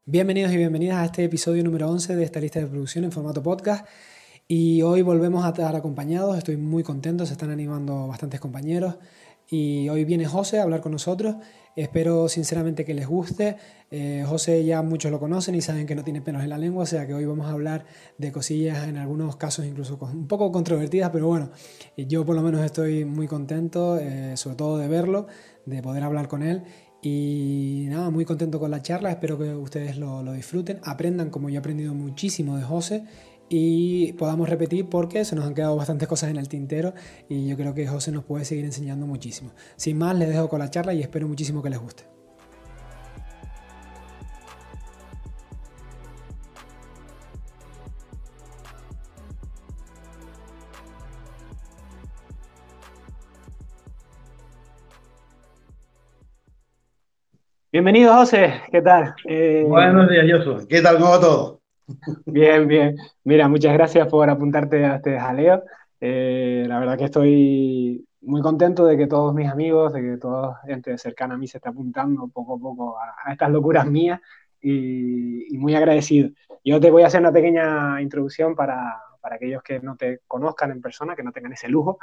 Bienvenidos y bienvenidas a este episodio número 11 de esta lista de producción en formato podcast. Y hoy volvemos a estar acompañados, estoy muy contento, se están animando bastantes compañeros. Y hoy viene José a hablar con nosotros. Espero sinceramente que les guste. José ya muchos lo conocen y saben que no tiene pelos en la lengua, o sea que hoy vamos a hablar de cosillas, en algunos casos incluso un poco controvertidas, pero bueno, yo por lo menos estoy muy contento, sobre todo de verlo, de poder hablar con él. Y nada, muy contento con la charla, espero que ustedes lo disfruten, aprendan como yo he aprendido muchísimo de José y podamos repetir porque se nos han quedado bastantes cosas en el tintero y yo creo que José nos puede seguir enseñando muchísimo. Sin más, les dejo con la charla y espero muchísimo que les guste. Bienvenido, José, ¿qué tal? Buenos días, Josu. ¿Qué tal? ¿Cómo va todo? Bien, bien. Mira, muchas gracias por apuntarte a este jaleo. La verdad que estoy muy contento de que todos mis amigos, de que toda gente cercana a mí se está apuntando poco a poco a estas locuras mías y muy agradecido. Yo te voy a hacer una pequeña introducción para aquellos que no te conozcan en persona, que no tengan ese lujo.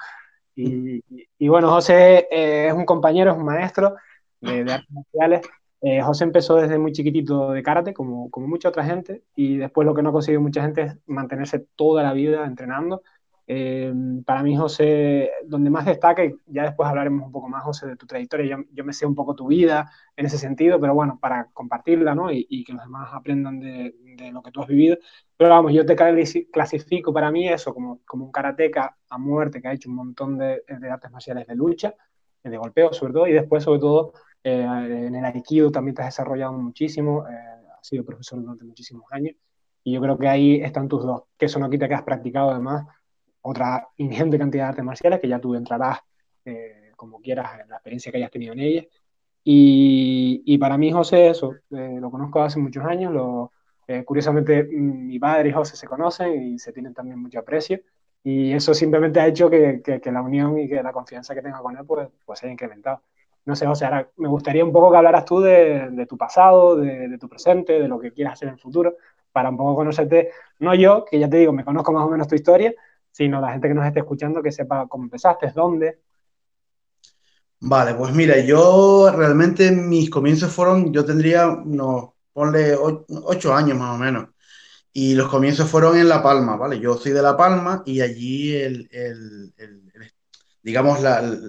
Y bueno, José es un compañero, es un maestro de artes marciales. José empezó desde muy chiquitito de karate, como mucha otra gente, y después lo que no ha conseguido mucha gente es mantenerse toda la vida entrenando. Eh, para mí, José, donde más destaca, y ya después hablaremos un poco más, José, de tu trayectoria, yo me sé un poco tu vida en ese sentido, pero bueno, para compartirla, ¿no? Y que los demás aprendan de lo que tú has vivido. Pero vamos, yo te clasifico para mí eso como un karateca a muerte que ha hecho un montón de artes marciales de lucha, de golpeo sobre todo, y después sobre todo en el Aikido también te has desarrollado muchísimo, has sido profesor durante muchísimos años, y yo creo que ahí están tus dos, que eso no quita que has practicado además otra ingente cantidad de artes marciales, que ya tú entrarás como quieras en la experiencia que hayas tenido en ellas. Y para mí José, eso, lo conozco hace muchos años, curiosamente mi padre y José se conocen y se tienen también mucho aprecio, y eso simplemente ha hecho que la unión y que la confianza que tenga con él pues se haya incrementado. No sé, José, ahora me gustaría un poco que hablaras tú de tu pasado, de tu presente, de lo que quieras hacer en el futuro, para un poco conocerte, no yo, que ya te digo, me conozco más o menos tu historia, sino la gente que nos esté escuchando que sepa cómo empezaste, dónde. Vale, pues mira, yo realmente mis comienzos fueron, yo tendría unos, ponle 8 años más o menos, y los comienzos fueron en La Palma, ¿vale? Yo soy de La Palma y allí digamos,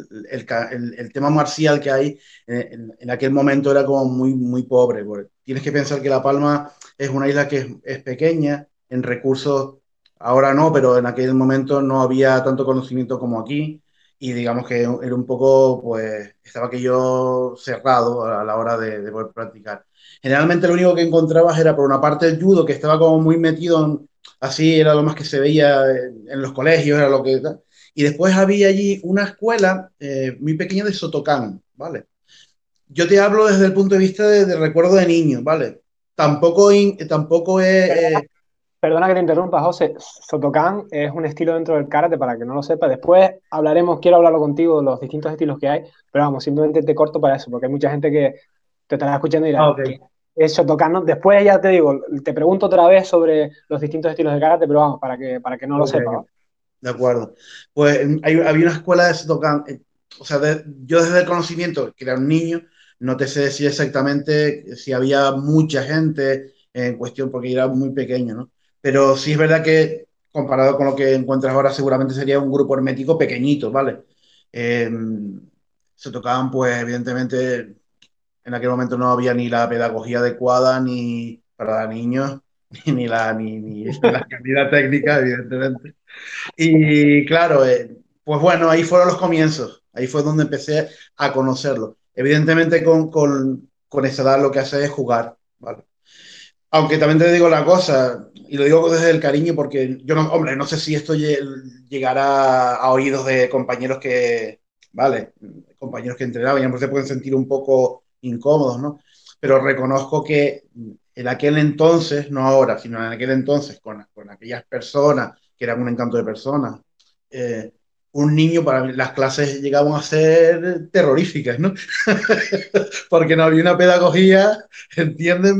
el tema marcial que hay en aquel momento era como muy, muy pobre, porque tienes que pensar que La Palma es una isla que es pequeña en recursos, ahora no, pero en aquel momento no había tanto conocimiento como aquí y digamos que era un poco, pues, estaba aquello cerrado a la hora de poder practicar. Generalmente lo único que encontrabas era por una parte el judo, que estaba como muy metido así, era lo más que se veía en los colegios, era lo que... Y después había allí una escuela muy pequeña de Sotocán, ¿vale? Yo te hablo desde el punto de vista de recuerdo de niño, ¿vale? Tampoco es... Perdona que te interrumpa, José. Shotokan es un estilo dentro del karate, para que no lo sepa. Después hablaremos, quiero hablarlo contigo, de los distintos estilos que hay, pero vamos, simplemente te corto para eso, porque hay mucha gente que te estará escuchando y Ah, dirá, ¿qué ok. es Shotokan? ¿No? Después ya te digo, te pregunto otra vez sobre los distintos estilos de karate, pero vamos, para que no lo Ok, sepa, ¿vale? de acuerdo. Pues había una escuela de Sotocán, o sea, yo desde el conocimiento, que era un niño, no te sé decir exactamente si había mucha gente en cuestión, porque era muy pequeño, ¿no? Pero sí es verdad que comparado con lo que encuentras ahora, seguramente sería un grupo hermético pequeñito, ¿vale? Eh, Se tocaban, pues, evidentemente, en aquel momento no había ni la pedagogía adecuada ni para niños, ni la calidad técnica, evidentemente. Y claro, pues bueno, ahí fueron los comienzos. Ahí fue donde empecé a conocerlo. Evidentemente con esa edad lo que hace es jugar, ¿vale? Aunque también te digo la cosa, y lo digo desde el cariño porque yo no, hombre, no sé si esto llegará a oídos de compañeros que, vale, compañeros que entrenaban, y a lo mejor se pueden sentir un poco incómodos, ¿no? Pero reconozco que en aquel entonces, no ahora, sino en aquel entonces, con aquellas personas que eran un encanto de personas, eh, un niño, para mí, las clases llegaban a ser terroríficas, ¿no? Porque no había una pedagogía, entiéndeme,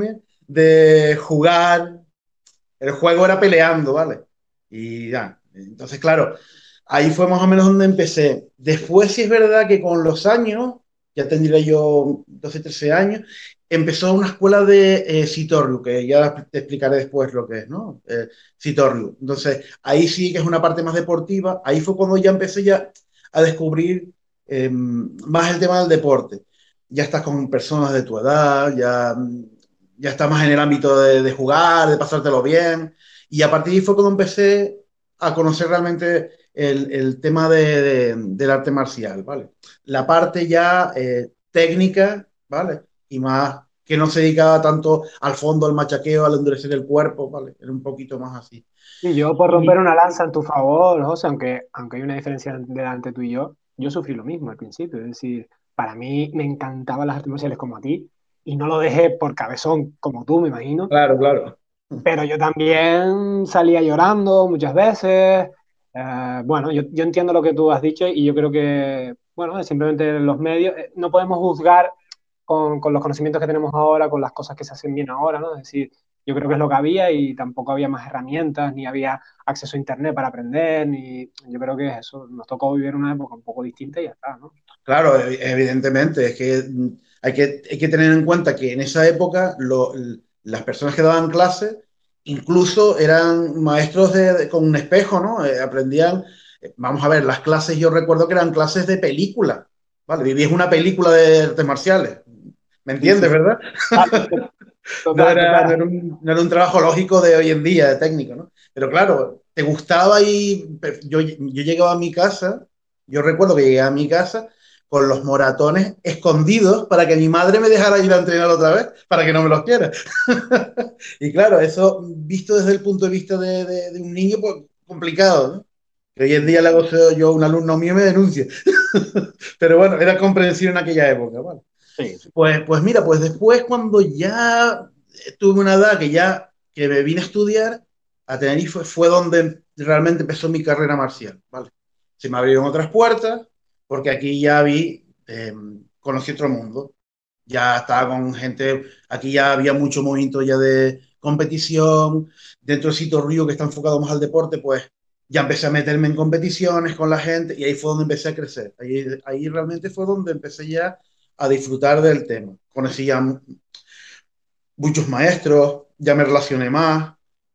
de jugar, el juego era peleando, ¿vale? Y ya, entonces claro, ahí fue más o menos donde empecé. Después sí es verdad que con los años, ya tendría yo 12 13 años, empezó una escuela de Sitoryu, que ya te explicaré después lo que es, ¿no? Sitoryu. Entonces, ahí sí que es una parte más deportiva. Ahí fue cuando ya empecé ya a descubrir más el tema del deporte. Ya estás con personas de tu edad, ya estás más en el ámbito de jugar, de pasártelo bien. Y a partir de ahí fue cuando empecé a conocer realmente el tema del arte marcial, ¿vale? La parte ya técnica, ¿vale? Y más que no se dedicaba tanto al fondo, al machaqueo, al endurecer el cuerpo, ¿vale? Era un poquito más así. Y yo por romper Y una lanza en tu favor, José, aunque hay una diferencia entre tú y yo sufrí lo mismo al principio. Es decir, para mí me encantaban las artes marciales como a ti y no lo dejé por cabezón como tú, me imagino. claro, claro. Pero yo también salía llorando muchas veces. Bueno, yo entiendo lo que tú has dicho y yo creo que, bueno, simplemente los medios, no podemos juzgar con los conocimientos que tenemos ahora, con las cosas que se hacen bien ahora, ¿no? Es decir, yo creo que es lo que había y tampoco había más herramientas, ni había acceso a Internet para aprender, ni yo creo que eso, nos tocó vivir una época un poco distinta y ya está, ¿no? Claro, evidentemente, es que hay que tener en cuenta que en esa época las personas que daban clases incluso eran maestros con un espejo, ¿no? Aprendían, vamos a ver, las clases yo recuerdo que eran clases de película, ¿vale? Vivías una película de artes marciales, ¿me Sí, entiendes, sí. verdad? Ah, total, No total. era no era un trabajo lógico de hoy en día, de técnico, ¿no? Pero claro, te gustaba y yo llegaba a mi casa, yo recuerdo que llegué a mi casa con los moratones escondidos para que mi madre me dejara ir a entrenar otra vez, para que no me los quiera. Y claro, eso visto desde el punto de vista de un niño, pues complicado, ¿no? Que hoy en día le hago yo a un alumno mío y me denuncia. Pero bueno, era comprensible en aquella época, ¿vale? Sí, sí. Pues mira, pues después cuando ya tuve una edad que me vine a estudiar a Tenerife, fue donde realmente empezó mi carrera marcial, ¿vale? Se me abrieron otras puertas porque aquí ya conocí otro mundo. Ya estaba con gente, aquí ya había mucho movimiento ya de competición. Dentro de Sito Río, que está enfocado más al deporte, pues ya empecé a meterme en competiciones con la gente y ahí fue donde empecé a crecer. Ahí realmente fue donde empecé ya a disfrutar del tema. Conocí ya muchos maestros, ya me relacioné más,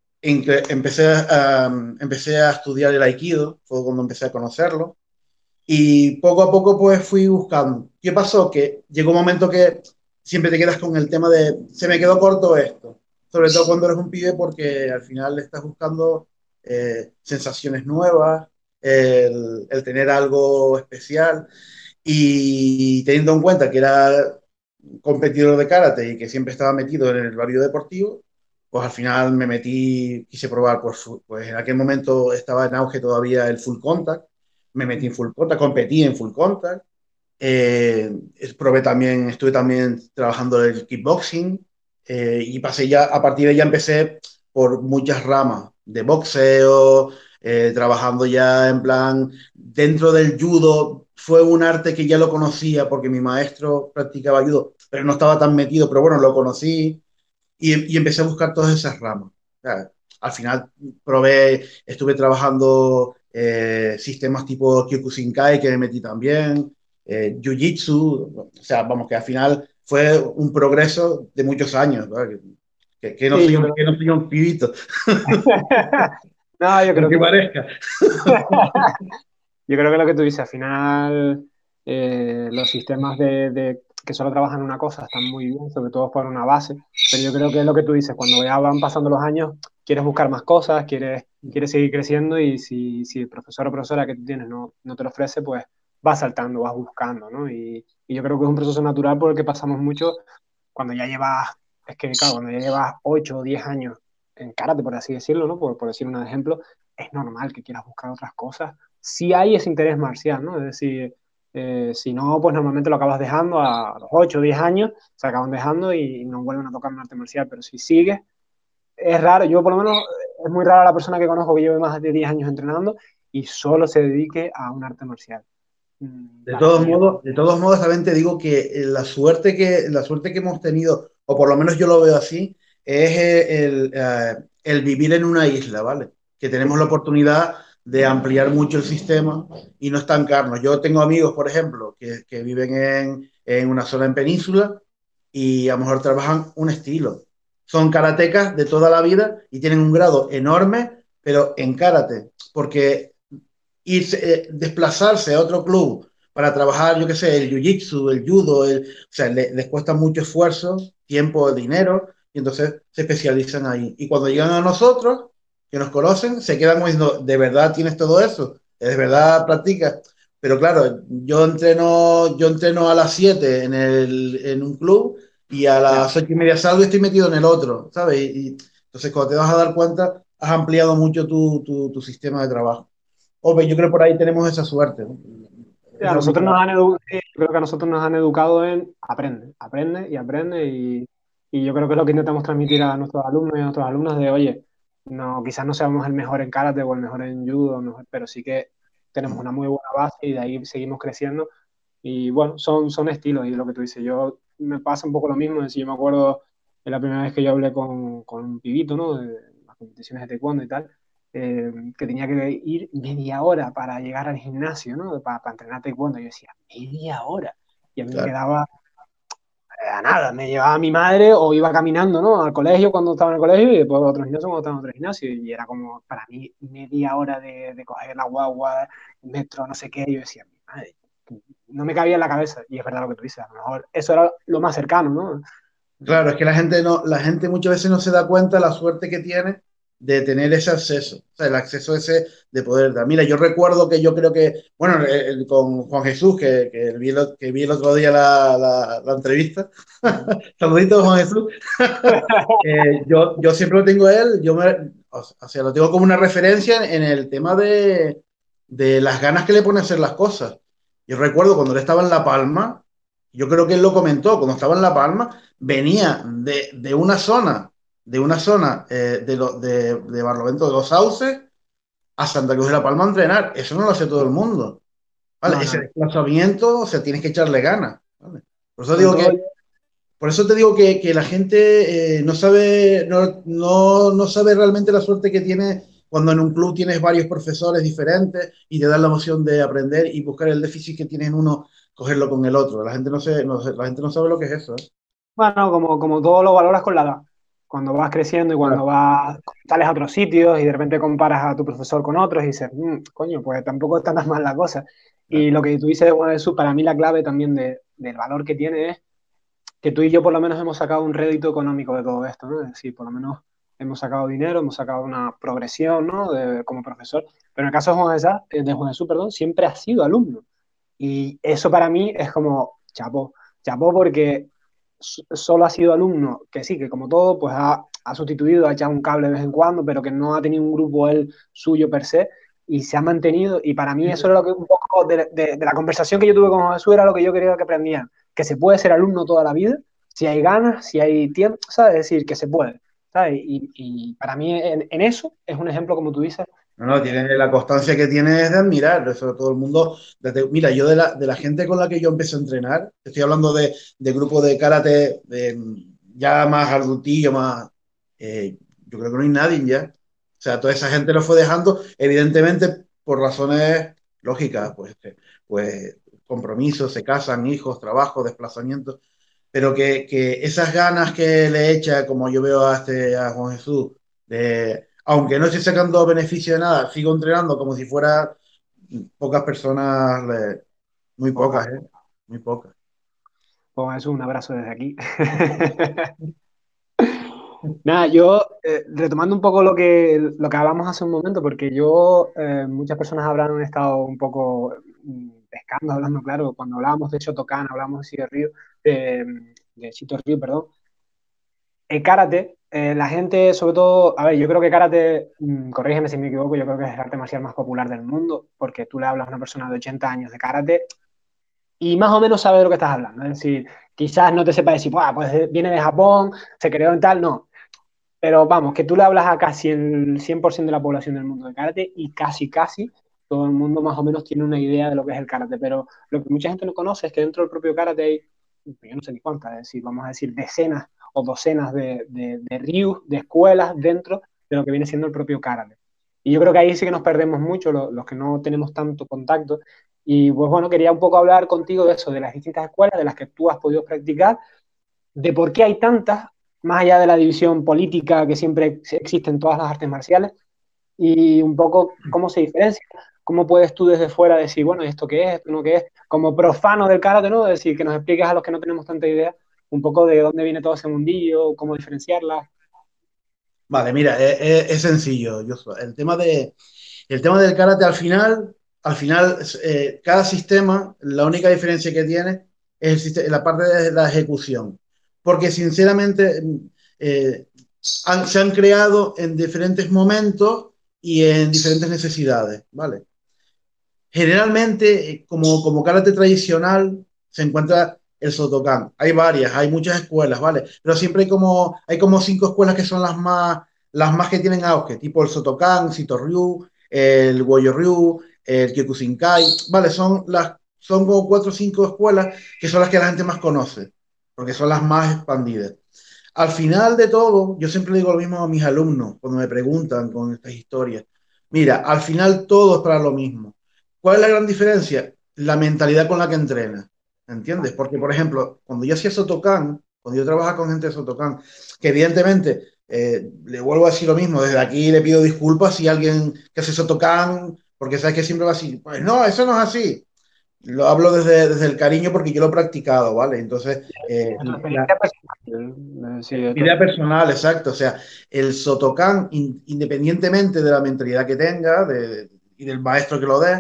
empecé a estudiar el Aikido, fue cuando empecé a conocerlo, y poco a poco pues fui buscando. ¿Qué pasó? Que llegó un momento que siempre te quedas con el tema de, se me quedó corto esto, sobre todo cuando eres un pibe porque al final estás buscando sensaciones nuevas, el tener algo especial. Y teniendo en cuenta que era competidor de karate y que siempre estaba metido en el barrio deportivo, pues al final me metí, quise probar, pues en aquel momento estaba en auge todavía el full contact, me metí en full contact, competí en full contact, probé también, estuve también trabajando en el kickboxing y pasé ya, a partir de ahí ya empecé por muchas ramas de boxeo, trabajando ya en plan, dentro del judo, fue un arte que ya lo conocía porque mi maestro practicaba judo, pero no estaba tan metido, pero bueno, lo conocí y empecé a buscar todas esas ramas. O sea, al final estuve trabajando sistemas tipo Kyokushinkai que me metí también, Jiu-Jitsu, o sea, vamos, que al final fue un progreso de muchos años, ¿verdad? Que no Sí, soy yo creo. que no soy un pibito, No, yo creo aunque que parezca. yo creo que lo que tú dices, al final los sistemas que solo trabajan una cosa están muy bien, sobre todo por una base, pero yo creo que es lo que tú dices, cuando ya van pasando los años, quieres buscar más cosas, quieres seguir creciendo y si el profesor o profesora que tú tienes no te lo ofrece, pues vas saltando, vas buscando, ¿no? Y yo creo que es un proceso natural por el que pasamos mucho cuando ya llevas, es que claro, cuando ya llevas 8 o 10 años en karate, por así decirlo, ¿no? Por decir un ejemplo, es normal que quieras buscar otras cosas si hay ese interés marcial, ¿no? Es decir, si no, pues normalmente lo acabas dejando a los 8 o 10 años, se acaban dejando y no vuelven a tocar un arte marcial, pero si sigues, es raro, yo por lo menos, es muy rara la persona que conozco que lleve más de 10 años entrenando y solo se dedique a un arte marcial. Para mí es... De todos modos, también te digo que la suerte que hemos tenido, o por lo menos yo lo veo así, es el vivir en una isla, ¿vale? Que tenemos la oportunidad de ampliar mucho el sistema y no estancarnos. Yo tengo amigos, por ejemplo, que viven en una zona en península y a lo mejor trabajan un estilo. Son karatecas de toda la vida y tienen un grado enorme, pero en karate, porque desplazarse a otro club para trabajar, yo qué sé, el jiu-jitsu, el judo, o sea, les cuesta mucho esfuerzo, tiempo, dinero, y entonces se especializan ahí. Y cuando llegan a nosotros, que nos conocen, se quedan diciendo, ¿de verdad tienes todo eso? ¿De verdad practicas? Pero claro, yo entreno a las 7 en un club y a Ya. las 8:30 salgo y estoy metido en el otro, ¿sabes? Entonces cuando te vas a dar cuenta, has ampliado mucho tu sistema de trabajo. Hombre, yo creo que por ahí tenemos esa suerte, ¿no? Es A la nosotros única. nos han educado, creo que a nosotros nos han educado en aprende, aprende y aprende y yo creo que es lo que intentamos transmitir a nuestros alumnos y a nuestros alumnos de, oye, no, quizás no seamos el mejor en karate o el mejor en judo, pero sí que tenemos una muy buena base y de ahí seguimos creciendo y bueno, son estilos y lo que tú dices, yo me pasa un poco lo mismo, es decir, yo me acuerdo de la primera vez que yo hablé con un pibito, ¿no? De las competiciones de taekwondo y tal, que tenía que ir media hora para llegar al gimnasio, ¿no? Para entrenar taekwondo. Yo decía, media hora. Y a mí me Claro, quedaba a nada, me llevaba mi madre o iba caminando, ¿no? Al colegio cuando estaba en el colegio y después a otro gimnasio cuando estaba en otro gimnasio. Y era como, para mí, media hora de coger la guagua, metro, no sé qué. Yo decía, mi madre, no me cabía en la cabeza. Y es verdad lo que tú dices, a lo mejor eso era lo más cercano, ¿no? claro, es que la gente no, la gente muchas veces no se da cuenta de la suerte que tiene de tener ese acceso, o sea, el acceso ese de poder dar. Mira, yo recuerdo que yo creo que, bueno, con Juan Jesús, que vi el otro día la entrevista, saludito Juan Jesús, yo siempre lo tengo a él, o sea, lo tengo como una referencia en el tema de las ganas que le pone a hacer las cosas. Yo recuerdo cuando él estaba en La Palma, yo creo que él lo comentó, cuando estaba en La Palma, venía de una zona de Barlovento de los Sauces a Santa Cruz de La Palma a entrenar. Eso no lo hace todo el mundo. ¿Vale? No, no, Ese no. desplazamiento, o sea, tienes que echarle ganas. ¿Vale? Por eso Sobre digo todo, por eso te digo que la gente no sabe realmente la suerte que tiene cuando en un club tienes varios profesores diferentes y te dan la emoción de aprender y buscar el déficit que tienes en uno, cogerlo con el otro. La gente no sabe lo que es eso, ¿eh? bueno, como todo lo valoras con la edad. Cuando vas creciendo y cuando Claro, vas, sales a otros sitios y de repente comparas a tu profesor con otros y dices, coño, pues tampoco está tan mal la cosa. claro. Y lo que tú dices de Juan Jesús, para mí la clave también del valor que tiene es que tú y yo por lo menos hemos sacado un rédito económico de todo esto, ¿no? Es decir, por lo menos hemos sacado dinero, hemos sacado una progresión, ¿no? Como profesor. Pero en el caso de Juan Jesús, perdón, siempre ha sido alumno. Y eso para mí es como chapó, chapó porque solo ha sido alumno, que sí, que como todo, pues ha sustituido, ha echado un cable de vez en cuando, pero que no ha tenido un grupo él suyo per se y se ha mantenido. Y para mí eso era lo que un poco de la conversación que yo tuve con Jesús era lo que yo quería que aprendieran, que se puede ser alumno toda la vida, si hay ganas, si hay tiempo, ¿sabes? Es decir, que se puede, ¿sabes? Y para mí en eso es un ejemplo, como tú dices, No, no, la constancia que tiene es de admirar, eso todo el mundo. Mira, yo de la gente con la que yo empecé a entrenar, estoy hablando de grupo de karate ya más adultillo, más. Yo creo que no hay nadie ya. O sea, toda esa gente lo fue dejando, evidentemente por razones lógicas, pues compromisos, se casan, hijos, trabajo, desplazamientos, pero que esas ganas que le echa, como yo veo a Juan Jesús, aunque no estoy sacando beneficio de nada, sigo entrenando como si fuera pocas personas, muy poca. pocas, ¿eh? Muy pocas. Juan Jesús, un abrazo desde aquí. Nada, yo retomando un poco lo que hablamos hace un momento, porque muchas personas habrán estado un poco pescando, hablando, claro, cuando hablábamos de Shotokan, hablábamos de Chito Ryu, de Chito Ryu, perdón. El karate, la gente, sobre todo, a ver, yo creo que karate, corrígeme si me equivoco, yo creo que es el arte marcial más popular del mundo, porque tú le hablas a una persona de 80 años de karate y más o menos sabe de lo que estás hablando. Es decir, quizás no te sepa decir, pues viene de Japón, se creó en tal, no. Pero vamos, que tú le hablas a casi el 100% de la población del mundo de karate y casi todo el mundo más o menos tiene una idea de lo que es el karate. Pero lo que mucha gente no conoce es que dentro del propio karate hay, yo no sé ni cuántas, es decir, vamos a decir decenas o docenas de ryus, de escuelas dentro de lo que viene siendo el propio karate. Y yo creo que ahí sí que nos perdemos mucho los que no tenemos tanto contacto. Y pues bueno, quería un poco hablar contigo de eso, de las distintas escuelas de las que tú has podido practicar, de por qué hay tantas, más allá de la división política que siempre existe en todas las artes marciales, y un poco cómo se diferencia, cómo puedes tú desde fuera decir, bueno, ¿esto qué es? ¿Esto no qué es? Como profano del karate, ¿no? Decir, que nos expliques a los que no tenemos tanta idea un poco de dónde viene todo ese mundillo, cómo diferenciarla. Vale, mira, es sencillo, Joshua. El tema del karate al final, cada sistema, la única diferencia que tiene es la parte de la ejecución. Porque sinceramente eh, se han creado en diferentes momentos y en diferentes necesidades, ¿vale? Generalmente, como karate tradicional, se encuentra el Shotokan. Hay varias, hay muchas escuelas, ¿vale? Pero siempre hay como cinco escuelas que son las más que tienen auge, tipo el Shotokan, Sito Ryu, el Goju Ryu, el Kyokushinkai, ¿vale? Son como cuatro o cinco escuelas que son las que la gente más conoce, porque son las más expandidas. Al final de todo, yo siempre digo lo mismo a mis alumnos cuando me preguntan con estas historias. Mira, al final todo es para lo mismo. ¿Cuál es la gran diferencia? La mentalidad con la que entrenas. ¿Entiendes? Porque, por ejemplo, cuando yo hacía Sotokan, cuando yo trabajaba con gente de Sotokan, que evidentemente, le vuelvo a decir lo mismo, desde aquí le pido disculpas si alguien que hace Sotokan, porque sabes que siempre va así, pues no, eso no es así. Lo hablo desde el cariño porque yo lo he practicado, ¿vale? Entonces, Tu experiencia personal, sí, mi idea personal, exacto. O sea, el Sotokan, independientemente de la mentalidad que tenga y del maestro que lo dé,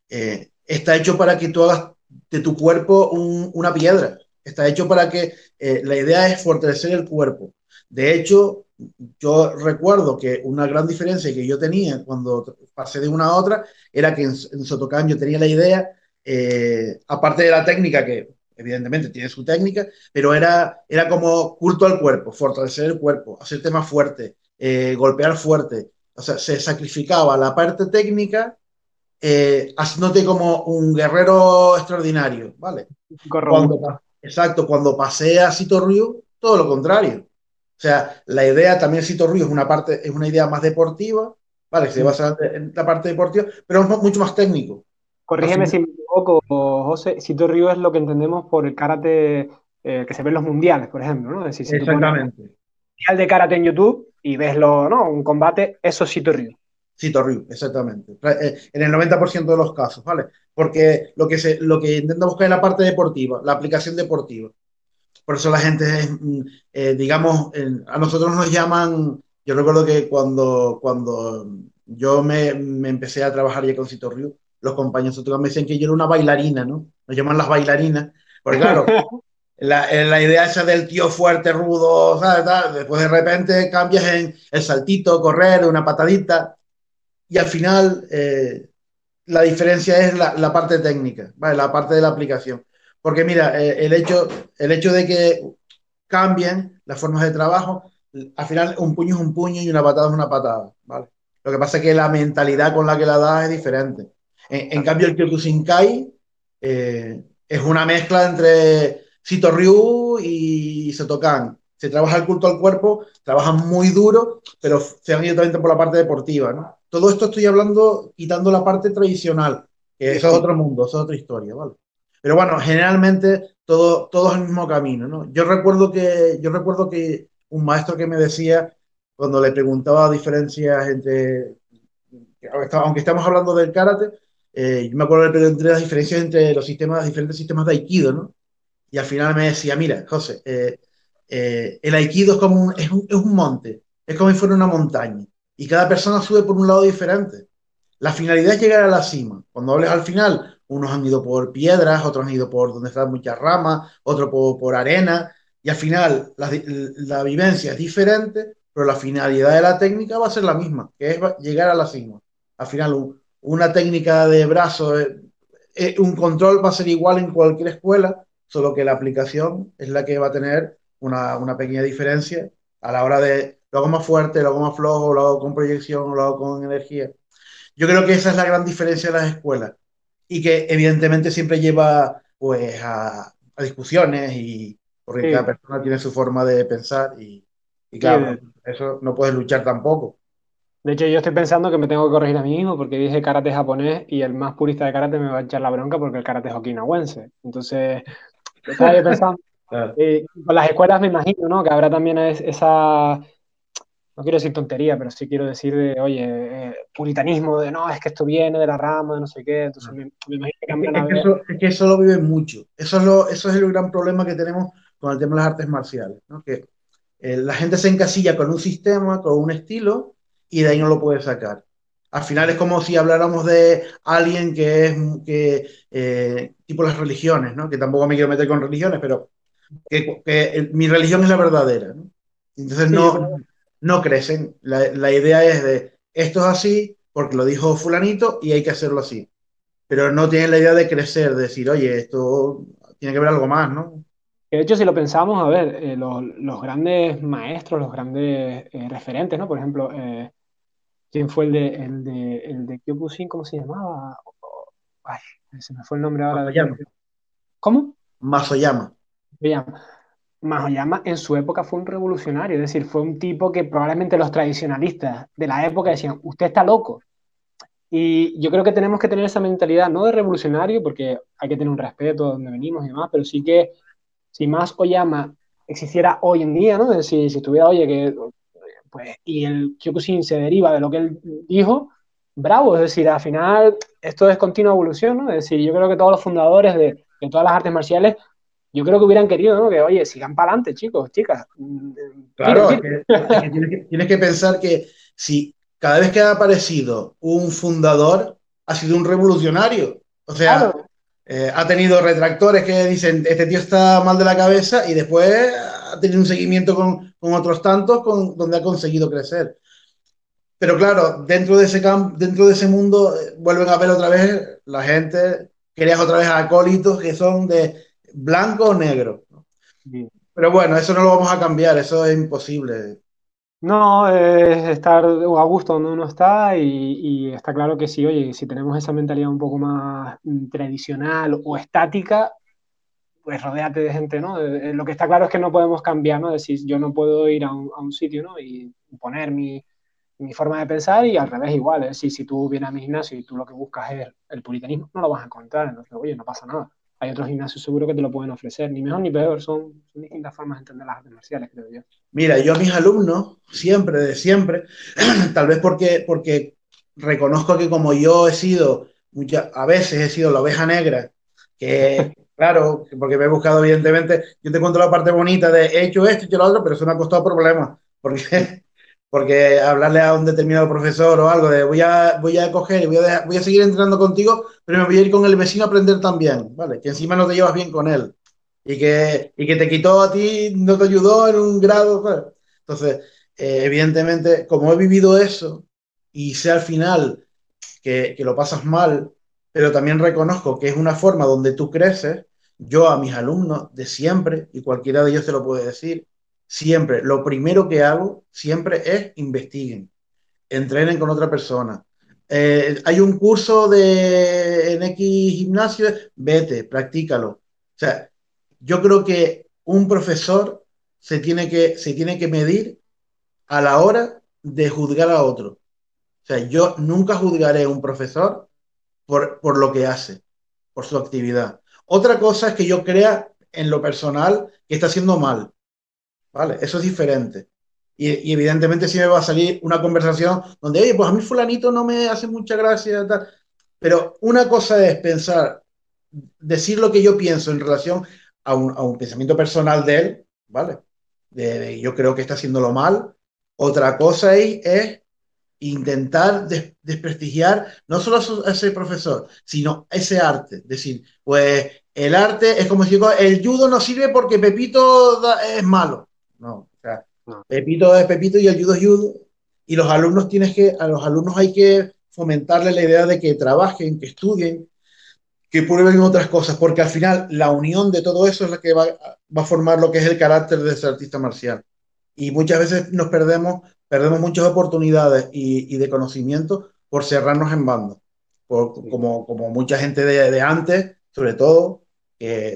está hecho para que tú hagas de tu cuerpo una piedra. Está hecho para que la idea es fortalecer el cuerpo. De hecho, yo recuerdo que una gran diferencia que yo tenía cuando pasé de una a otra era que en Sotokan yo tenía la idea, aparte de la técnica que evidentemente tiene su técnica, pero era como culto al cuerpo, fortalecer el cuerpo, hacerte más fuerte, golpear fuerte. O sea, se sacrificaba la parte técnica haciéndote como un guerrero extraordinario, ¿vale? robusto. Exacto, cuando pasé a Sito Ryu, todo lo contrario. O sea, la idea también de Sito Ryu es una idea más deportiva, ¿vale? Se Mm. basa en la parte deportiva, pero es mucho más técnico. Al Corrígeme final, si me equivoco, José, Sito Ryu es lo que entendemos por el karate que se ve en los mundiales, por ejemplo, ¿no? Es decir, si tú pones exactamente. mundial de karate en YouTube y ves ¿no? Un combate, eso es Sito Ryu. Sí, Torriu, exactamente. En el 90% de los casos, ¿vale? Porque lo que intenta buscar es la parte deportiva, la aplicación deportiva. Por eso la gente es, digamos, a nosotros nos llaman, yo recuerdo que cuando yo me empecé a trabajar ya con Cito Ryu, los compañeros nosotros me decían que yo era una bailarina, ¿no? Nos llaman las bailarinas, porque claro, la idea esa del tío fuerte, rudo, ¿sabes? Después de repente cambias en el saltito, correr, una patadita, y al final la diferencia es la parte técnica, ¿vale? La parte de la aplicación. Porque mira, el hecho de que cambien las formas de trabajo, al final un puño es un puño y una patada es una patada, ¿vale? Lo que pasa es que la mentalidad con la que la das es diferente. En cambio, el Kyokushinkai es una mezcla entre Sito Ryu y Sotokan. Se trabaja el culto al cuerpo, trabajan muy duro, pero se han ido también por la parte deportiva, ¿no? Todo esto estoy hablando quitando la parte tradicional, que Sí, eso es sí. otro mundo, eso es otra historia, ¿vale? Pero bueno, generalmente todo es el mismo camino, ¿no? Yo recuerdo que un maestro que me decía, cuando le preguntaba diferencias entre, aunque estamos hablando del karate, yo me acuerdo entre las diferencias entre los sistemas, diferentes sistemas de Aikido, ¿no? Y al final me decía, mira, José, el Aikido es un monte, es como si fuera una montaña, y cada persona sube por un lado diferente. La finalidad es llegar a la cima. Cuando hables al final, unos han ido por piedras, otros han ido por donde están muchas ramas, otros por arena, y al final la vivencia es diferente, pero la finalidad de la técnica va a ser la misma, que es llegar a la cima. Al final, una técnica de brazo, un control va a ser igual en cualquier escuela, solo que la aplicación es la que va a tener una pequeña diferencia a la hora de lo hago más fuerte, lo hago más flojo, lo hago con proyección, lo hago con energía. Yo creo que esa es la gran diferencia de las escuelas y que evidentemente siempre lleva pues a discusiones y porque cada Sí, persona tiene su forma de pensar y sí, claro, eso no puedes luchar tampoco. de hecho yo estoy pensando que me tengo que corregir a mí mismo porque dije karate japonés y el más purista de karate me va a echar la bronca porque el karate es okinawense. Entonces, estaba yo pensando, Claro. con las escuelas me imagino, ¿no? Que habrá también esa, no quiero decir tontería, pero sí quiero decir de, oye, puritanismo, de no, es que esto viene de la rama, de no sé qué, entonces me imagino que cambian a ver. Es que eso lo viven mucho. Eso es el gran problema que tenemos con el tema de las artes marciales, ¿no? Que la gente se encasilla con un sistema, con un estilo, y de ahí no lo puede sacar. Al final es como si habláramos de alguien que es tipo las religiones, ¿no? Que tampoco me quiero meter con religiones, pero mi religión es la verdadera, ¿no? Entonces Sí, yo creo no crecen. La idea es de esto es así porque lo dijo fulanito y hay que hacerlo así. Pero no tienen la idea de crecer, de decir, oye, esto tiene que ver algo más, ¿no? que de hecho si lo pensamos, a ver, los grandes maestros, los grandes referentes, ¿no? Por ejemplo, ¿quién fue el de Kyokushin? ¿Cómo se llamaba? Ay, se me fue el nombre ahora Masoyama. ¿Cómo? Masoyama. Mahoyama en su época fue un revolucionario, es decir, fue un tipo que probablemente los tradicionalistas de la época decían, usted está loco. Y yo creo que tenemos que tener esa mentalidad, no de revolucionario, porque hay que tener un respeto a donde venimos y demás, pero sí que si más Oyama existiera hoy en día, ¿no? Es decir, si estuviera, oye, que, pues, y el Kyokushin se deriva de lo que él dijo, bravo, es decir, al final esto es continua evolución, ¿no? Es decir, yo creo que todos los fundadores de todas las artes marciales yo creo que hubieran querido, ¿no? Que, oye, sigan para adelante, chicos, chicas, tiren, Claro, tiren. es que tienes que pensar que si cada vez que ha aparecido un fundador, ha sido un revolucionario. O sea, Claro, ha tenido retractores que dicen, este tío está mal de la cabeza y después ha tenido un seguimiento con otros tantos donde ha conseguido crecer. Pero claro, dentro de ese mundo vuelven a ver otra vez la gente, creas otra vez acólitos que son de blanco o negro. sí. Pero bueno, eso no lo vamos a cambiar, eso es imposible. No, es estar a gusto donde uno está y está claro que sí, oye, si tenemos esa mentalidad un poco más tradicional o estática, pues rodéate de gente, ¿no? Lo que está claro es que no podemos cambiar, ¿no? Es decir, yo no puedo ir a un sitio, ¿no? Y poner mi forma de pensar y al revés igual, es decir, si tú vienes a mi gimnasio y tú lo que buscas es el puritanismo, no lo vas a encontrar, entonces, oye, no pasa nada. Hay otros gimnasios seguro que te lo pueden ofrecer, ni mejor ni peor, son distintas formas de entender las artes marciales, creo yo. Mira, yo a mis alumnos, siempre, de siempre, tal vez porque reconozco que como yo he sido, a veces he sido la oveja negra, que claro, porque me he buscado evidentemente, yo te cuento la parte bonita de he hecho esto y hecho lo otro, pero eso me ha costado problemas, porque, porque hablarle a un determinado profesor o algo de voy a coger, voy a seguir entrenando contigo, pero me voy a ir con el vecino a aprender también, ¿vale? Que encima no te llevas bien con él y que te quitó a ti, no te ayudó en un grado. ¿Sabes? Entonces, evidentemente, como he vivido eso y sé al final que lo pasas mal, pero también reconozco que es una forma donde tú creces, yo a mis alumnos de siempre, y cualquiera de ellos te lo puede decir, siempre, lo primero que hago siempre es investiguen, entrenen con otra persona. Hay un curso en X gimnasio, vete, practícalo. O sea, yo creo que un profesor se tiene que medir a la hora de juzgar a otro. O sea, yo nunca juzgaré a un profesor por lo que hace, por su actividad. Otra cosa es que yo crea en lo personal que está haciendo mal, ¿vale? Eso es diferente. Y evidentemente sí me va a salir una conversación donde, oye, pues a mí fulanito no me hace mucha gracia, tal. Pero una cosa es pensar, decir lo que yo pienso en relación a un pensamiento personal de él, ¿vale? Yo creo que está haciéndolo mal. Otra cosa es intentar desprestigiar no solo a ese profesor, sino ese arte. Es decir, pues el arte es como si digo, el judo no sirve porque Pepito es malo. No, o sea, No. Pepito es Pepito y el judo es judo. Y a los alumnos hay que fomentarles la idea de que trabajen, que estudien, que prueben otras cosas, porque al final la unión de todo eso es la que va a formar lo que es el carácter de ese artista marcial. Y muchas veces perdemos muchas oportunidades y de conocimiento por cerrarnos en bandos, Sí. como mucha gente de antes, sobre todo, que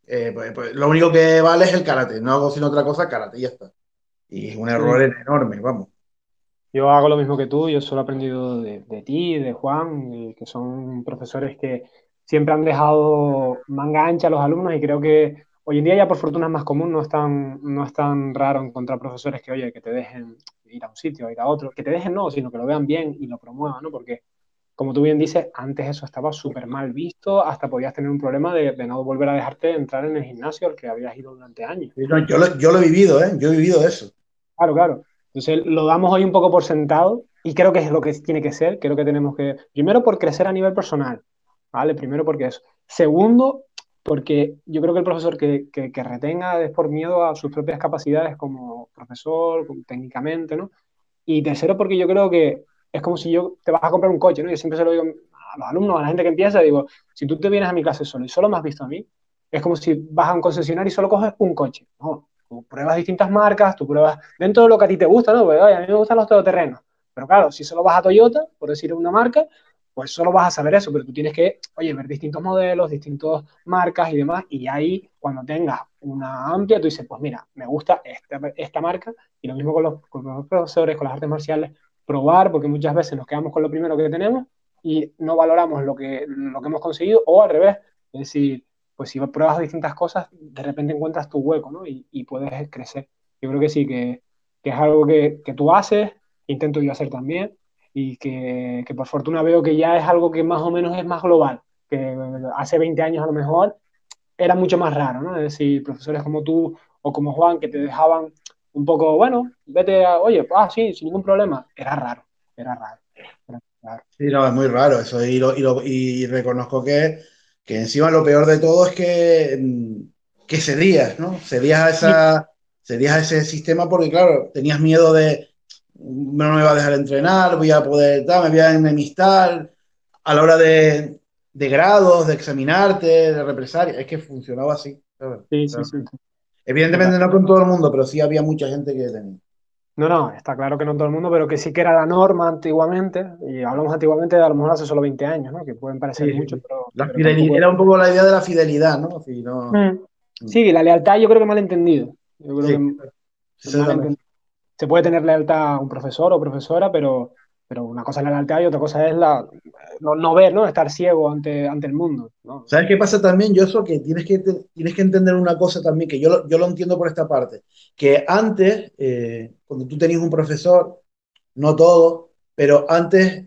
pues, lo único que vale es el karate. No hago sino otra cosa, karate, y ya está. Y es un error Sí. enorme, vamos. Yo hago lo mismo que tú, yo solo he aprendido de ti, de Juan, que son profesores que siempre han dejado manga ancha a los alumnos y creo que hoy en día ya por fortuna es más común, no es tan raro encontrar profesores que, oye, que te dejen ir a un sitio, ir a otro, que te dejen no, sino que lo vean bien y lo promuevan, ¿no? Porque, como tú bien dices, antes eso estaba súper mal visto, hasta podías tener un problema de no volver a dejarte entrar en el gimnasio al que habías ido durante años. Sí, no, yo lo he vivido, ¿eh? Yo he vivido eso. Claro, claro. Entonces lo damos hoy un poco por sentado y creo que es lo que tiene que ser. Creo que tenemos que, primero por crecer a nivel personal, ¿vale? Primero porque eso. Segundo, porque yo creo que el profesor que retenga es por miedo a sus propias capacidades como profesor, técnicamente, ¿no? Y tercero, porque yo creo que es como si yo te vas a comprar un coche, ¿no? Yo siempre se lo digo a los alumnos, a la gente que empieza, digo, si tú te vienes a mi clase solo y solo me has visto a mí, es como si vas a un concesionario y solo coges un coche. No, tú pruebas distintas marcas, tú pruebas dentro de lo que a ti te gusta, ¿no? Porque, oye, a mí me gustan los todoterrenos. Pero claro, si solo vas a Toyota, por decir una marca, pues solo vas a saber eso, pero tú tienes que, oye, ver distintos modelos, distintas marcas y demás, y ahí cuando tengas una amplia, tú dices, pues mira, me gusta esta marca, y lo mismo con los profesores, con las artes marciales, probar, porque muchas veces nos quedamos con lo primero que tenemos y no valoramos lo que hemos conseguido, o al revés, es decir, pues si pruebas distintas cosas, de repente encuentras tu hueco, ¿no? Y puedes crecer. Yo creo que sí, que es algo que tú haces, intento yo hacer también, y que por fortuna veo que ya es algo que más o menos es más global, que hace 20 años a lo mejor era mucho más raro, ¿no? Es decir, profesores como tú o como Juan que te dejaban un poco, bueno, vete a, oye, sí, sin ningún problema. Era raro, era raro, era raro. Sí, no, es muy raro eso. Y reconozco que encima lo peor de todo es que cedías, ¿no? Sí, Cedías a ese sistema porque, claro, tenías miedo de no me va a dejar entrenar, voy a poder, me voy a enemistar a la hora de grados, de examinarte, de represalia. Es que funcionaba así, ¿sabes? sí, sí, sí, Realmente. total. Evidentemente no con todo el mundo, pero sí había mucha gente que tenía. No, no, está claro que no todo el mundo, pero que sí que era la norma antiguamente, y hablamos antiguamente de a lo mejor hace solo 20 años, ¿no? Que pueden parecer Sí, sí, mucho, sí. pero tampoco Era un poco la idea de la fidelidad, ¿no? Sí, no, Mm. Sí, la lealtad yo creo que mal entendido. Yo creo sí, que mal exactamente. entendido. Se puede tener lealtad a un profesor o profesora, pero una cosa es la lealtad y otra cosa es no ver, ¿no? Estar ciego ante el mundo, ¿no? ¿Sabes qué pasa también, Joshua? Que tienes que entender una cosa también, que yo lo entiendo por esta parte, que antes, cuando tú tenías un profesor, no todo, pero antes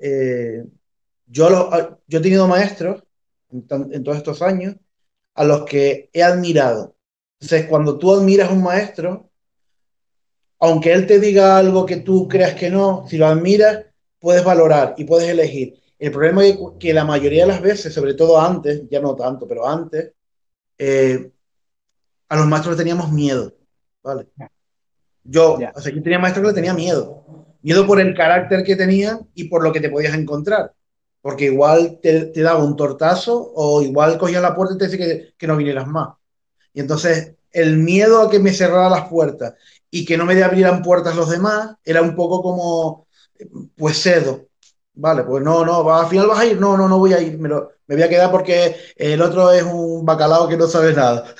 yo he tenido maestros en todos estos años a los que he admirado. Entonces, cuando tú admiras a un maestro, aunque él te diga algo que tú creas que no, si lo admiras, puedes valorar y puedes elegir. El problema es que la mayoría de las veces, sobre todo antes, ya no tanto, pero antes, eh, a los maestros le teníamos miedo, ¿vale? Ya, Yo, ya. o sea, yo tenía maestros que le tenía miedo. Miedo por el carácter que tenían y por lo que te podías encontrar. Porque igual te daba un tortazo o igual cogía la puerta y te decía que no vinieras más. Y entonces el miedo a que me cerrara las puertas y que no me abrieran puertas los demás era un poco como, pues cedo. Vale, pues no, no, al final vas a ir, no, no, no voy a ir, me voy a quedar porque el otro es un bacalao que no sabe nada.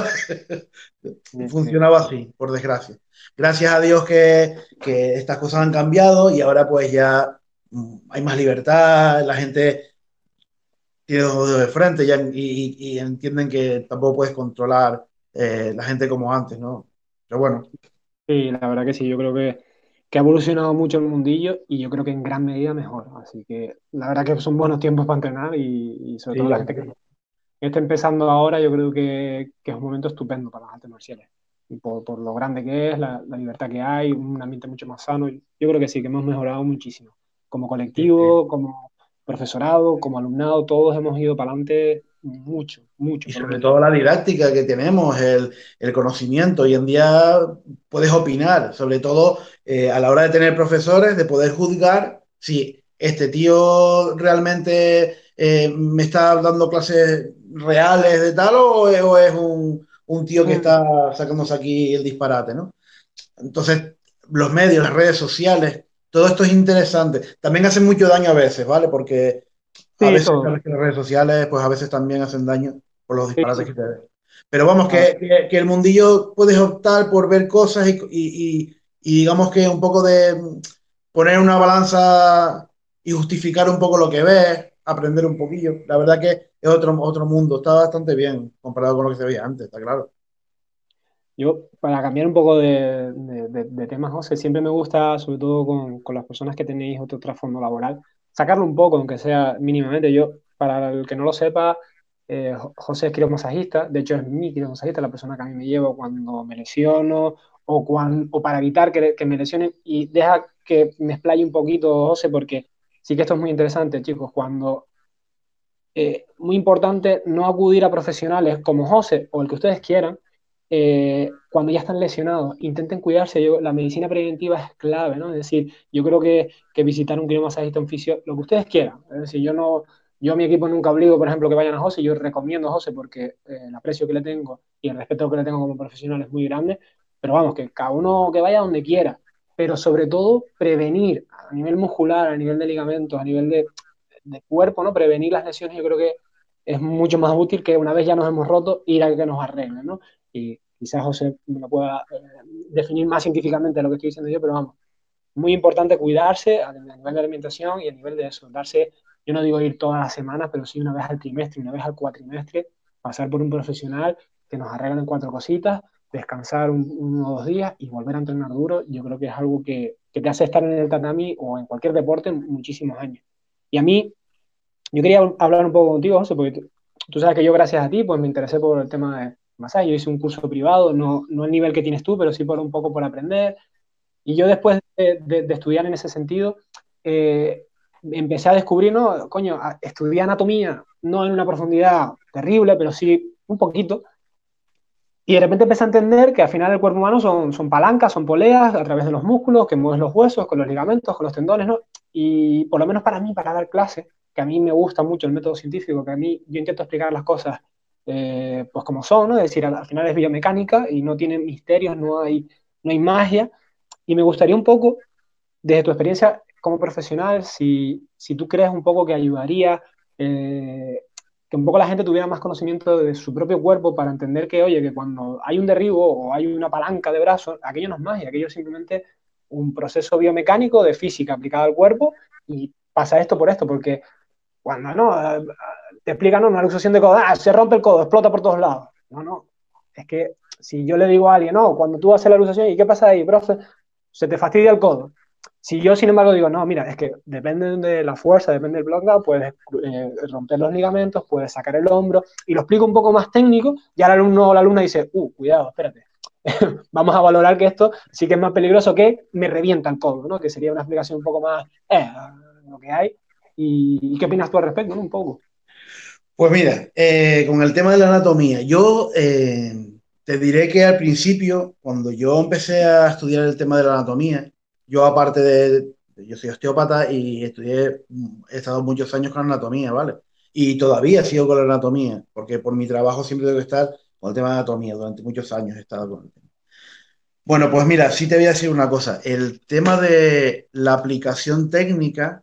Sí, sí. Funcionaba así, por desgracia. Gracias a Dios que estas cosas han cambiado y ahora pues ya hay más libertad, la gente tiene dos dedos de frente ya, y entienden que tampoco puedes controlar la gente como antes, ¿no? Pero bueno, Sí, la verdad que sí, yo creo que ha evolucionado mucho el mundillo y yo creo que en gran medida mejor. Así que la verdad que son buenos tiempos para entrenar y sobre sí, todo la la gente verdad que que está empezando ahora, yo creo que es un momento estupendo para las artes marciales. Y por lo grande que es, la libertad que hay, un ambiente mucho más sano. Yo creo que sí, que hemos mejorado muchísimo. Como sí, sí. colectivo, como profesorado, como alumnado, todos hemos ido para adelante mucho, mucho, Y por lo sobre menos. todo la didáctica que tenemos, el conocimiento. Hoy en día puedes opinar, sobre todo a la hora de tener profesores, de poder juzgar si este tío realmente me está dando clases reales de tal o es un tío que Mm, está sacándose aquí el disparate, ¿no? Entonces, los medios, las redes sociales, todo esto es interesante. También hacen mucho daño a veces, ¿vale? Porque a sí, veces todo. sabes que las redes sociales, pues a veces también hacen daño por los Sí, disparates sí. que te ven. Pero vamos, Ah, que el mundillo puedes optar por ver cosas y digamos que un poco de poner una balanza y justificar un poco lo que ves, aprender un poquillo. La verdad que es otro mundo, está bastante bien comparado con lo que se veía antes, está claro. yo, para cambiar un poco de tema, José, siempre me gusta, sobre todo con las personas que tenéis otro trasfondo laboral, sacarlo un poco, aunque sea mínimamente. Yo, para el que no lo sepa, José es quiromasajista, de hecho es mi quiromasajista, la persona que a mí me llevo cuando me lesiono o para evitar que me lesionen. Y deja que me explaye un poquito, José, porque sí que esto es muy interesante, chicos, cuando muy importante no acudir a profesionales como José o el que ustedes quieran cuando ya están lesionados. Intenten cuidarse. La medicina preventiva es clave, ¿no? Es decir, yo creo que visitar un quiromasajista, un fisio, lo que ustedes quieran. Es decir, yo a mi equipo nunca obligo, por ejemplo, que vayan a José. Yo recomiendo a José porque el aprecio que le tengo y el respeto que le tengo como profesional es muy grande. Pero vamos, que cada uno que vaya donde quiera. Pero sobre todo, prevenir a nivel muscular, a nivel de ligamentos, a nivel de cuerpo, ¿no? Prevenir las lesiones yo creo que es mucho más útil que una vez ya nos hemos roto ir a que nos arreglen, ¿no? Y quizás José me lo pueda definir más científicamente lo que estoy diciendo yo, pero vamos, muy importante cuidarse a nivel de alimentación y a nivel de eso, darse, yo no digo ir todas las semanas, pero sí una vez al trimestre, una vez al cuatrimestre, pasar por un profesional que nos arreglen cuatro cositas, descansar uno o dos días y volver a entrenar duro, yo creo que es algo que te hace estar en el tatami o en cualquier deporte muchísimos años. Y a mí, yo quería hablar un poco contigo, José, porque tú sabes que yo, gracias a ti, pues me interesé por el tema de masaje. Yo hice un curso privado, no el nivel que tienes tú, pero sí por un poco por aprender. Y yo después de estudiar en ese sentido, eh, empecé a descubrir, ¿no? Coño, estudié anatomía, no en una profundidad terrible, pero sí un poquito. Y de repente empecé a entender que al final el cuerpo humano son palancas, son poleas a través de los músculos, que mueven los huesos, con los ligamentos, con los tendones, ¿no? Y por lo menos para mí, para dar clase, que a mí me gusta mucho el método científico, que a mí yo intento explicar las cosas pues como son, ¿no? Es decir, al final es biomecánica y no tiene misterios, no hay magia. Y me gustaría un poco, desde tu experiencia como profesional, si tú crees un poco que ayudaría que un poco la gente tuviera más conocimiento de su propio cuerpo para entender que, oye, que cuando hay un derribo o hay una palanca de brazos, aquello no es magia, aquello es simplemente un proceso biomecánico de física aplicada al cuerpo y pasa esto por esto, porque cuando no, te explican, no, una luxación de codo, se rompe el codo, explota por todos lados. No, no, es que si yo le digo a alguien, no, cuando tú haces la luxación, ¿y qué pasa ahí, profe? Se te fastidia el codo. Si yo, sin embargo, digo, no, mira, es que depende de la fuerza, depende del bloqueo, puedes romper los ligamentos, puedes sacar el hombro, y lo explico un poco más técnico, ya el alumno o la alumna dice, cuidado, espérate, vamos a valorar que esto sí que es más peligroso que me revienta el codo, ¿no? Que sería una explicación un poco más, lo que hay. ¿Y qué opinas tú al respecto, no? Un poco. Pues mira, con el tema de la anatomía, yo te diré que al principio, cuando yo empecé a estudiar el tema de la anatomía, yo aparte yo soy osteópata y he estado muchos años con anatomía, ¿vale? Y todavía sigo con la anatomía, porque por mi trabajo siempre tengo que estar con el tema de anatomía, durante muchos años he estado con el tema. Bueno, pues mira, sí te voy a decir una cosa, el tema de la aplicación técnica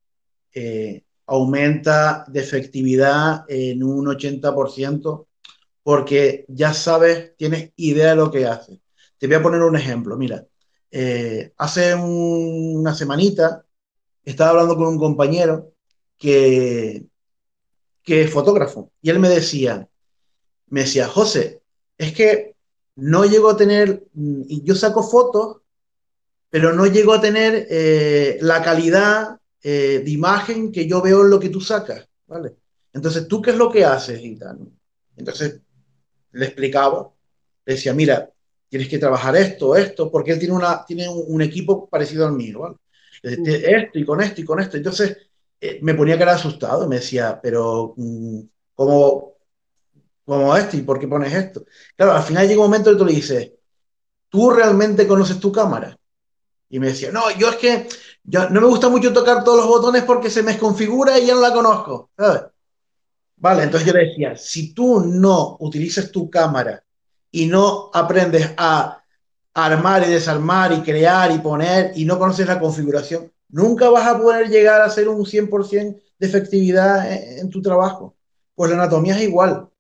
aumenta de efectividad en un 80% porque ya sabes, tienes idea de lo que haces. Te voy a poner un ejemplo. Mira, hace una semanita estaba hablando con un compañero que, que es fotógrafo y él me decía, José, es que no llego a tener, y yo saco fotos, pero no llego a tener la calidad de imagen que yo veo en lo que tú sacas, ¿vale? Entonces, ¿tú qué es lo que haces y tal? Entonces, le explicaba, le decía, mira, tienes que trabajar esto, porque él tiene un equipo parecido al mío, ¿vale? Esto y con esto y con esto. Entonces, me ponía cara asustado, me decía, pero ¿cómo, cómo esto y por qué pones esto? Claro, al final llega un momento que tú le dices, ¿tú realmente conoces tu cámara? Y me decía, no, yo es que yo, no me gusta mucho tocar todos los botones porque se me desconfigura y ya no la conozco, ¿sabes? Vale, entonces yo le decía, si tú no utilizas tu cámara y no aprendes a armar y desarmar y crear y poner y no conoces la configuración, nunca vas a poder llegar a ser un 100% de efectividad en tu trabajo. Pues la anatomía es igual.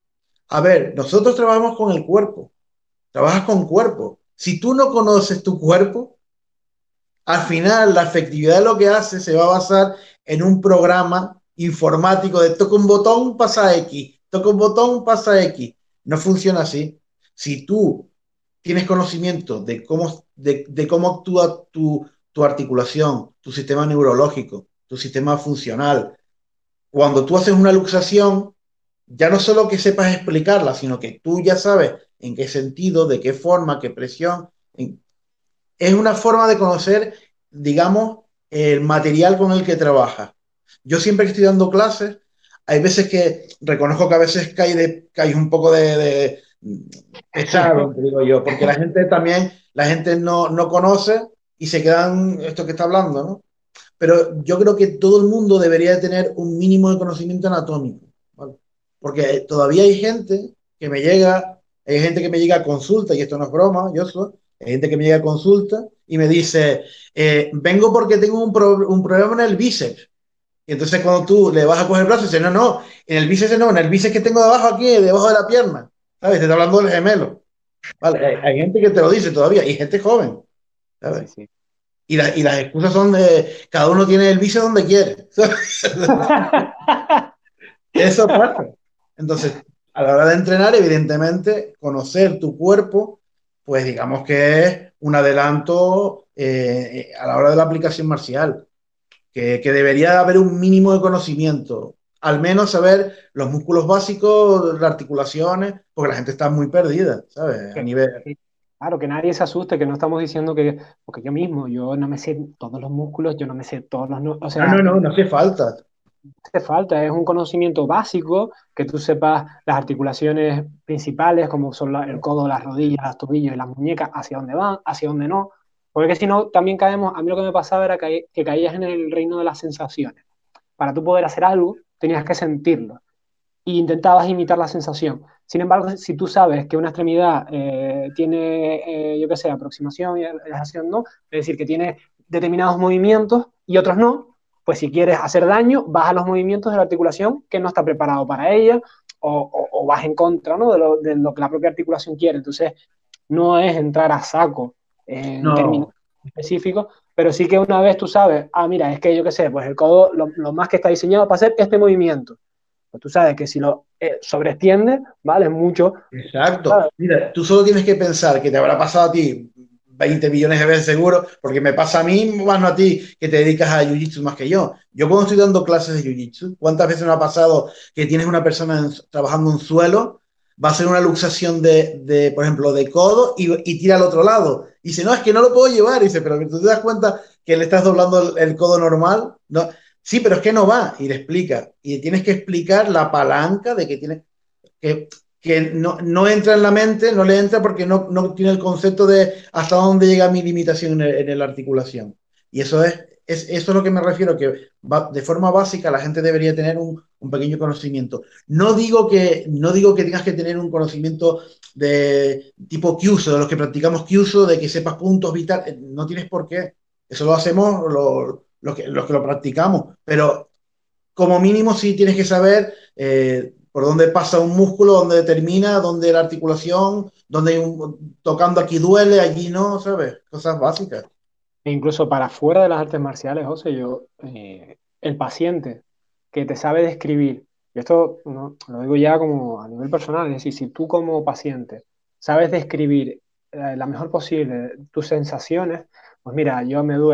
A ver, nosotros trabajamos con el cuerpo, trabajas con cuerpo. Si tú no conoces tu cuerpo, al final la efectividad de lo que haces se va a basar en un programa informático de toca un botón, pasa X, toca un botón, pasa X. No funciona así. Si tú tienes conocimiento de cómo actúa tu articulación, tu sistema neurológico, tu sistema funcional, cuando tú haces una luxación, ya no solo que sepas explicarla, sino que tú ya sabes en qué sentido, de qué forma, qué presión. Es una forma de conocer, digamos, el material con el que trabajas. Yo siempre que estoy dando clases, hay veces que reconozco que a veces cae un poco de pesado, te digo yo, porque la gente también, la gente no conoce y se quedan esto que está hablando, ¿no? Pero yo creo que todo el mundo debería tener un mínimo de conocimiento anatómico, ¿vale? Porque todavía hay gente que me llega a consulta, y esto no es broma, yo soy, hay gente que me llega a consulta y me dice, vengo porque tengo un problema en el bíceps. Y entonces cuando tú le vas a coger el brazo, dice, no, en el bíceps no, en el bíceps que tengo debajo aquí, debajo de la pierna, ¿sabes? Te está hablando del gemelo. ¿Vale? Hay gente que te lo dice todavía, y gente joven, Sí, ¿sabes? sí. Y las excusas son de cada uno tiene el vicio donde quiere. Eso pasa. Entonces, a la hora de entrenar, evidentemente, conocer tu cuerpo, pues digamos que es un adelanto a la hora de la aplicación marcial, que debería haber un mínimo de conocimiento, al menos saber los músculos básicos, las articulaciones, porque la gente está muy perdida, ¿sabes? A nivel... Claro, que nadie se asuste, que no estamos diciendo que, porque yo mismo, yo no me sé todos los músculos, yo no me sé todos los, o sea, No hace falta. hace falta, es un conocimiento básico, que tú sepas las articulaciones principales, como son el codo, las rodillas, los tobillos y las muñecas, hacia dónde van, hacia dónde no, porque si no, también caemos, a mí lo que me pasaba era que caías en el reino de las sensaciones. Para tú poder hacer algo, tenías que sentirlo e intentabas imitar la sensación. Sin embargo, si tú sabes que una extremidad tiene, yo qué sé, aproximación y relajación no, es decir, que tiene determinados movimientos y otros no, pues si quieres hacer daño, vas a los movimientos de la articulación que no está preparado para ella o vas en contra, ¿no? De lo que la propia articulación quiere. Entonces, no es entrar a saco en términos No, específicos, pero sí que una vez tú sabes, ah, mira, es que yo qué sé, pues el codo lo más que está diseñado para hacer este movimiento. Pues tú sabes que si lo sobreextiendes, ¿vale? Mucho, exacto. ¿sabes? Mira, tú solo tienes que pensar que te habrá pasado a ti 20 millones de veces seguro, porque me pasa a mí, más no a ti, que te dedicas a Jiu-Jitsu más que yo. Yo cuando estoy dando clases de Jiu-Jitsu, ¿cuántas veces me ha pasado que tienes una persona trabajando en suelo, va a hacer una luxación por ejemplo, de codo y tira al otro lado? Y dice, no, es que no lo puedo llevar. Y dice, pero que tú te das cuenta que le estás doblando el codo normal. No, sí, pero es que no va. Y le explica. Y tienes que explicar la palanca de que tiene que, que no entra en la mente, no le entra porque no tiene el concepto de hasta dónde llega mi limitación en la articulación. Y eso es lo que me refiero, que de forma básica la gente debería tener un pequeño conocimiento. No digo que tengas que tener un conocimiento de tipo Kyuso, de los que practicamos Kyuso, de que sepas puntos vitales, no tienes por qué. Eso lo hacemos los que lo practicamos, pero como mínimo sí tienes que saber por dónde pasa un músculo, dónde termina, dónde la articulación, tocando aquí duele, allí no, ¿sabes? Cosas básicas. E incluso para fuera de las artes marciales, José, el paciente que te sabe describir, y esto no, lo digo ya como a nivel personal, es decir, si tú como paciente sabes describir la mejor posible tus sensaciones, pues mira,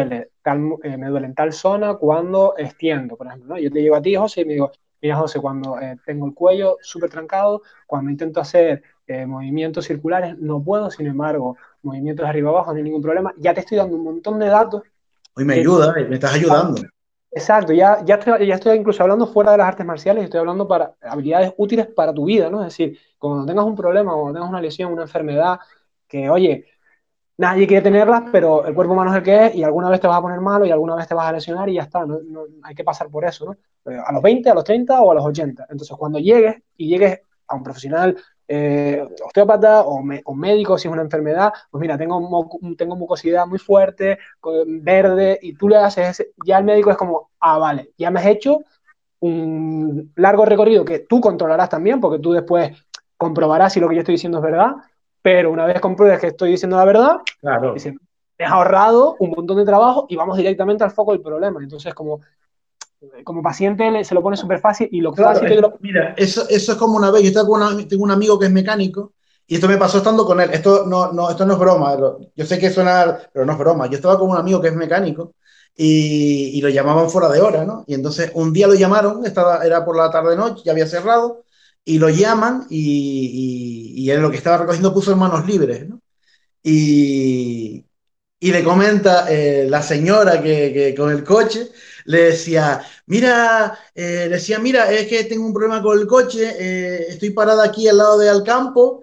me duele en tal zona cuando extiendo, por ejemplo, ¿no? Yo te llego a ti, José, y me digo, mira, José, cuando tengo el cuello súper trancado, cuando intento hacer movimientos circulares, no puedo, sin embargo, movimientos de arriba abajo, no hay ningún problema. Ya te estoy dando un montón de datos Hoy me que, ayuda, me estás ayudando. exacto, ya estoy incluso hablando fuera de las artes marciales, estoy hablando para habilidades útiles para tu vida, ¿no? Es decir, cuando tengas un problema, cuando tengas una lesión, una enfermedad, que oye, nadie quiere tenerlas, pero el cuerpo humano es el que es y alguna vez te vas a poner malo y alguna vez te vas a lesionar y ya está, no hay que pasar por eso, ¿no? A los 20, a los 30 o a los 80. Entonces, cuando llegues a un profesional osteópata o médico, si es una enfermedad, pues mira, tengo mucosidad muy fuerte, verde, y tú le haces ya el médico es como, ah, vale, ya me has hecho un largo recorrido que tú controlarás también, porque tú después comprobarás si lo que yo estoy diciendo es verdad, pero una vez compruebes que estoy diciendo la verdad, Claro. diciendo, te has ahorrado un montón de trabajo y vamos directamente al foco del problema. Entonces, como paciente se lo pone súper fácil y lo Claro, fácil que yo lo... mira, eso es como una vez, yo estaba tengo un amigo que es mecánico y esto me pasó estando con él. Esto no es broma, yo sé que suena, pero no es broma. Yo estaba con un amigo que es mecánico y lo llamaban fuera de hora, ¿no? Y entonces un día lo llamaron, era por la tarde-noche, ya había cerrado, y lo llaman y él lo que estaba recogiendo puso en manos libres, ¿no? Y, y le comenta la señora que con el coche le decía, mira, es que tengo un problema con el coche, estoy parada aquí al lado del campo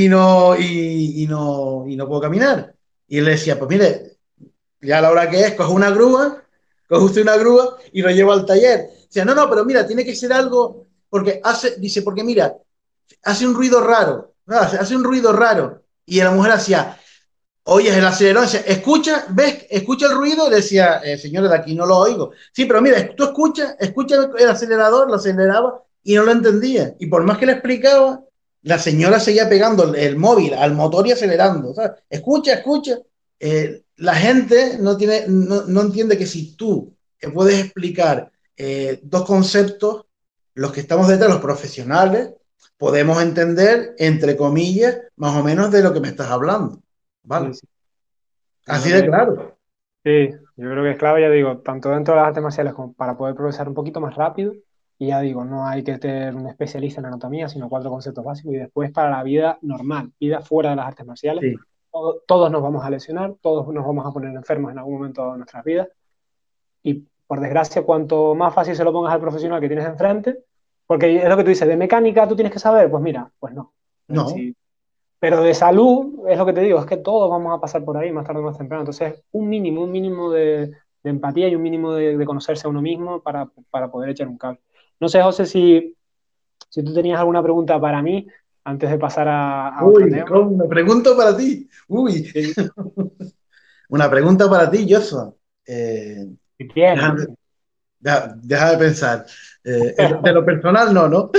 y no puedo caminar. Y él le decía, pues mire, ya a la hora que es, coge usted una grúa y lo lleva al taller. Decía, no, pero mira, tiene que ser algo, porque mira, hace un ruido raro, ¿no? Hace un ruido raro. Y la mujer hacía, oyes el acelerón, decía, escucha, ves, escucha el ruido, decía, señores, de aquí no lo oigo. Sí, pero mira, tú escucha el acelerador, lo aceleraba y no lo entendía. Y por más que le explicaba, la señora seguía pegando el móvil al motor y acelerando. ¿Sabes? Escucha. La gente no entiende que si tú puedes explicar dos conceptos, los que estamos detrás, los profesionales, podemos entender, entre comillas, más o menos de lo que me estás hablando. Sí, ¿Vale? sí. Yo Así creo de que claro. sí, yo creo que es clave, ya digo, tanto dentro de las artes marciales como para poder progresar un poquito más rápido. Y ya digo, no hay que ser un especialista en anatomía, sino cuatro conceptos básicos. Y después para la vida normal, vida fuera de las artes marciales, Sí, todos nos vamos a lesionar, todos nos vamos a poner enfermos en algún momento de nuestras vidas. Y por desgracia, cuanto más fácil se lo pongas al profesional que tienes enfrente, porque es lo que tú dices, de mecánica tú tienes que saber, pues mira, pues no. no, Si pero de salud, es lo que te digo, es que todos vamos a pasar por ahí más tarde o más temprano. Entonces, un mínimo de empatía y un mínimo de conocerse a uno mismo para poder echar un cable. No sé, José, si tú tenías alguna pregunta para mí antes de pasar a otro uy, tema. ¿cómo? Una pregunta para ti. Uy, Sí, una pregunta para ti, Joshua. Eh, si tienes. deja, deja de pensar. De lo personal, no, ¿no?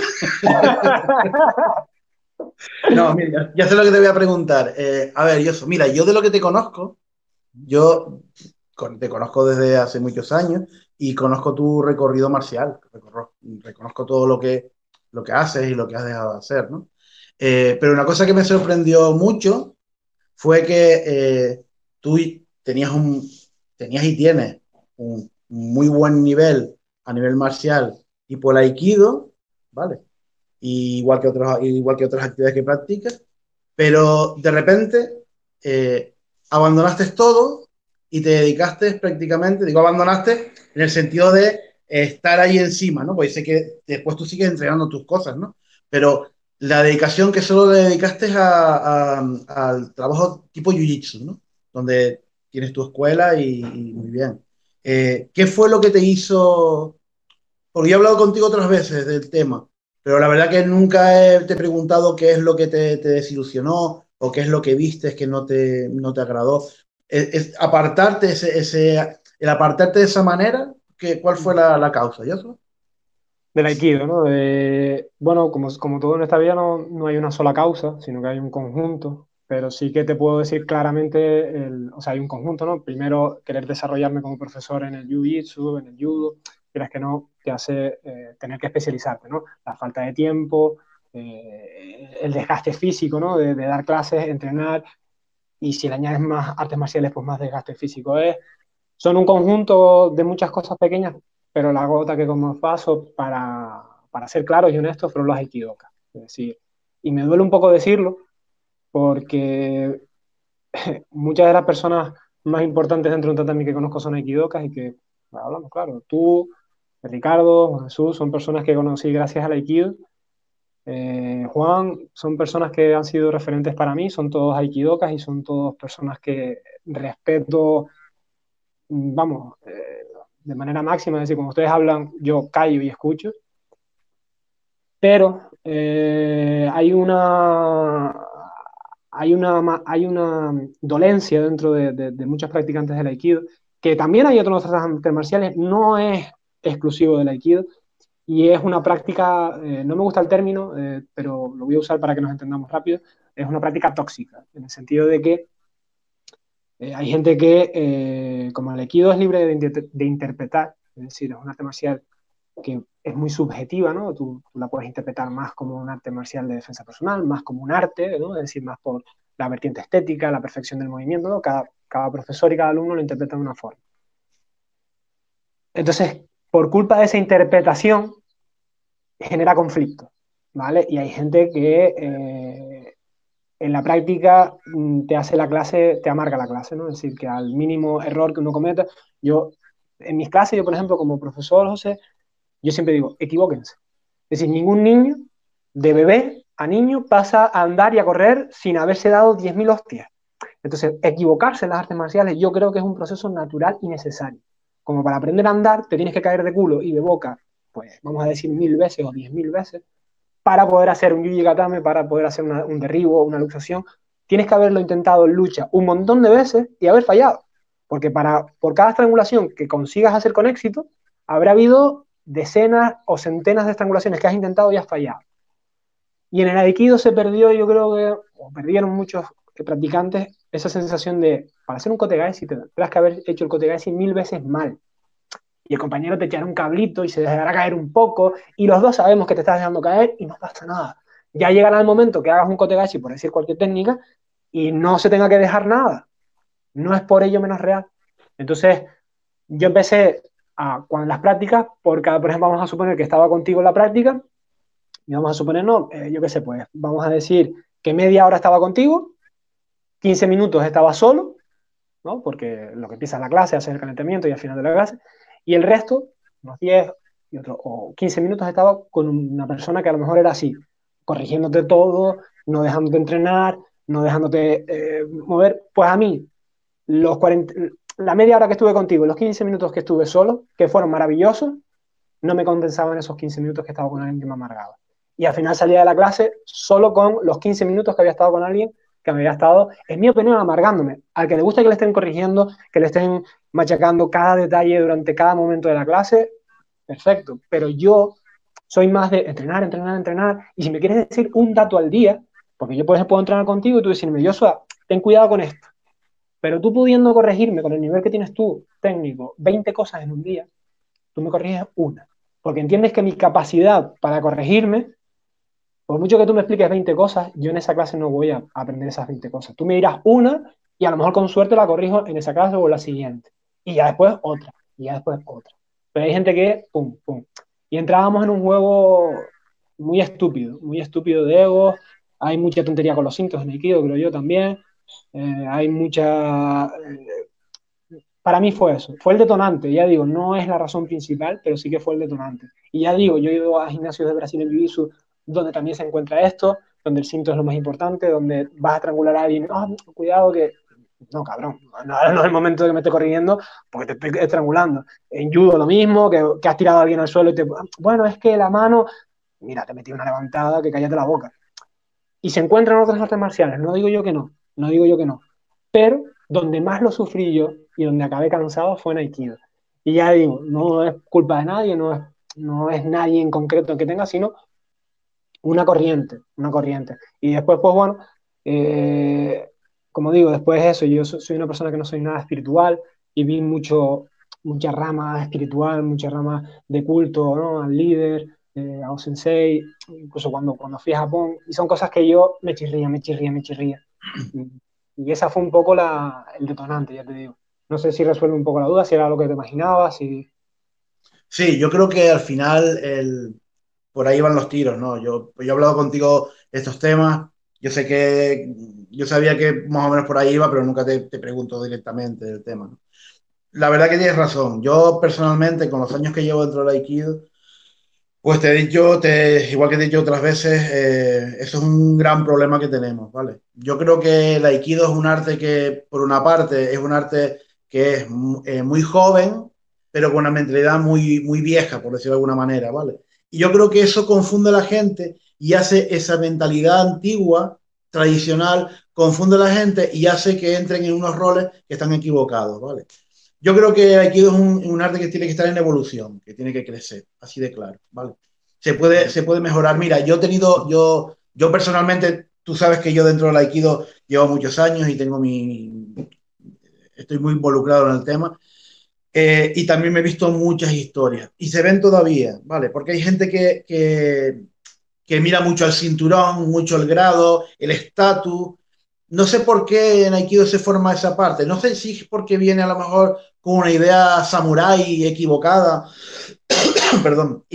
No, mira, ya sé lo que te voy a preguntar. A ver, Joshua, mira, yo de lo que te conozco, yo te conozco desde hace muchos años y conozco tu recorrido marcial. Reconozco todo lo que haces y lo que has dejado de hacer, ¿no? Pero una cosa que me sorprendió mucho fue que tú tenías y tienes un muy buen nivel a nivel marcial y por el Aikido, ¿vale? Igual que otras actividades que practicas, pero de repente abandonaste todo y te dedicaste prácticamente, digo abandonaste en el sentido de estar ahí encima, ¿no? Porque sé que después tú sigues entregando tus cosas, ¿no? Pero la dedicación que solo le dedicaste al trabajo tipo Jiu-Jitsu, ¿no? Donde tienes tu escuela y muy bien. ¿Qué fue lo que te hizo? Porque yo he hablado contigo otras veces del tema, pero la verdad que nunca te he preguntado qué es lo que te desilusionó o qué es lo que viste que no te agradó. Apartarte el apartarte de esa manera, ¿cuál fue la causa? ¿Ya sabes? Del Aikido, ¿no? Bueno, como todo en esta vida no hay una sola causa, sino que hay un conjunto, pero sí que te puedo decir claramente, o sea, hay un conjunto, ¿no? Primero, querer desarrollarme como profesor en el Jiu-Jitsu, en el Judo, quieras que no, te hace tener que especializarte, ¿no? La falta de tiempo, el desgaste físico, ¿no? De dar clases, entrenar, y si le añades más artes marciales, pues más desgaste físico es. Son un conjunto de muchas cosas pequeñas, pero la gota que como paso para ser claros y honestos fueron los Aikidoka. Es decir, y me duele un poco decirlo, porque muchas de las personas más importantes dentro de un tatami que conozco son Aikidokas y que, bueno, hablamos claro, tú, Ricardo, Jesús, son personas que conocí gracias al Aikido. Juan, son personas que han sido referentes para mí, son todos Aikidokas y son todas personas que respeto, vamos, de manera máxima, es decir, cuando ustedes hablan, yo callo y escucho, pero hay una dolencia dentro de muchos practicantes del Aikido, que también hay otras artes marciales, no es exclusivo del Aikido, y es una práctica, no me gusta el término, pero lo voy a usar para que nos entendamos rápido, es una práctica tóxica, en el sentido de que hay gente que, como el Aikido es libre de interpretar, es decir, es un arte marcial que es muy subjetiva, ¿no? Tú la puedes interpretar más como un arte marcial de defensa personal, más como un arte, ¿no? Es decir, más por la vertiente estética, la perfección del movimiento, ¿no? Cada profesor y cada alumno lo interpreta de una forma. Entonces, por culpa de esa interpretación, genera conflicto, ¿vale? Y hay gente que en la práctica te hace la clase, te amarga la clase, ¿no? Es decir, que al mínimo error que uno cometa, yo, en mis clases, yo, por ejemplo, como profesor, José, yo siempre digo, equivóquense. Es decir, ningún niño, de bebé a niño, pasa a andar y a correr sin haberse dado 10.000 hostias. Entonces, equivocarse en las artes marciales yo creo que es un proceso natural y necesario. Como para aprender a andar, te tienes que caer de culo y de boca, pues vamos a decir 1.000 veces o 10.000 veces, para poder hacer un yuji gatame, para poder hacer un derribo, una luxación. Tienes que haberlo intentado en lucha un montón de veces y haber fallado. Porque por cada estrangulación que consigas hacer con éxito, habrá habido decenas o centenas de estrangulaciones que has intentado y has fallado. Y en el Aikido se perdió, yo creo que, o perdieron muchos practicantes, esa sensación de, para hacer un kotegaeshi, tendrás que haber hecho el kotegaeshi 1.000 veces mal. Y el compañero te echará un cablito y se dejará caer un poco, y los dos sabemos que te estás dejando caer y no pasa nada. Ya llegará el momento que hagas un kotegaeshi, por decir cualquier técnica, y no se tenga que dejar nada. No es por ello menos real. Entonces, yo empecé con las prácticas, porque, por ejemplo, vamos a suponer que estaba contigo en la práctica, y vamos a suponer, no, yo qué sé, pues vamos a decir que media hora estaba contigo, 15 minutos estaba solo, ¿no? Porque lo que empieza la clase, hacer el calentamiento y al final de la clase, y el resto, unos 10 y otro, o 15 minutos estaba con una persona que a lo mejor era así, corrigiéndote todo, no dejándote entrenar, no dejándote mover. Pues a mí, los 40, la media hora que estuve contigo, los 15 minutos que estuve solo, que fueron maravillosos, no me compensaban esos 15 minutos que estaba con alguien que me amargaba. Y al final salía de la clase solo con los 15 minutos que había estado con alguien que me había estado, en mi opinión, amargándome. Al que le gusta que le estén corrigiendo, que le estén machacando cada detalle durante cada momento de la clase, perfecto. Pero yo soy más de entrenar, entrenar, entrenar. Y si me quieres decir un dato al día, porque yo puedo entrenar contigo y tú decirme, Joshua, ten cuidado con esto. Pero tú pudiendo corregirme con el nivel que tienes tú, técnico, 20 cosas en un día, tú me corriges una. Porque entiendes que mi capacidad para corregirme, por mucho que tú me expliques 20 cosas, yo en esa clase no voy a aprender esas 20 cosas. Tú me dirás una y a lo mejor con suerte la corrijo en esa clase o en la siguiente. Y ya después otra, y ya después otra. Pero hay gente que, pum, pum. Y entrábamos en un juego muy estúpido de ego. Hay mucha tontería con los cintos en Aikido, creo yo también. Hay mucha para mí fue eso, fue el detonante, ya digo, no es la razón principal, pero sí que fue el detonante. Y ya digo, yo he ido a gimnasios de Brasil en Jiu-Jitsu donde también se encuentra esto, donde el cinto es lo más importante, donde vas a estrangular a alguien, oh, cuidado que... No, cabrón, no es el momento de que me esté corrigiendo porque te estoy estrangulando. En judo lo mismo, que has tirado a alguien al suelo y te... Bueno, es que la mano... Mira, te metí una levantada que cállate la boca. Y se encuentran otras artes marciales, no digo yo que no, no digo yo que no, pero donde más lo sufrí yo y donde acabé cansado fue en Aikido. Y ya digo, no es culpa de nadie, no es nadie en concreto que tenga, sino una corriente, una corriente. Y después, pues bueno, eh, como digo, después de eso, yo soy una persona que no soy nada espiritual y vi mucha rama espiritual, mucha rama de culto, ¿no? Al líder, a sensei, incluso cuando fui a Japón, y son cosas que yo me chirría, me chirría, me chirría. Y, y esa fue un poco el detonante, ya te digo. No sé si resuelve un poco la duda, si era lo que te imaginabas, si... Sí, yo creo que al final por ahí van los tiros, ¿no? Yo he hablado contigo de estos temas, yo sé que, yo sabía que más o menos por ahí iba, pero nunca te pregunto directamente del tema, ¿no? La verdad que tienes razón. Yo personalmente, con los años que llevo dentro del Aikido, pues te he dicho, igual que te he dicho otras veces, eso es un gran problema que tenemos, ¿vale? Yo creo que el Aikido es un arte que, por una parte, es un arte que es muy joven, pero con una mentalidad muy vieja, por decirlo de alguna manera, ¿vale? Y yo creo que eso confunde a la gente y hace esa mentalidad antigua, tradicional, confunde a la gente y hace que entren en unos roles que están equivocados, ¿vale? yo creo que Aikido es un arte que tiene que estar en evolución, que tiene que crecer, así de claro, ¿vale? Se puede mejorar. Mira, yo personalmente, tú sabes que yo dentro del Aikido llevo muchos años y estoy muy involucrado en el tema. Y también me he visto muchas historias y se ven todavía, ¿vale? Porque hay gente que mira mucho al cinturón, mucho el grado, el estatus. No sé por qué en Aikido se forma esa parte. No sé si es porque viene a lo mejor con una idea samurái equivocada, perdón,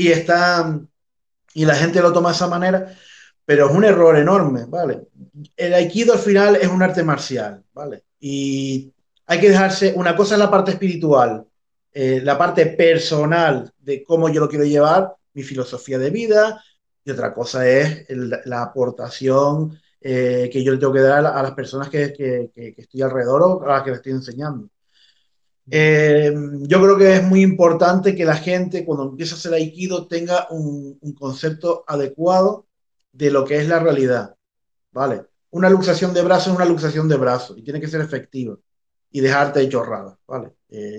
y la gente lo toma de esa manera, pero es un error enorme, ¿vale? El Aikido al final es un arte marcial, ¿vale? Y hay que dejarse, una cosa es la parte espiritual, la parte personal de cómo yo lo quiero llevar, mi filosofía de vida, y otra cosa es la aportación que yo le tengo que dar a las personas que estoy alrededor o a las que le estoy enseñando. Eh, yo creo que es muy importante que la gente, cuando empieza a hacer aikido, tenga un concepto adecuado de lo que es la realidad, ¿vale? Una luxación de brazo es una luxación de brazo y tiene que ser efectiva y dejarte de chorradas, ¿vale?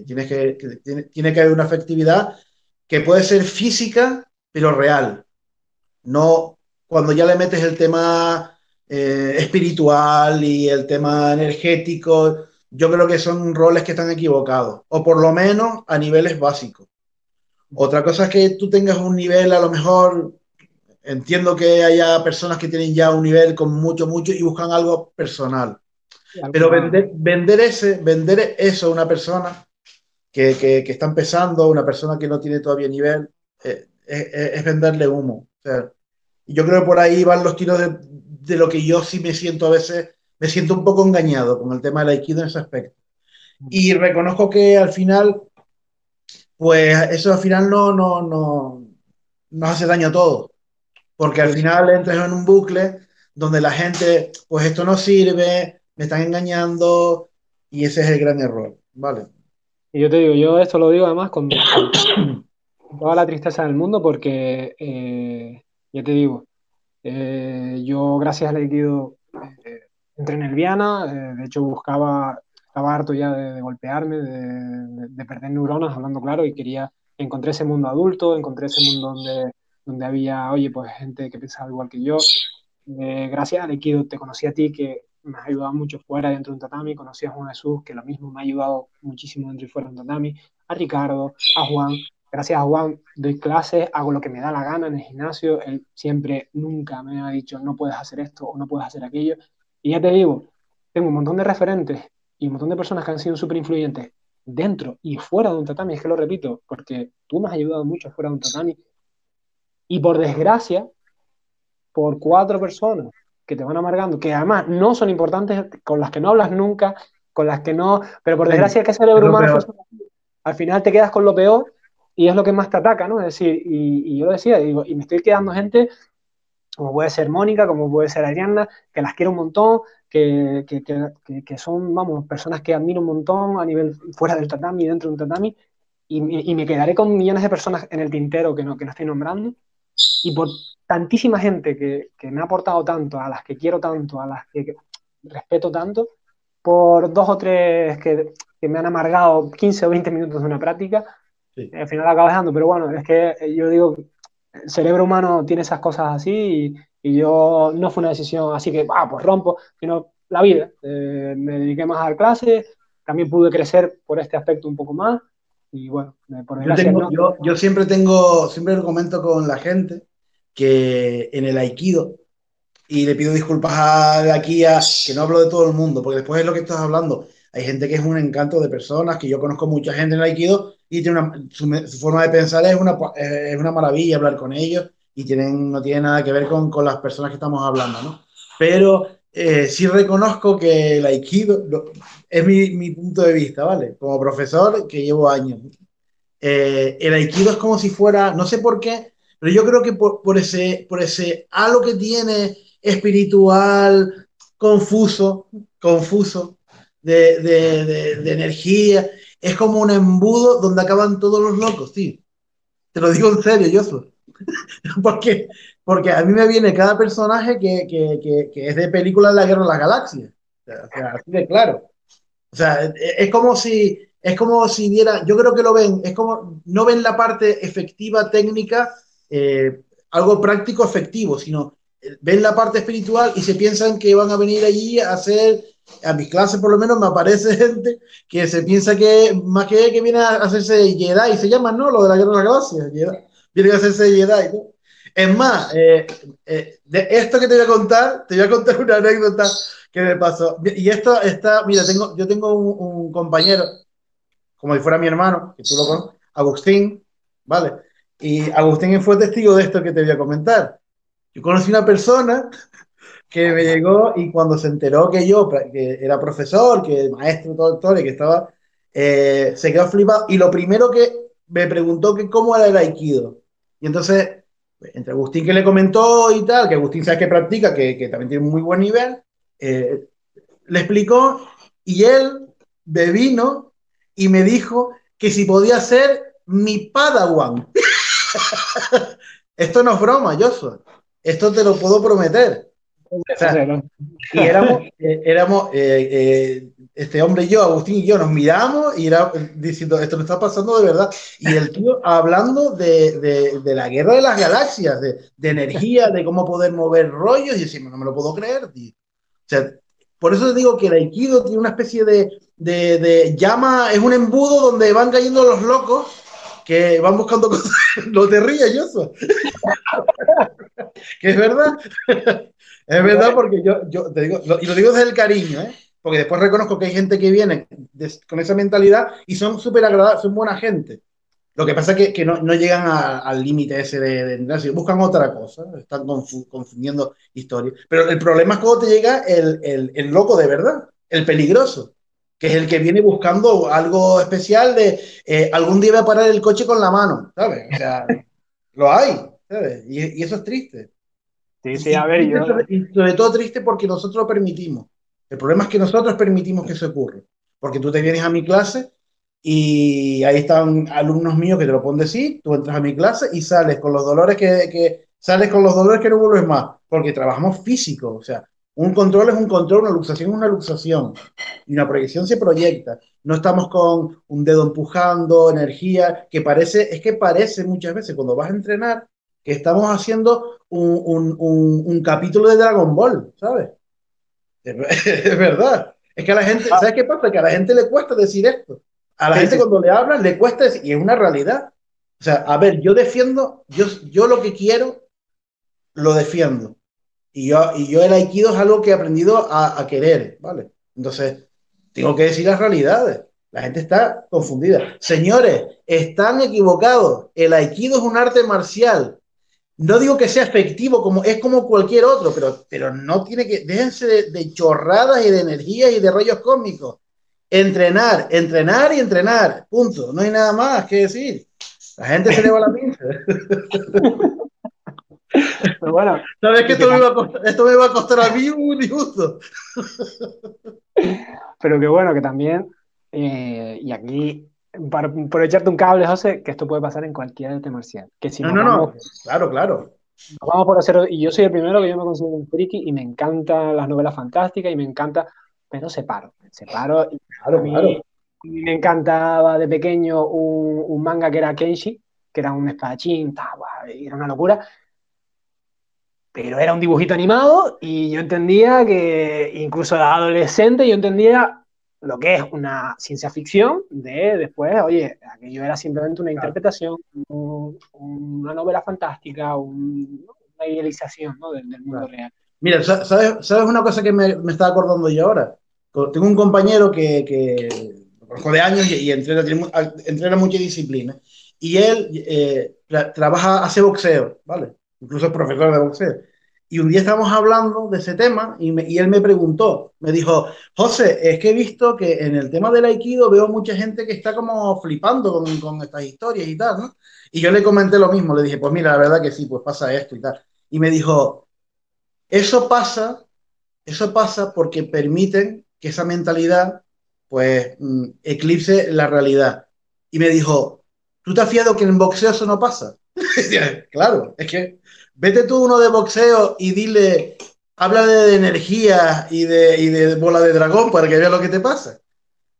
Tiene que haber una efectividad que puede ser física, pero real, no cuando ya le metes el tema espiritual y el tema energético, yo creo que son roles que están equivocados, o por lo menos a niveles básicos. Otra cosa es que tú tengas un nivel, a lo mejor, entiendo que haya personas que tienen ya un nivel con mucho, mucho y buscan algo personal. Algo Pero más. vender eso a una persona que está empezando, una persona que no tiene todavía nivel, es venderle humo. O sea, y yo creo que por ahí van los tiros de lo que yo sí me siento a veces, me siento un poco engañado con el tema del aikido en ese aspecto. Y reconozco que al final, pues eso al final nos hace daño a todos, porque al Sí, sí. final entras en un bucle donde la gente, pues esto no sirve, me están engañando, y ese es el gran error, ¿vale? Y yo te digo, yo esto lo digo además con toda la tristeza del mundo porque, ya te digo, yo gracias al Aikido entré en el Viana, de hecho estaba harto ya de golpearme, de perder neuronas, hablando claro, y encontré ese mundo adulto, encontré ese mundo donde había, oye, pues gente que pensaba igual que yo. Gracias al Aikido te conocí a ti, que me has ayudado mucho fuera y dentro de un tatami, conocí a Juan Jesús, que lo mismo me ha ayudado muchísimo dentro y fuera de un tatami, a Ricardo, a Juan. Gracias a Juan doy clases, hago lo que me da la gana en el gimnasio, él siempre, nunca me ha dicho no puedes hacer esto o no puedes hacer aquello. Y ya te digo, tengo un montón de referentes y un montón de personas que han sido súper influyentes dentro y fuera de un tatami, es que lo repito, porque tú me has ayudado mucho fuera de un tatami y por desgracia por cuatro personas que te van amargando, que además no son importantes, con las que no hablas nunca, con las que no, pero por Sí, desgracia es que el es cerebro lo humano peor. funciona así. Al final te quedas con lo peor y es lo que más te ataca, ¿no? Es decir, y yo lo decía, digo, y me estoy quedando gente como puede ser Mónica, como puede ser Ariana, que las quiero un montón, que son, vamos, personas que admiro un montón a nivel fuera del tatami y dentro de un tatami, y me quedaré con millones de personas en el tintero que no estoy nombrando, y por tantísima gente que me ha aportado tanto, a las que quiero tanto, a las que respeto tanto, por dos o tres que me han amargado 15 o 20 minutos de una práctica, Sí. al final acabo dejando. Pero bueno, es que yo digo, el cerebro humano tiene esas cosas así y yo no fue una decisión así que, pues rompo, sino la vida. Me dediqué más a dar clases, también pude crecer por este aspecto un poco más y bueno, por desgracia no. Yo siempre lo comento con la gente que en el Aikido, y le pido disculpas de aquí a que no hablo de todo el mundo, porque después es lo que estás hablando. Hay gente que es un encanto de personas, que yo conozco mucha gente en el Aikido y tiene su forma de pensar es una maravilla hablar con ellos y no tiene nada que ver con las personas que estamos hablando, ¿no? Pero sí reconozco que el Aikido es mi punto de vista, ¿vale? Como profesor que llevo años. El aikido es como si fuera, no sé por qué, pero yo creo que por ese halo que tiene espiritual, confuso de energía, es como un embudo donde acaban todos los locos, tío. Te lo digo en serio, yo porque, porque a mí me viene cada personaje que es de película de la Guerra de las Galaxias. O sea, así de claro. O sea, es como si es como si viera, yo creo que lo ven, es como, no ven la parte efectiva, técnica, algo práctico, efectivo, sino ven la parte espiritual y se piensan que van a venir allí a hacer, a mis clases por lo menos me aparece gente que se piensa que más que viene a hacerse Jedi, se llama, ¿no? Lo de la Guerra de las Galaxias, Jedi. Vienen a hacerse Jedi, ¿no? Es más, de esto que te voy a contar, te voy a contar una anécdota que me pasó. Y esto está, mira, yo tengo un compañero, como si fuera mi hermano, que tú lo conoces, Agustín, ¿vale? Y Agustín fue testigo de esto que te voy a comentar. Yo conocí una persona que me llegó y cuando se enteró que yo, que era profesor, que maestro, doctor, y que estaba, se quedó flipado. Y lo primero que me preguntó que cómo era el aikido. Y entonces, entre Agustín que le comentó y tal, que Agustín sabe que practica, que también tiene un muy buen nivel, eh, le explicó y él me vino y me dijo que si podía ser mi Padawan. Esto no es broma, Joshua. Esto te lo puedo prometer. No O sé, sea, no. y este hombre y yo, Agustín y yo, nos miramos y era diciendo, esto me está pasando de verdad. Y el tío hablando de la guerra de las galaxias, de energía, de cómo poder mover rollos, y decimos, no me lo puedo creer, tío. O sea, por eso te digo que el Aikido tiene una especie de llama, es un embudo donde van cayendo los locos que van buscando cosas. No te rías, Joshua, que es verdad. Es verdad porque yo te digo, y lo digo desde el cariño, ¿eh? Porque después reconozco que hay gente que viene con esa mentalidad y son súper agradables, son buena gente. Lo que pasa es que no llegan al límite ese de buscan otra cosa, están confundiendo historias. Pero el problema es cuando te llega el loco de verdad, el peligroso, que es el que viene buscando algo especial de algún día voy a parar el coche con la mano, ¿sabes? O sea, lo hay, ¿sabes? Y eso es triste. Sí, sí, a Y ver, triste yo, y sobre todo triste porque nosotros lo permitimos. El problema es que nosotros permitimos que eso ocurra. Porque tú te vienes a mi clase y ahí están alumnos míos que te lo pueden decir, tú entras a mi clase y sales con los dolores sales con los dolores que no vuelves más, porque trabajamos físico, o sea, un control es un control, una luxación es una luxación, y una proyección se proyecta. No estamos con un dedo empujando, energía, es que parece muchas veces cuando vas a entrenar que estamos haciendo un capítulo de Dragon Ball, ¿sabes? Es verdad. Es que a la gente, ah, ¿sabes qué pasa? Que a la gente le cuesta decir esto. A la sí, gente sí, cuando le hablan le cuesta decir, y es una realidad. O sea, a ver, yo defiendo, yo lo que quiero, lo defiendo. Y yo el aikido es algo que he aprendido a querer, ¿vale? Entonces, tengo que decir las realidades. La gente está confundida. Señores, están equivocados. El aikido es un arte marcial. No digo que sea efectivo, como es como cualquier otro, pero no tiene que. Déjense de chorradas y de energías y de rayos cósmicos. Entrenar, entrenar y entrenar. Punto. No hay nada más que decir. La gente se le va la pinza. pero bueno, ¿Sabes que y que esto me va a costar a mí un disgusto? pero que bueno, que también, y aquí, por echarte un cable, José, que esto puede pasar en cualquier arte marcial, que si No, nos no, vamos, no. Claro, claro. nos vamos por hacer, y yo soy el primero que yo me considero un friki y me encantan las novelas fantásticas y me encanta, pero separo, y a Claro, mí claro. me encantaba de pequeño un manga que era Kenshi, que era un espadachín, era una locura, pero era un dibujito animado y yo entendía que incluso de adolescente yo entendía lo que es una ciencia ficción de después, oye, aquello era simplemente una Claro. interpretación, una novela fantástica, una idealización, ¿no? del mundo Claro. real. Mira, ¿sabes una cosa que me estaba acordando yo ahora? Tengo un compañero que lo conozco de años y entrena mucha disciplina. Y él trabaja, hace boxeo, ¿vale? Incluso es profesor de boxeo. Y un día estábamos hablando de ese tema y él me preguntó, me dijo, José, es que he visto que en el tema del aikido veo mucha gente que está como flipando con estas historias y tal, ¿no? Y yo le comenté lo mismo, le dije, pues mira, la verdad que sí, pues pasa esto y tal. Y me dijo, eso pasa, eso pasa porque permiten que esa mentalidad pues eclipse la realidad. Y me dijo, ¿tú te has fijado que en boxeo eso no pasa? Claro, es que vete tú uno de boxeo y dile, habla de energía y de bola de dragón para que vea lo que te pasa.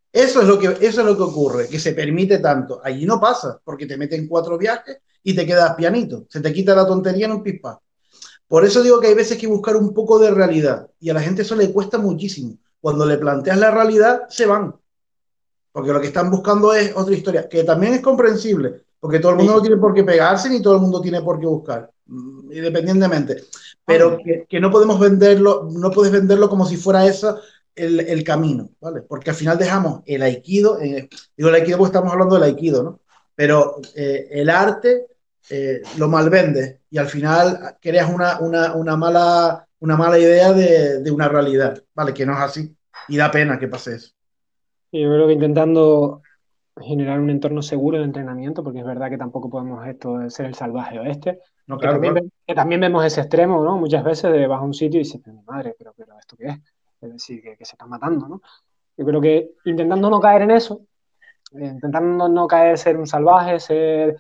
Eso es lo que ocurre, que se permite tanto. Allí no pasa, porque te meten 4 viajes y te quedas pianito. Se te quita la tontería en un pispás. Por eso digo que hay veces que buscar un poco de realidad. Y a la gente eso le cuesta muchísimo. Cuando le planteas la realidad, se van. Porque lo que están buscando es otra historia, que también es comprensible, porque todo el mundo no Sí, tiene por qué pegarse ni todo el mundo tiene por qué buscar, independientemente. Pero vamos. que no podemos venderlo, no puedes venderlo como si fuera eso el camino, ¿vale? Porque al final dejamos el aikido, digo el aikido porque estamos hablando del aikido, ¿no? Pero el arte lo malvendes y al final creas una mala idea de una realidad, ¿vale? Que no es así. Y da pena que pase eso. Y yo creo que intentando generar un entorno seguro de entrenamiento, porque es verdad que tampoco podemos esto de ser el salvaje oeste, No, claro, claro. que también vemos ese extremo, ¿no? Muchas veces de vas a un sitio y dices, mi madre, pero ¿esto qué es? Es decir, que se están matando, ¿no? Yo creo que intentando no caer en eso, intentando no caer, ser un salvaje, ser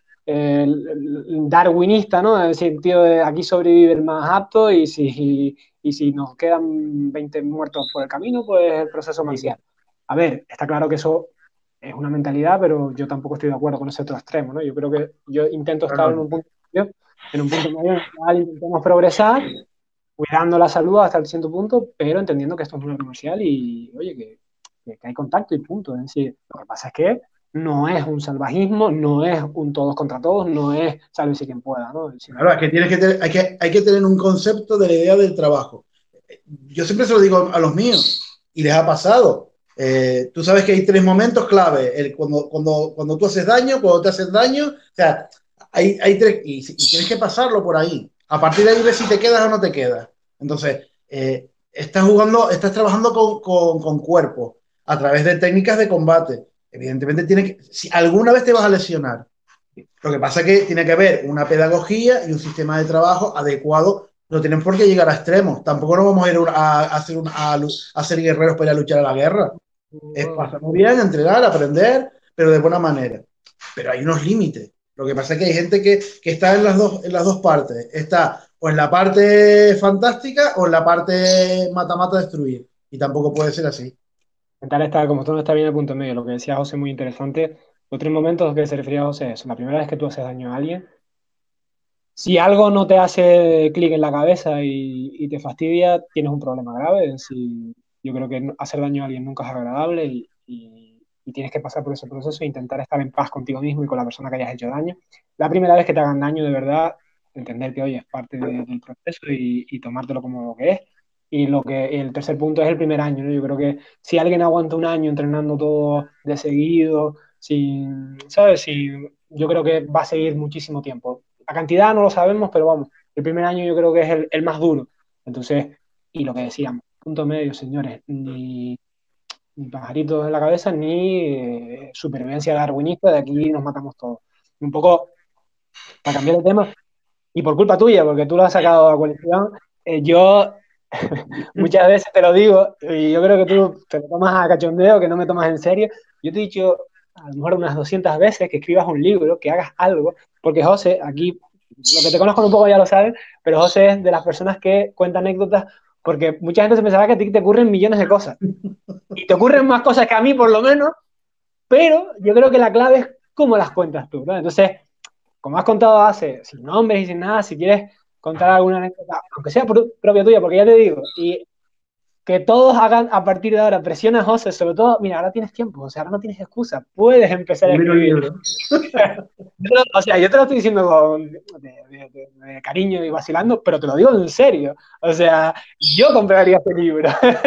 darwinista, ¿no? En el sentido de aquí sobrevive el más apto y si nos quedan 20 muertos por el camino, pues el proceso marcial. A ver, está claro que eso es una mentalidad, pero yo tampoco estoy de acuerdo con ese otro extremo, ¿no? Yo creo que yo intento No, estar no. en un punto medio en el cual intentemos progresar, cuidando la salud hasta el cierto punto, pero entendiendo que esto es una comercial y, oye, que hay contacto y punto. Es decir, lo que pasa es que no es un salvajismo, no es un todos contra todos, no es sálvese quien pueda, ¿no? Claro, Sino, es que hay que tener un concepto de la idea del trabajo. Yo siempre se lo digo a los míos y les ha pasado. Tú sabes que hay 3 momentos clave. Cuando tú haces daño, cuando te haces daño, o sea, hay tres, y tienes que pasarlo por ahí. A partir de ahí ves si te quedas o no te quedas. Entonces, estás trabajando con cuerpo a través de técnicas de combate. Evidentemente, si alguna vez te vas a lesionar, lo que pasa es que tiene que haber una pedagogía y un sistema de trabajo adecuado. No tenemos por qué llegar a extremos. Tampoco nos vamos a ir a ser guerreros para ir a luchar a la guerra. Es bueno, pasar muy bien, entrenar, aprender, pero de buena manera. Pero hay unos límites. Lo que pasa es que hay gente que está en las dos partes. Está o en la parte fantástica o en la parte mata-mata destruir. Y tampoco puede ser así. intentar estar, como tú no estás bien en el punto medio, lo que decía José, muy interesante. Los tres momentos que se refería a José es la primera vez que tú haces daño a alguien. Si algo no te hace clic en la cabeza y te fastidia, tienes un problema grave. Es decir, yo creo que hacer daño a alguien nunca es agradable y tienes que pasar por ese proceso e intentar estar en paz contigo mismo y con la persona que hayas hecho daño. La primera vez que te hagan daño de verdad, entender que, oye, es parte del proceso y tomártelo como lo que es. Y el tercer punto es el primer año, ¿no? Yo creo que si alguien aguanta un año entrenando todo de seguido, sin, ¿sabes? Yo creo que va a seguir muchísimo tiempo. La cantidad no lo sabemos, pero vamos, el primer año yo creo que es el más duro. Entonces, y lo que decíamos, punto medio, señores, ni pajaritos en la cabeza, ni supervivencia darwinista, de aquí nos matamos todos. Un poco, para cambiar el tema, y por culpa tuya, porque tú lo has sacado a coalición, yo muchas veces te lo digo, y yo creo que tú te lo tomas a cachondeo, que no me tomas en serio. Yo te he dicho a lo mejor unas 200 veces que escribas un libro, que hagas algo, porque José, aquí, lo que te conozco un poco ya lo sabes, pero José es de las personas que cuenta anécdotas, porque mucha gente se pensará que a ti te ocurren millones de cosas, y te ocurren más cosas que a mí por lo menos, pero yo creo que la clave es cómo las cuentas tú, ¿no? Entonces, como has contado hace, sin nombres y sin nada, si quieres contar alguna anécdota, aunque sea propia tuya, porque ya te digo, y que todos hagan a partir de ahora, presiona a José, sobre todo, mira, ahora tienes tiempo, o sea, ahora no tienes excusa, puedes empezar a Escribir un escribir. libro. O sea, yo te lo estoy diciendo de cariño y vacilando, pero te lo digo en serio. O sea, yo compraría este libro.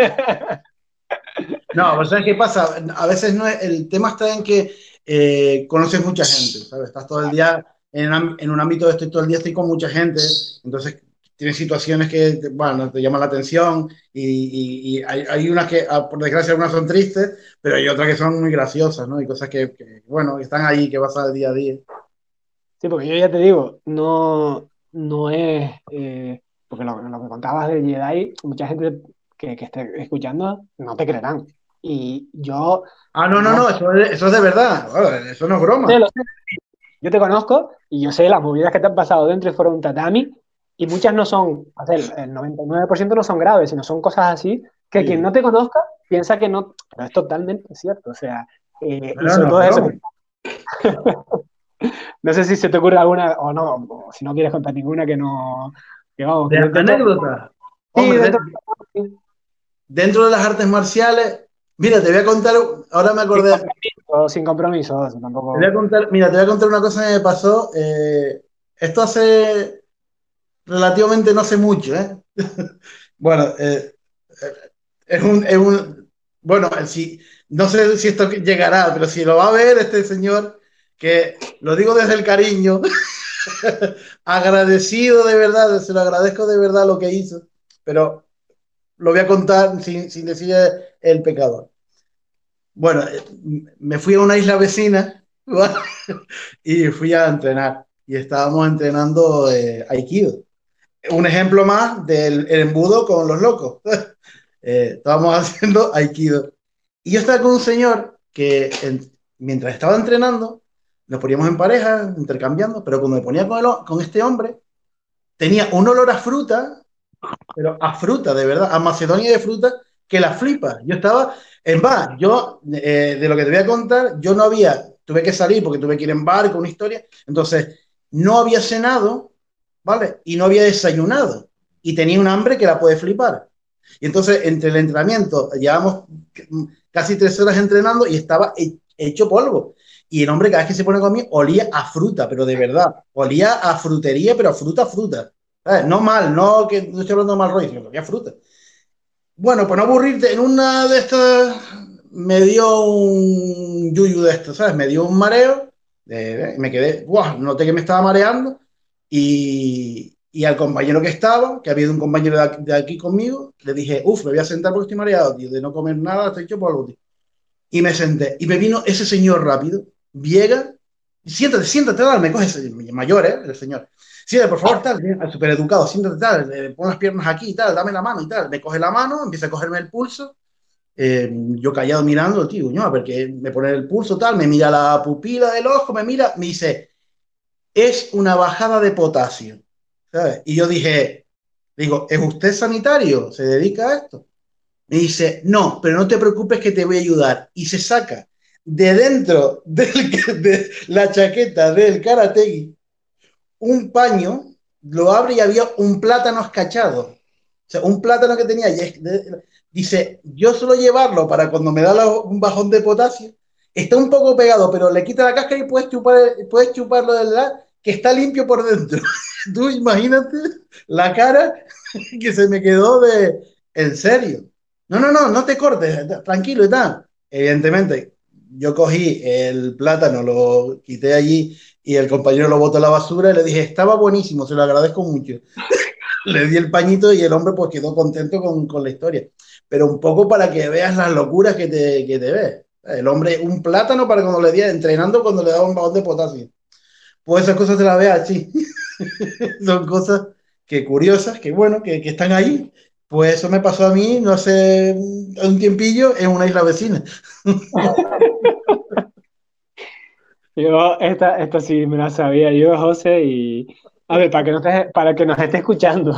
No, pero ¿sabes qué pasa? A veces no es, el tema está en que conoces mucha gente, ¿sabes? Estás todo el día en un ámbito de estoy todo el día estoy con mucha gente, entonces tienes situaciones que, bueno, te llaman la atención y hay unas que, por desgracia, algunas son tristes, pero hay otras que son muy graciosas, ¿no? Y cosas bueno, que están ahí, que vas al día a día. Sí, porque yo ya te digo, no es, porque lo que contabas de Jedi, mucha gente que esté escuchando no te creerán. Y yo Ah, no, no, no no, eso es de verdad, bueno, eso no es sé, broma. lo sé. Yo te conozco y yo sé las movidas que te han pasado dentro y fuera de un tatami y muchas no son, o sea, el 99% no son graves, sino son cosas así que quien Sí. no te conozca piensa que no, pero es totalmente cierto, o sea, y No, sobre no, todo eso, no. no sé si se te ocurre alguna, o no, o si no quieres contar ninguna que no, que vamos, que De lo intento, anécdotas. sí, Hombre, dentro de... dentro de las artes marciales, mira, te voy a contar, ahora me acordé, Sin compromiso, te voy a tampoco... contar, mira, te voy a contar una cosa que me pasó. Esto hace relativamente no hace mucho, ¿eh? Bueno, bueno, si, no sé si esto llegará, pero si lo va a ver este señor, que lo digo desde el cariño, agradecido de verdad, se lo agradezco de verdad lo que hizo, pero lo voy a contar sin decir el pecador. Bueno, me fui a una isla vecina, ¿vale? Y fui a entrenar. Y estábamos entrenando Aikido. Un ejemplo más del el embudo con los locos. Estábamos haciendo Aikido. Y yo estaba con un señor que mientras estaba entrenando, nos poníamos en pareja, intercambiando, pero cuando me ponía con este hombre, tenía un olor a fruta, pero a fruta, de verdad, a Macedonia de fruta, que la flipa. Yo estaba, en más, yo, de lo que te voy a contar, yo no había, tuve que salir porque tuve que ir en barco, una historia, entonces no había cenado, ¿vale? Y no había desayunado. Y tenía un hambre que la puede flipar. Y entonces, entre el entrenamiento, llevamos casi 3 horas entrenando y estaba hecho polvo. Y el hombre, cada vez que se pone conmigo, olía a fruta, pero de verdad, olía a frutería, pero a fruta, fruta. ¿Sabes? No mal, no que no estoy hablando mal rollo, sino que olía a fruta. Bueno, pues no aburrirte, en una de estas me dio un yuyu de esto, ¿sabes? Me dio un mareo, me quedé, ¡guau! Noté que me estaba mareando y al compañero que estaba, que había un compañero de aquí conmigo, le dije, uff, me voy a sentar porque estoy mareado, tío, de no comer nada, estoy hecho polvo, tío. Y me senté, y me vino ese señor rápido, llega, siéntate, siéntate, tal, me coge ese mayor, el señor. Siéntate, por favor, tal, súper educado, siéntate, tal, pon las piernas aquí, tal, dame la mano y tal. Me coge la mano, empieza a cogerme el pulso, yo callado mirando, tío, no, porque me pone el pulso, tal, me mira la pupila del ojo, me mira, me dice, es una bajada de potasio, ¿sabes? Y yo dije, digo, ¿es usted sanitario? ¿Se dedica a esto? Me dice, no, pero no te preocupes que te voy a ayudar. Y se saca de dentro de la chaqueta del karategui un paño, lo abre y había un plátano escachado. O sea, un plátano que tenía. Dice, yo suelo llevarlo para cuando me da un bajón de potasio. Está un poco pegado, pero le quita la cáscara y puedes chuparlo de verdad, que está limpio por dentro. Tú imagínate la cara que se me quedó de, en serio. No, no, no, no te cortes, tranquilo y tal. Evidentemente, yo cogí el plátano, lo quité allí y el compañero lo botó a la basura y le dije, estaba buenísimo, se lo agradezco mucho. Le di el pañito y el hombre pues quedó contento con la historia. Pero un poco para que veas las locuras que te ves. El hombre, un plátano para cuando le di, entrenando cuando le daba un bajón de potasio. Pues esas cosas te las veas, sí. Son cosas que curiosas, que bueno, que están ahí. Pues eso me pasó a mí no hace un tiempillo en una isla vecina. Yo, esta sí me la sabía yo, José, y a ver, para que nos esté escuchando,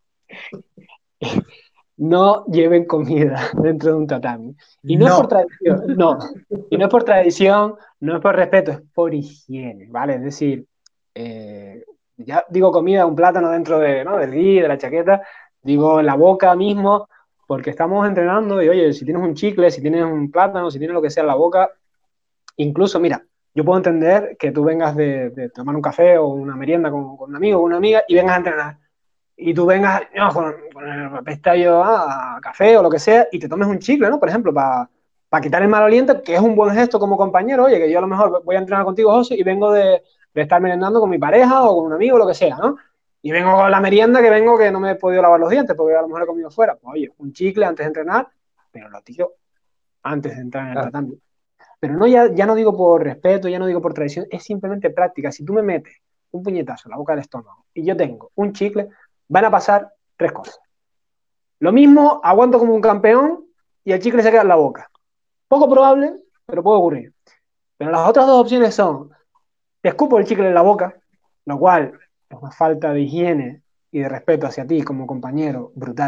no lleven comida dentro de un tatami. Y no es por No, tradición, no. Y no es por tradición, no es por respeto, es por higiene, ¿vale? Es decir, ya digo comida, un plátano dentro de, ¿no? Del gui, de la chaqueta, digo en la boca mismo, porque estamos entrenando y oye, si tienes un chicle, si tienes un plátano, si tienes lo que sea en la boca, incluso, mira, yo puedo entender que tú vengas de tomar un café o una merienda con un amigo o una amiga y vengas a entrenar y tú vengas no, con el pestallo a café o lo que sea y te tomes un chicle, ¿no? Por ejemplo, para quitar el mal aliento, que es un buen gesto como compañero, oye, que yo a lo mejor voy a entrenar contigo, José, y vengo de estar merendando con mi pareja o con un amigo, lo que sea, ¿no? Y vengo con la merienda que vengo que no me he podido lavar los dientes porque a lo mejor he comido fuera. Pues, oye, un chicle antes de entrenar, pero lo tiro antes de entrar en el claro, tatami. Pero no, ya no digo por respeto, ya no digo por tradición, es simplemente práctica. Si tú me metes un puñetazo en la boca del estómago y yo tengo un chicle, van a pasar tres cosas. Lo mismo, aguanto como un campeón y el chicle se queda en la boca. Poco probable, pero puede ocurrir. Pero las otras dos opciones son, te escupo el chicle en la boca, lo cual es una falta de higiene y de respeto hacia ti como compañero brutal.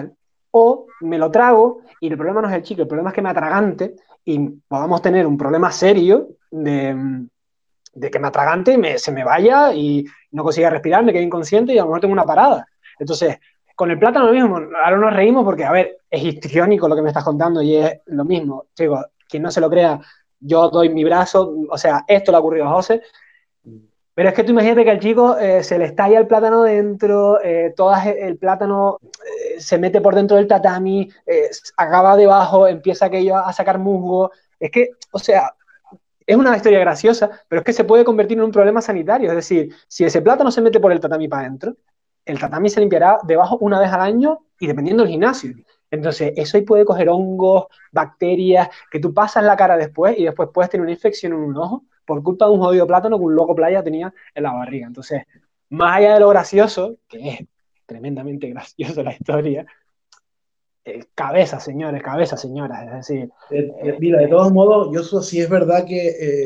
o me lo trago y el problema no es el chicle, el problema es que me atragante y podamos tener un problema serio de que me atragante y se me vaya y no consiga respirar, me quede inconsciente y a lo mejor tengo una parada. Entonces, con el plátano lo mismo, ahora nos reímos porque, a ver, es histriónico lo que me estás contando y es lo mismo. Chicos, quien no se lo crea, yo doy mi brazo, o sea, esto le ha ocurrido a José, pero es que tú imagínate que al chico se le estalla el plátano dentro, el plátano se mete por dentro del tatami, acaba debajo, empieza aquello a sacar musgo. Es que, o sea, es una historia graciosa, pero es que se puede convertir en un problema sanitario. Es decir, si ese plátano se mete por el tatami para adentro, el tatami se limpiará debajo una vez al año y dependiendo del gimnasio. Entonces, eso ahí puede coger hongos, bacterias, que tú pasas la cara después y después puedes tener una infección en un ojo por culpa de un jodido plátano que un loco playa tenía en la barriga. Entonces, más allá de lo gracioso, que es tremendamente gracioso la historia, cabeza, señores, cabeza, señoras. Es decir, Mira, de todos modos, yo sí es verdad que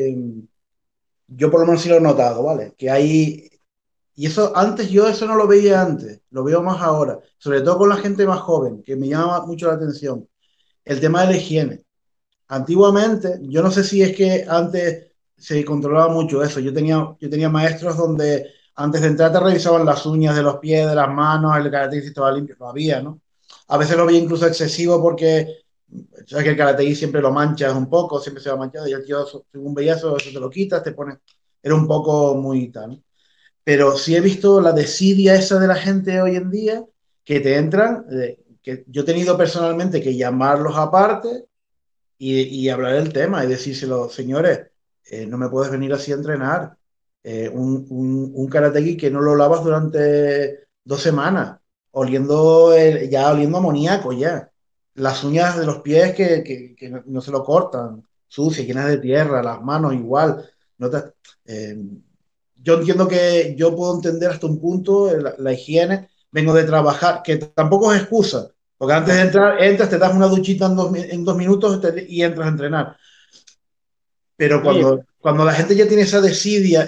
yo por lo menos sí lo he notado, ¿vale? Que hay, y eso antes yo eso no lo veía antes, lo veo más ahora, sobre todo con la gente más joven, que me llama mucho la atención, el tema de la higiene. Antiguamente, yo no sé si es que antes se controlaba mucho eso. Yo tenía maestros donde antes de entrar te revisaban las uñas de los pies, de las manos, el karate si estaba limpio. Lo había, ¿no? A veces lo veía incluso excesivo porque sabes que el karate siempre lo manchas un poco, siempre se va manchado y el tío, según veía eso te lo quitas, te pones. Era un poco muy tal. Pero sí he visto la desidia esa de la gente hoy en día que te entran, que yo he tenido personalmente que llamarlos aparte y hablar del tema y decírselo, señores, no me puedes venir así a entrenar. Un karateki que no lo lavas durante 2 semanas, ya oliendo amoníaco ya. Las uñas de los pies que no se lo cortan, sucias, llenas de tierra, las manos igual. No te- eh, yo entiendo que yo puedo entender hasta un punto la higiene. Vengo de trabajar, que tampoco es excusa, porque antes de no, entrar, entras, te das una duchita en 2 minutos y entras a entrenar. Pero oye, cuando la gente ya tiene esa desidia,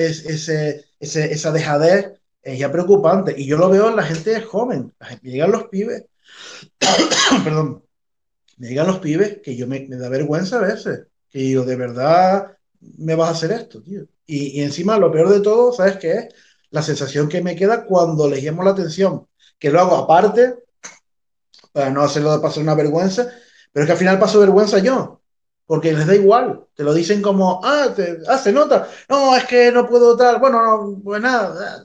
esa dejadez, es ya preocupante. Y yo lo veo en la gente joven. Me llegan los pibes, perdón, me llegan los pibes que me da vergüenza a veces. Que digo, de verdad me vas a hacer esto, tío. Y encima lo peor de todo, ¿sabes qué es? La sensación que me queda cuando les llamo la atención, que lo hago aparte para no hacerlo de pasar una vergüenza, pero es que al final paso vergüenza yo, porque les da igual, te lo dicen como, se nota, no, es que no puedo tal, bueno, no, pues nada,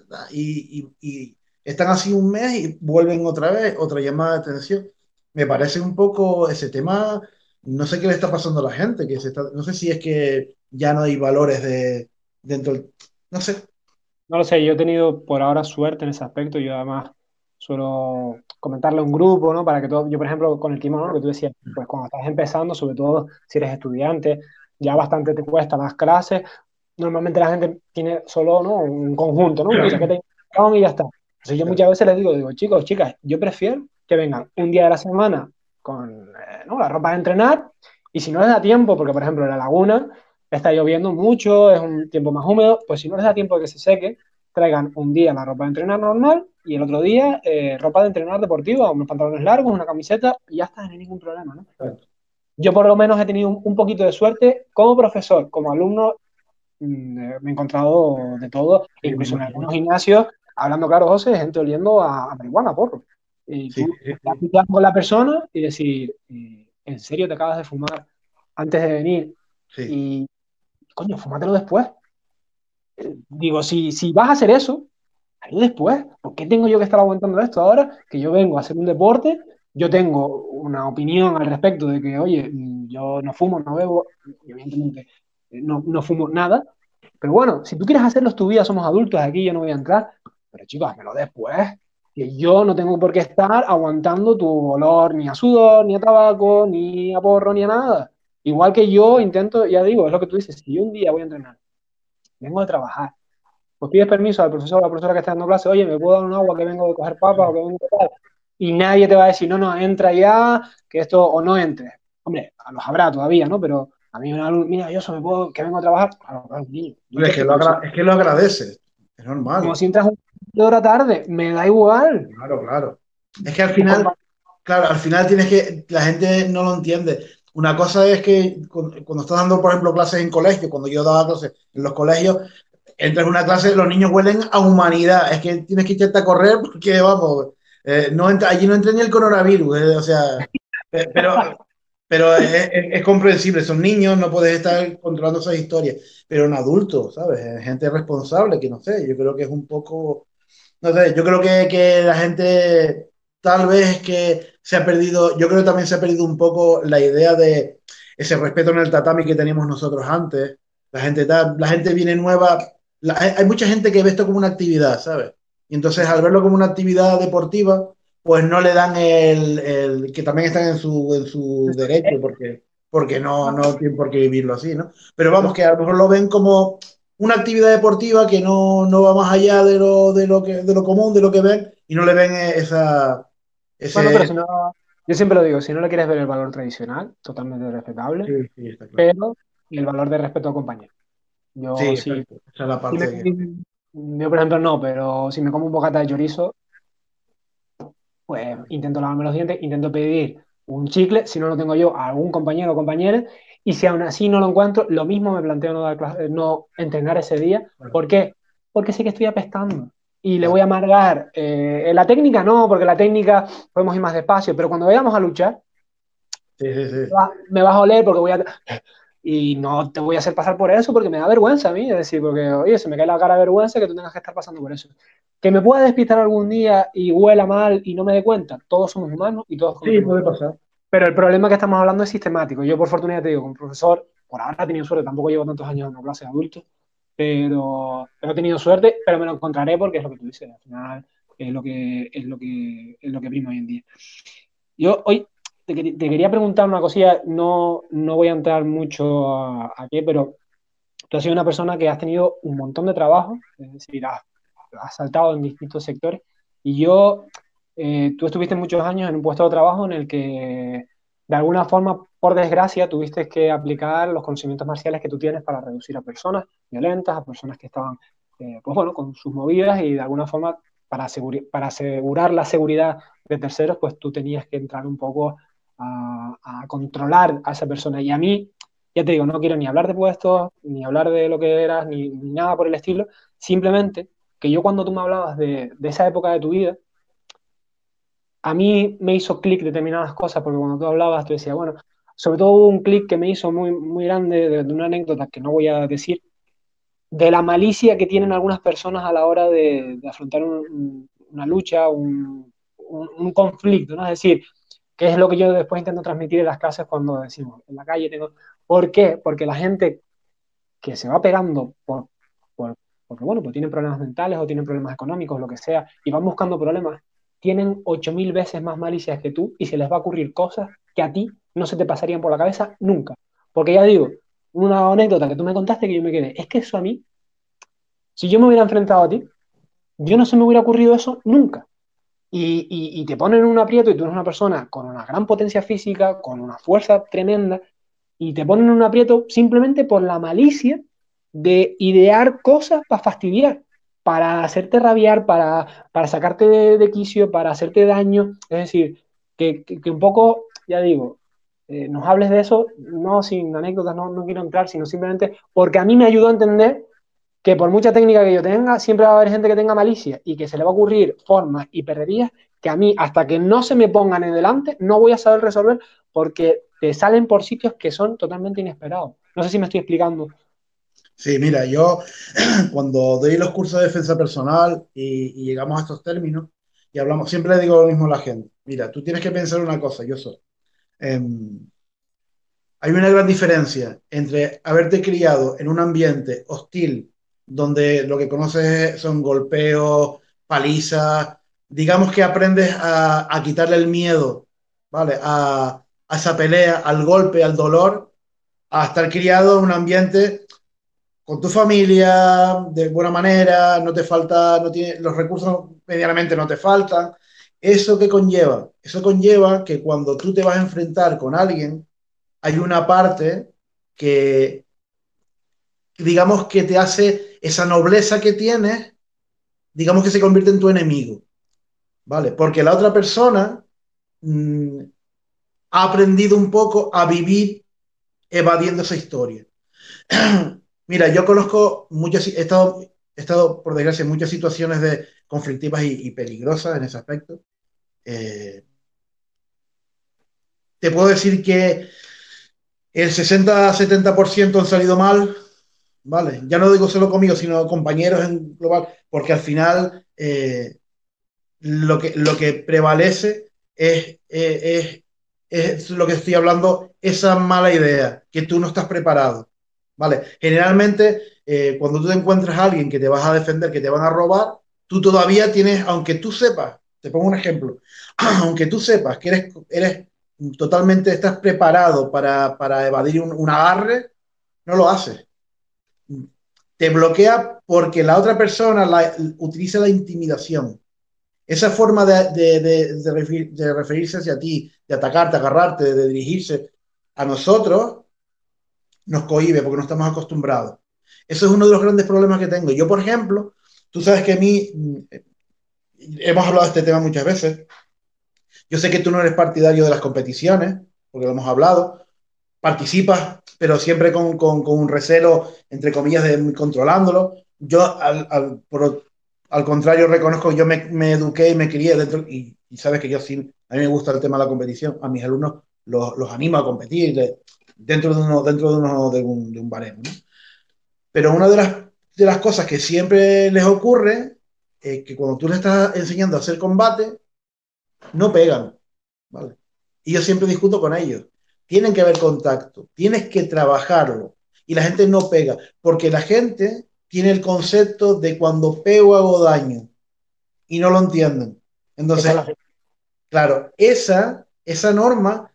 y están así un mes y vuelven otra vez, otra llamada de atención. Me parece un poco ese tema, no sé qué le está pasando a la gente, no sé si es que ya no hay valores dentro, no sé. no lo sé, yo he tenido por ahora suerte en ese aspecto. Yo además suelo comentarle a un grupo, ¿no? Para que todo, yo por ejemplo con el kimono que tú decías, pues cuando estás empezando, sobre todo si eres estudiante, ya bastante te cuesta las clases. Normalmente la gente tiene solo, ¿no? Un conjunto, ¿no? Una chaqueta y un pantalón y ya está. Entonces yo muchas veces les digo, chicos, chicas, yo prefiero que vengan un día de la semana con, ¿no? La ropa de entrenar y si no les da tiempo, porque por ejemplo en la laguna está lloviendo mucho, es un tiempo más húmedo, pues si no les da tiempo de que se seque, traigan un día la ropa de entrenar normal y el otro día ropa de entrenar deportiva, unos pantalones largos, una camiseta y ya está, no hay ningún problema, ¿no? Yo por lo menos he tenido un poquito de suerte como profesor, como alumno, me he encontrado de todo, e Sí, me incluso en imagino. algunos gimnasios, hablando claro, José, gente oliendo a marihuana, porro. Y Sí, tú sí, te sí. aplicas con la persona y decir, ¿en serio te acabas de fumar antes de venir? Sí. Y, coño, fúmatelo después. Digo, si vas a hacer eso, hazlo después. ¿Por qué tengo yo que estar aguantando esto ahora? Que yo vengo a hacer un deporte, yo tengo una opinión al respecto de que, oye, yo no fumo, no bebo, y evidentemente no fumo nada. Pero bueno, si tú quieres hacerlo es tu vida, somos adultos, aquí yo no voy a entrar. Pero chicos, házmelo después. Que yo no tengo por qué estar aguantando tu olor ni a sudor, ni a tabaco, ni a porro, ni a nada. Igual que yo intento, ya digo, es lo que tú dices, si yo un día voy a entrenar, vengo de trabajar, pues pides permiso al profesor o a la profesora que está dando clase, oye, ¿me puedo dar un agua que vengo de coger papas o que vengo de tal? Y nadie te va a decir, no, no, entra ya, que esto, o no entres. Hombre, los habrá todavía, ¿no? Pero a mí, mira, yo solo me puedo, que vengo a trabajar, claro, claro, niño, Es que dúchate como si, es que lo agradeces, es como normal. si entras un de hora tarde, me da igual. Claro, claro. Es que al Tus final, compañeros. claro, al final la gente no lo entiende. Una cosa es que cuando estás dando, por ejemplo, clases en colegio, cuando yo daba clases en los colegios, entras en una clase, los niños huelen a humanidad. Es que tienes que echarte a correr porque, vamos, allí no entra ni el coronavirus. O sea, pero, pero es comprensible. Son niños, no puedes estar controlando esas historias. Pero en adultos, ¿sabes? Gente responsable, que no sé, yo creo que es un poco, no sé, yo creo que la gente tal vez que se ha perdido, yo creo que también se ha perdido un poco la idea de ese respeto en el tatami que teníamos nosotros antes. La gente viene nueva, hay mucha gente que ve esto como una actividad, ¿sabes? Y entonces al verlo como una actividad deportiva, pues no le dan que también están en su derecho, porque no tienen por qué vivirlo así, ¿no? Pero vamos, que a lo mejor lo ven como una actividad deportiva que no va más allá de lo común, de lo que ven, y no le ven Bueno, pero ese... si no, yo siempre lo digo, si no le quieres ver el valor tradicional, totalmente respetable, Sí, sí, está claro. pero el valor de respeto acompaña. Sí, Yo sí, exacto. Esa es la si me, parte que... yo por ejemplo no, pero si me como un bocata de chorizo, pues intento lavarme los dientes, intento pedir un chicle, si no lo tengo yo, a algún compañero o compañera, y si aún así no lo encuentro, lo mismo me planteo no, no entrenar ese día. Claro, ¿Por qué? Porque sé que estoy apestando y le voy claro. a amargar. En la técnica no, porque la técnica podemos ir más despacio, pero cuando vayamos a luchar, Sí, sí, sí. me vas a oler porque voy a... Y no te voy a hacer pasar por eso porque me da vergüenza a mí, es decir, porque, oye, se me cae la cara de vergüenza que tú tengas que estar pasando por eso. Que me pueda despistar algún día y huela mal y no me dé cuenta, todos somos humanos y todos Sí, cometemos puede errores. pasar. Pero el problema que estamos hablando es sistemático. Yo, por fortuna, ya te digo, con profesor, por ahora he tenido suerte, tampoco llevo tantos años en una clase de adultos, pero he tenido suerte, pero me lo encontraré porque es lo que tú dices, al final es lo que prima hoy en día. Yo hoy te quería preguntar una cosilla, no voy a entrar mucho a qué, pero tú has sido una persona que has tenido un montón de trabajo, es decir, has saltado en distintos sectores, y tú estuviste muchos años en un puesto de trabajo en el que, de alguna forma, por desgracia, tuviste que aplicar los conocimientos marciales que tú tienes para reducir a personas violentas, a personas que estaban, pues bueno, con sus movidas y de alguna forma, para asegurar la seguridad de terceros, pues tú tenías que entrar un poco a controlar a esa persona. Y a mí, ya te digo, no quiero ni hablar de puestos, ni hablar de lo que eras, ni nada por el estilo. Simplemente que yo cuando tú me hablabas de esa época de tu vida, a mí me hizo clic determinadas cosas, porque cuando tú hablabas, tú decías, bueno, sobre todo hubo un clic que me hizo muy, muy grande de una anécdota que no voy a decir, de la malicia que tienen algunas personas a la hora de afrontar una lucha, un conflicto, ¿no? Es decir, que es lo que yo después intento transmitir en las clases cuando decimos, en la calle tengo... ¿Por qué? Porque la gente que se va pegando por, porque, bueno, pues tienen problemas mentales o tienen problemas económicos, lo que sea, y van buscando problemas, tienen 8.000 veces más malicias que tú y se les va a ocurrir cosas que a ti no se te pasarían por la cabeza nunca. Porque ya digo, una anécdota que tú me contaste que yo me quedé, es que eso a mí, si yo me hubiera enfrentado a ti, yo no se me hubiera ocurrido eso nunca. Y te ponen en un aprieto y tú eres una persona con una gran potencia física, con una fuerza tremenda, y te ponen en un aprieto simplemente por la malicia de idear cosas para fastidiar, para hacerte rabiar, para sacarte de quicio, para hacerte daño. Es decir, que un poco, ya digo, nos hables de eso, no sin anécdotas, no quiero entrar, sino simplemente porque a mí me ayudó a entender que por mucha técnica que yo tenga, siempre va a haber gente que tenga malicia y que se le va a ocurrir formas y perrerías que a mí, hasta que no se me pongan en delante, no voy a saber resolver porque te salen por sitios que son totalmente inesperados. No sé si me estoy explicando. Sí, mira, yo cuando doy los cursos de defensa personal y llegamos a estos términos y hablamos, siempre le digo lo mismo a la gente. Mira, tú tienes que pensar una cosa, yo soy. Hay una gran diferencia entre haberte criado en un ambiente hostil, donde lo que conoces son golpeos, palizas, digamos que aprendes a quitarle el miedo, ¿vale? A esa pelea, al golpe, al dolor, a estar criado en un ambiente con tu familia, de buena manera, no te falta, no tiene, los recursos medianamente no te faltan. ¿Eso qué conlleva? Eso conlleva que cuando tú te vas a enfrentar con alguien, hay una parte que, digamos, que te hace esa nobleza que tienes, digamos que se convierte en tu enemigo, ¿vale? Porque la otra persona, mm, ha aprendido un poco a vivir evadiendo esa historia. Mira, yo conozco muchas, he estado, por desgracia, en muchas situaciones de conflictivas y peligrosas en ese aspecto. Eh, Te puedo decir que el 60-70% han salido mal, ¿vale? Ya no digo solo conmigo, sino compañeros en global, porque al final lo que prevalece es lo que estoy hablando, esa mala idea, que tú no estás preparado, ¿vale? Generalmente, cuando tú te encuentras a alguien que te vas a defender, que te van a robar, tú todavía tienes, aunque tú sepas, te pongo un ejemplo, aunque tú sepas que eres totalmente, estás preparado para evadir un agarre, no lo haces. Te bloquea porque la otra persona utiliza la intimidación. Esa forma de referirse hacia ti, de atacarte, agarrarte, de dirigirse a nosotros, nos cohíbe porque no estamos acostumbrados. Eso es uno de los grandes problemas que tengo. Yo, por ejemplo, tú sabes que a mí, hemos hablado de este tema muchas veces, yo sé que tú no eres partidario de las competiciones, porque lo hemos hablado, participas, pero siempre con un recelo, entre comillas, de controlándolo. Yo, al contrario, reconozco que yo me eduqué y me crié dentro, y sabes que yo sí, a mí me gusta el tema de la competición, a mis alumnos los animo a competir dentro de un baremo, ¿no? Pero una de las cosas que siempre les ocurre es que cuando tú les estás enseñando a hacer combate, no pegan, ¿vale? Y yo siempre discuto con ellos. Tienen que haber contacto, tienes que trabajarlo. Y la gente no pega, porque la gente tiene el concepto de cuando pego hago daño y no lo entienden. Esa es Entonces, la... claro, esa norma,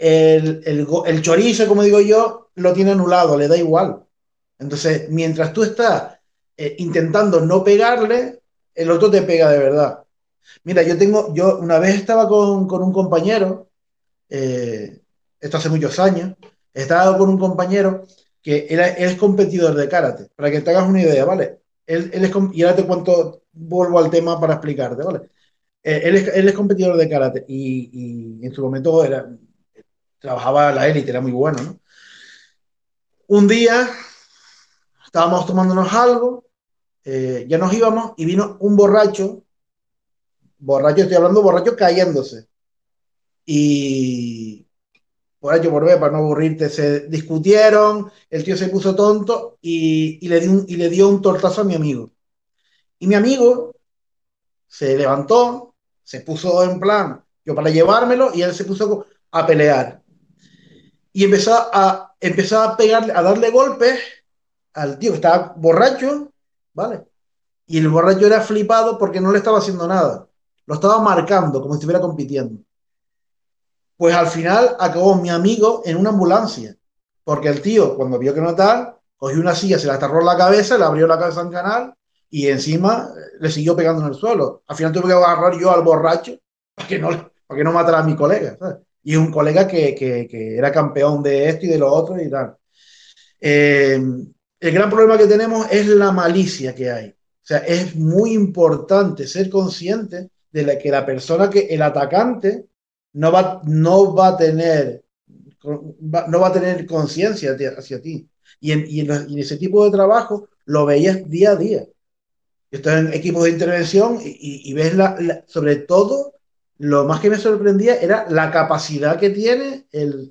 el chorizo, como digo yo, lo tiene anulado, le da igual. Entonces, mientras tú estás intentando no pegarle, el otro te pega de verdad. Mira, yo una vez estaba con un compañero, eh, esto hace muchos años, estaba con un compañero que él es competidor de karate, para que te hagas una idea, ¿vale? Y ahora te cuento, vuelvo al tema para explicarte, ¿vale? Él es competidor de karate y en su momento trabajaba en la élite, era muy bueno, ¿no? Un día estábamos tomándonos algo, ya nos íbamos y vino un borracho, borracho, estoy hablando borracho cayéndose. Y por H por B, para no aburrirte, se discutieron, el tío se puso tonto y le dio un tortazo a mi amigo. Y mi amigo se levantó, se puso en plan, yo para llevármelo, y él se puso a pelear. Y empezó a pegarle, a darle golpes al tío que estaba borracho, ¿vale? Y el borracho era flipado porque no le estaba haciendo nada. Lo estaba marcando como si estuviera compitiendo. Pues al final acabó mi amigo en una ambulancia, porque el tío, cuando vio que no tal, cogió una silla, se la atarró en la cabeza, le abrió la cabeza en canal y encima le siguió pegando en el suelo. Al final tuve que agarrar yo al borracho para que no matara a mi colega, ¿sabes? Y un colega que era campeón de esto y de lo otro y tal. Eh, el gran problema que tenemos es la malicia que hay. O sea, es muy importante ser consciente de que la persona el atacante, no va a tener, no va a tener conciencia hacia ti. Y en ese tipo de trabajo lo veías día a día. Yo estaba en equipos de intervención y ves sobre todo, lo más que me sorprendía era la capacidad que tiene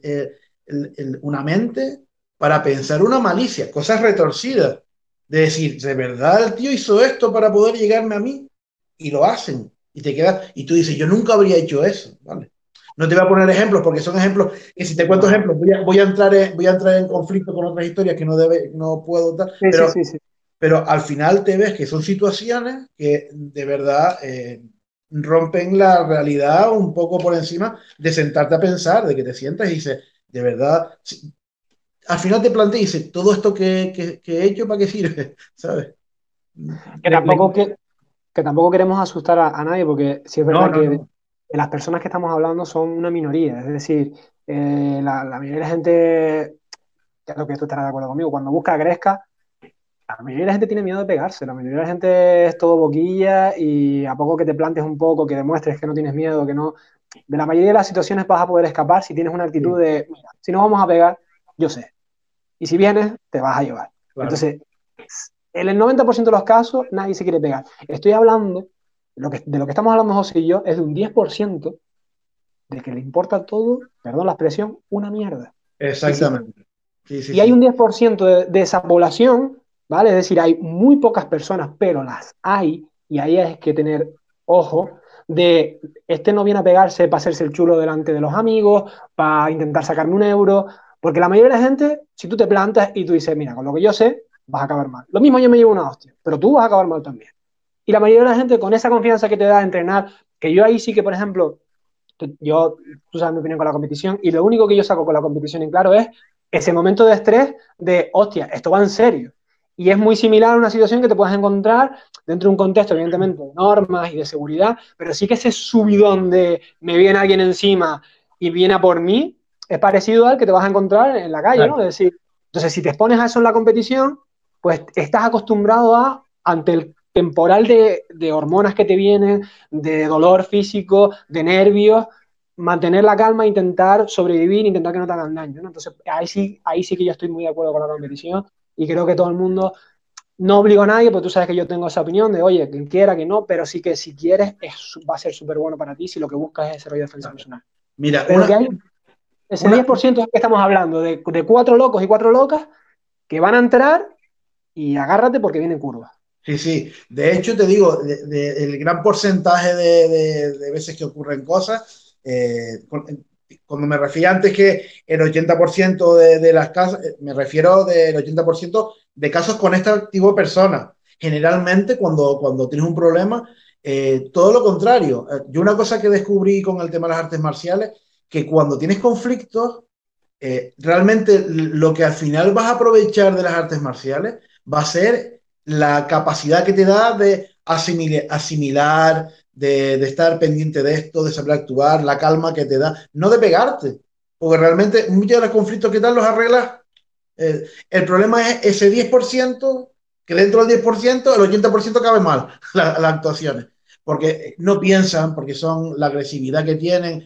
una mente para pensar una malicia, cosas retorcidas. De decir, de verdad el tío hizo esto para poder llegarme a mí y lo hacen. Y te quedas, y tú dices, yo nunca habría hecho eso, ¿vale? No te voy a poner ejemplos porque son ejemplos que si te cuento No. ejemplos voy a entrar en conflicto con otras historias que no puedo dar, Sí, sí, sí, sí. pero al final te ves que son situaciones que de verdad rompen la realidad un poco por encima de sentarte a pensar, de que te sientas y dices, de verdad, al final te planteas y dices, todo esto que he hecho, ¿para qué sirve? ¿Sabes? Que tampoco, que tampoco queremos asustar a nadie, porque sí es No, verdad no, que no. las personas que estamos hablando son una minoría. Es decir, la mayoría de la gente, creo que tú estarás de acuerdo conmigo, cuando busca crezca, la mayoría de la gente tiene miedo de pegarse. La mayoría de la gente es todo boquilla y a poco que te plantes un poco, que demuestres que no tienes miedo, que no. de la mayoría de las situaciones vas a poder escapar si tienes una actitud Sí, de, mira, si nos vamos a pegar, yo sé. Y si vienes, te vas a llevar. claro. Entonces, en el 90% de los casos, nadie se quiere pegar. Estoy hablando, de lo que estamos hablando José y yo, es de un 10% de que le importa todo, perdón la expresión, una mierda. Y, si, Exactamente. Sí, sí, y hay un sí. 10% de esa población, ¿vale? Es decir, hay muy pocas personas, pero las hay, y ahí hay que tener ojo, de este no viene a pegarse para hacerse el chulo delante de los amigos, para intentar sacarme un euro, porque la mayoría de la gente, si tú te plantas y tú dices, mira, con lo que yo sé, vas a acabar mal. Lo mismo yo me llevo una hostia, pero tú vas a acabar mal también. Y la mayoría de la gente con esa confianza que te da de entrenar, que yo ahí sí que, por ejemplo, yo, tú sabes mi opinión con la competición, y lo único que yo saco con la competición en claro es ese momento de estrés de, hostia, esto va en serio. Y es muy similar a una situación que te puedes encontrar dentro de un contexto, evidentemente, de normas y de seguridad, pero sí que ese subidón de me viene alguien encima y viene a por mí, es parecido al que te vas a encontrar en la calle, ¿no? Es Exacto. decir, entonces si te expones a eso en la competición, pues estás acostumbrado a, ante el temporal de hormonas que te vienen, de dolor físico, de nervios, mantener la calma, intentar sobrevivir, intentar que no te hagan daño, ¿no? Entonces, ahí sí que yo estoy muy de acuerdo con la competición y creo que todo el mundo, no obligo a nadie, porque tú sabes que yo tengo esa opinión de, oye, quien quiera, que no, pero sí que si quieres va a ser súper bueno para ti si lo que buscas es desarrollo de defensa personal. Mira, Pero que hay ese una, 10% que estamos hablando, de cuatro locos y cuatro locas que van a entrar y agárrate porque vienen curvas. sí, sí. De hecho, te digo, el gran porcentaje de veces que ocurren cosas, cuando me refiero antes que el 80% de las casas, me refiero del 80% de casos con este tipo de personas. Generalmente, cuando tienes un problema, todo lo contrario. Yo una cosa que descubrí con el tema de las artes marciales, que cuando tienes conflictos, realmente lo que al final vas a aprovechar de las artes marciales va a ser la capacidad que te da de asimilar, de estar pendiente de esto, de saber actuar, la calma que te da, no de pegarte, porque realmente muchos de los conflictos que tal los arreglas. El problema es ese 10%, que dentro del 10% el 80% cabe mal las actuaciones, porque no piensan, porque son la agresividad que tienen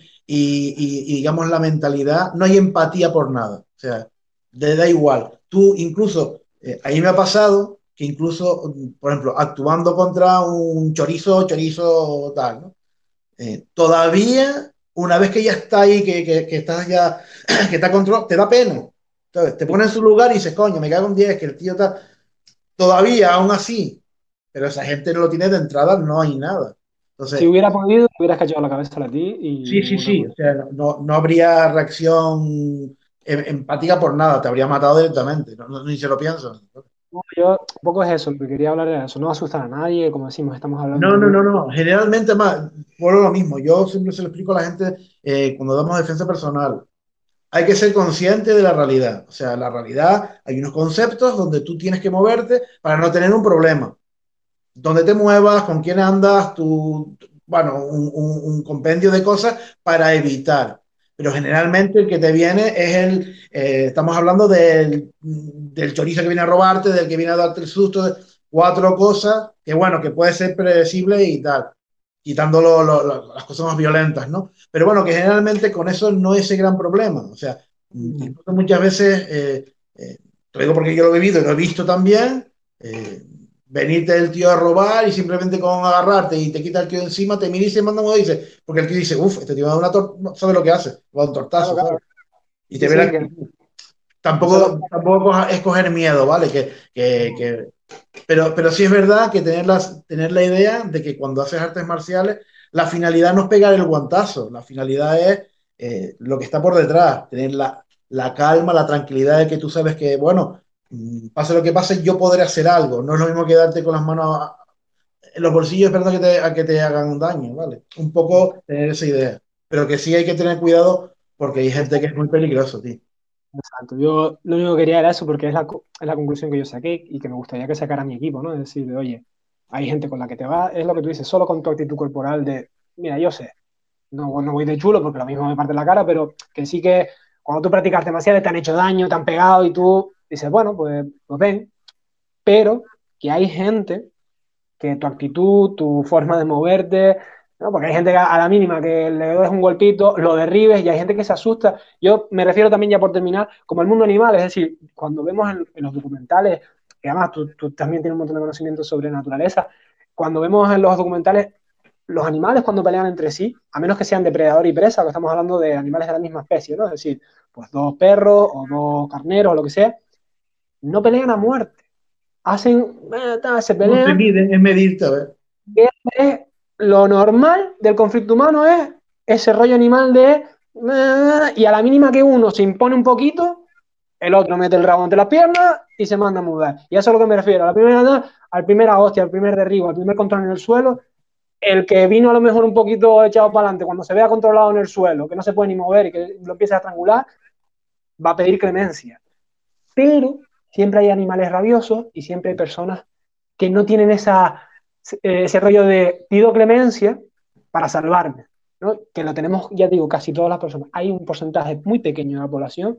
y, digamos la mentalidad, no hay empatía por nada, o sea, le da igual. Tú incluso, ahí me ha pasado que incluso, por ejemplo, actuando contra un chorizo tal, ¿no? Todavía, una vez que ya está ahí, que estás ya, que está controlado, te da pena. Entonces, te pones en su lugar y dices, coño, me cago en 10 que el tío está. Todavía, aún así, pero esa gente no lo tiene de entrada, no hay nada. Si Entonces, hubiera podido, hubieras cachado la cabeza a ti y sí, sí, ninguna sí, más. o sea, no habría reacción empática por nada, te habría matado directamente, ni se lo pienso. No, yo un poco es eso, lo que quería hablar era eso, no asustar a nadie, como decimos, estamos hablando No, de no, un... no, no. Generalmente más, por lo mismo, yo siempre se lo explico a la gente cuando damos defensa personal. Hay que ser consciente de la realidad. O sea, la realidad, hay unos conceptos donde tú tienes que moverte para no tener un problema. Donde te muevas, con quién andas, bueno, un compendio de cosas para evitar. Pero generalmente el que te viene es estamos hablando del chorizo que viene a robarte, del que viene a darte el susto, de cuatro cosas que, bueno, que puede ser predecible y tal, quitando las cosas más violentas, ¿no? Pero bueno, que generalmente con eso no es ese gran problema. O sea, incluso muchas veces, te lo digo porque yo lo he vivido y lo he visto también, venirte el tío a robar y simplemente con agarrarte y te quita el tío de encima, te mira y se manda uno dice, porque el tío dice, uff, este tío me da no sabe lo que hace, va a un Claro, tortazo, claro. ¿sabes? Y te Sí, ve la sí, que actitud. eso es lo Tampoco es coger miedo, ¿vale? Pero sí es verdad que tener la idea de que cuando haces artes marciales, la finalidad no es pegar el guantazo, la finalidad es lo que está por detrás, tener la calma, la tranquilidad de que tú sabes que, bueno, pase lo que pase, yo podré hacer algo. No es lo mismo que darte con las manos en los bolsillos esperando a que te hagan un daño, ¿vale? Un poco tener esa idea. Pero que sí hay que tener cuidado porque hay gente que es muy peligroso, tío. exacto. Yo lo único que quería era eso porque es la conclusión que yo saqué y que me gustaría que sacara mi equipo, ¿no? Es decir, de, oye, hay gente con la que te va, es lo que tú dices, solo con tu actitud corporal de, mira, yo sé, no voy de chulo porque lo mismo me parte la cara, pero que sí que cuando tú practicas demasiado te han hecho daño, te han pegado y tú dices, bueno, pues ven, pero que hay gente que tu actitud, tu forma de moverte, ¿no? Porque hay gente que a la mínima que le des un golpito, lo derribes, y hay gente que se asusta. Yo me refiero también, ya por terminar, como al mundo animal, es decir, cuando vemos en los documentales, que además tú también tienes un montón de conocimiento sobre naturaleza, cuando vemos en los documentales los animales cuando pelean entre sí, a menos que sean depredador y presa, que estamos hablando de animales de la misma especie, ¿no? Es decir, pues dos perros o dos carneros o lo que sea, no pelean a muerte. Hacen, se No se pelean. miden, es medirte, a ver. Es lo normal del conflicto humano es ese rollo animal de y a la mínima que uno se impone un poquito, el otro mete el rabo entre las piernas y se manda a mudar. Y eso es a lo que me refiero. A la primera hostia, al primer derribo, al primer control en el suelo, el que vino a lo mejor un poquito echado para adelante, cuando se vea controlado en el suelo, que no se puede ni mover y que lo empieza a estrangular, va a pedir clemencia. Pero siempre hay animales rabiosos y siempre hay personas que no tienen ese rollo de pido clemencia para salvarme, ¿no? Que lo tenemos, ya digo, casi todas las personas. Hay un porcentaje muy pequeño de la población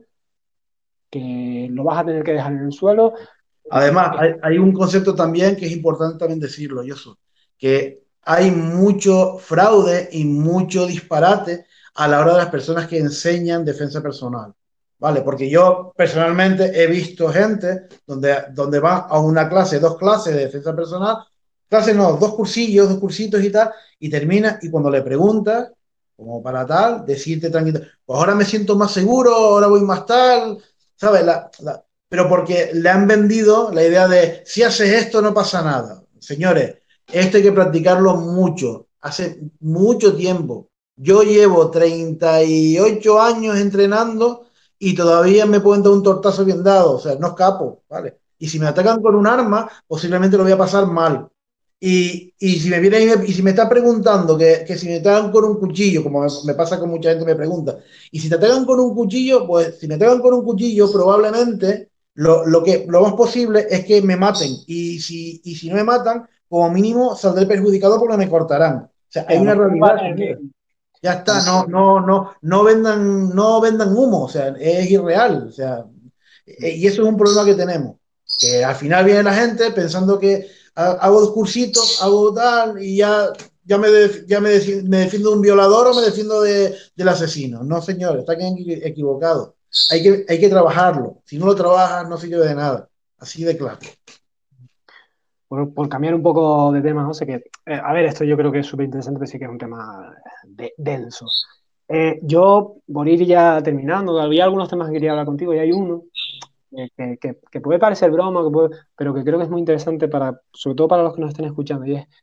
que lo vas a tener que dejar en el suelo. Además, hay un concepto también que es importante también decirlo, Yoso, que hay mucho fraude y mucho disparate a la hora de las personas que enseñan defensa personal, ¿vale? Porque yo personalmente he visto gente donde va a una clase, dos clases de defensa personal, clase no, dos cursillos, dos cursitos y tal, y termina, y cuando le preguntas, como para tal, decirte tranquilo, pues ahora me siento más seguro, ahora voy más tal, ¿sabes? Pero porque le han vendido la idea de si haces esto no pasa nada. Señores, esto hay que practicarlo mucho, hace mucho tiempo. Yo llevo 38 años entrenando y todavía me pueden dar un tortazo bien dado, o sea, no escapo, ¿vale? Y si me atacan con un arma, posiblemente lo voy a pasar mal. Y si me viene y si me está preguntando que si me atacan con un cuchillo, como me pasa con mucha gente me pregunta, y si te atacan con un cuchillo, pues si me atacan con un cuchillo, probablemente lo más posible es que me maten. Y si no me matan, como mínimo saldré perjudicado porque me cortarán. O sea, hay una Claro, realidad, señores. Ya está, claro. no vendan humo, o sea, es irreal. O sea, y eso es un problema que tenemos. Que al final viene la gente pensando que hago dos cursitos, hago tal, y me defiendo de un violador o me defiendo del asesino. No, señor, está equivocado. Hay que trabajarlo. Si no lo trabajas, no sirve de nada. Así de claro. Por cambiar un poco de tema, no sé qué. A ver, esto yo creo que es súper interesante, pero sí que es un tema denso. Yo, por ir ya terminando, había algunos temas que quería hablar contigo y hay uno que puede parecer broma, pero que creo que es muy interesante para, sobre todo para los que nos estén escuchando, y es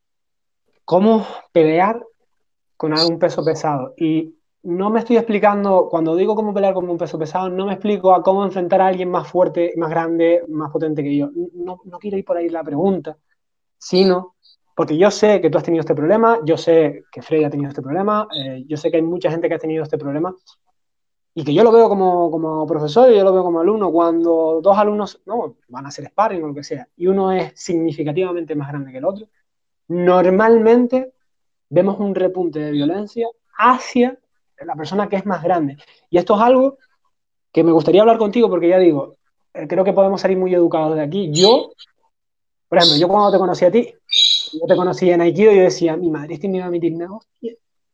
cómo pelear con algún peso pesado. Y no me estoy explicando, cuando digo cómo pelear con un peso pesado, no me explico a cómo enfrentar a alguien más fuerte, más grande, más potente que yo. No, no quiero ir por ahí la pregunta, sino porque yo sé que tú has tenido este problema, yo sé que Frey ha tenido este problema, yo sé que hay mucha gente que ha tenido este problema y que yo lo veo como profesor y yo lo veo como alumno, cuando dos alumnos no, van a hacer sparring o lo que sea, y uno es significativamente más grande que el otro, normalmente vemos un repunte de violencia hacia la persona que es más grande. Y esto es algo que me gustaría hablar contigo porque ya digo, creo que podemos salir muy educados de aquí. Yo, por ejemplo, yo cuando te conocí a ti, yo te conocí en Aikido y yo decía, mi madre, este me iba a meter una hostia.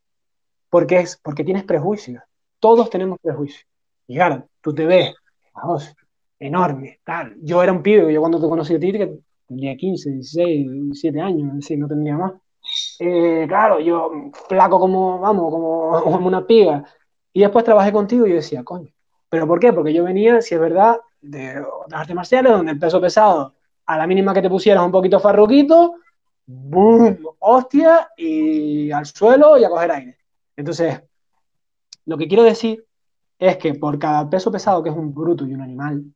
Porque tienes prejuicios. Todos tenemos prejuicios. Y claro, tú te ves, vamos, enorme, tal. Yo era un pibe, yo cuando te conocí a ti, que tenía 15, 16, 17 años, es decir, no tendría más. Claro, yo flaco como, vamos, como una piga. Y después trabajé contigo y yo decía, coño, ¿pero por qué? Porque yo venía, si es verdad, de otras artes marciales, donde el peso pesado, a la mínima que te pusieras un poquito farruquito, ¡boom! Hostia, y al suelo y a coger aire. Entonces, lo que quiero decir es que por cada peso pesado que es un bruto y un animal,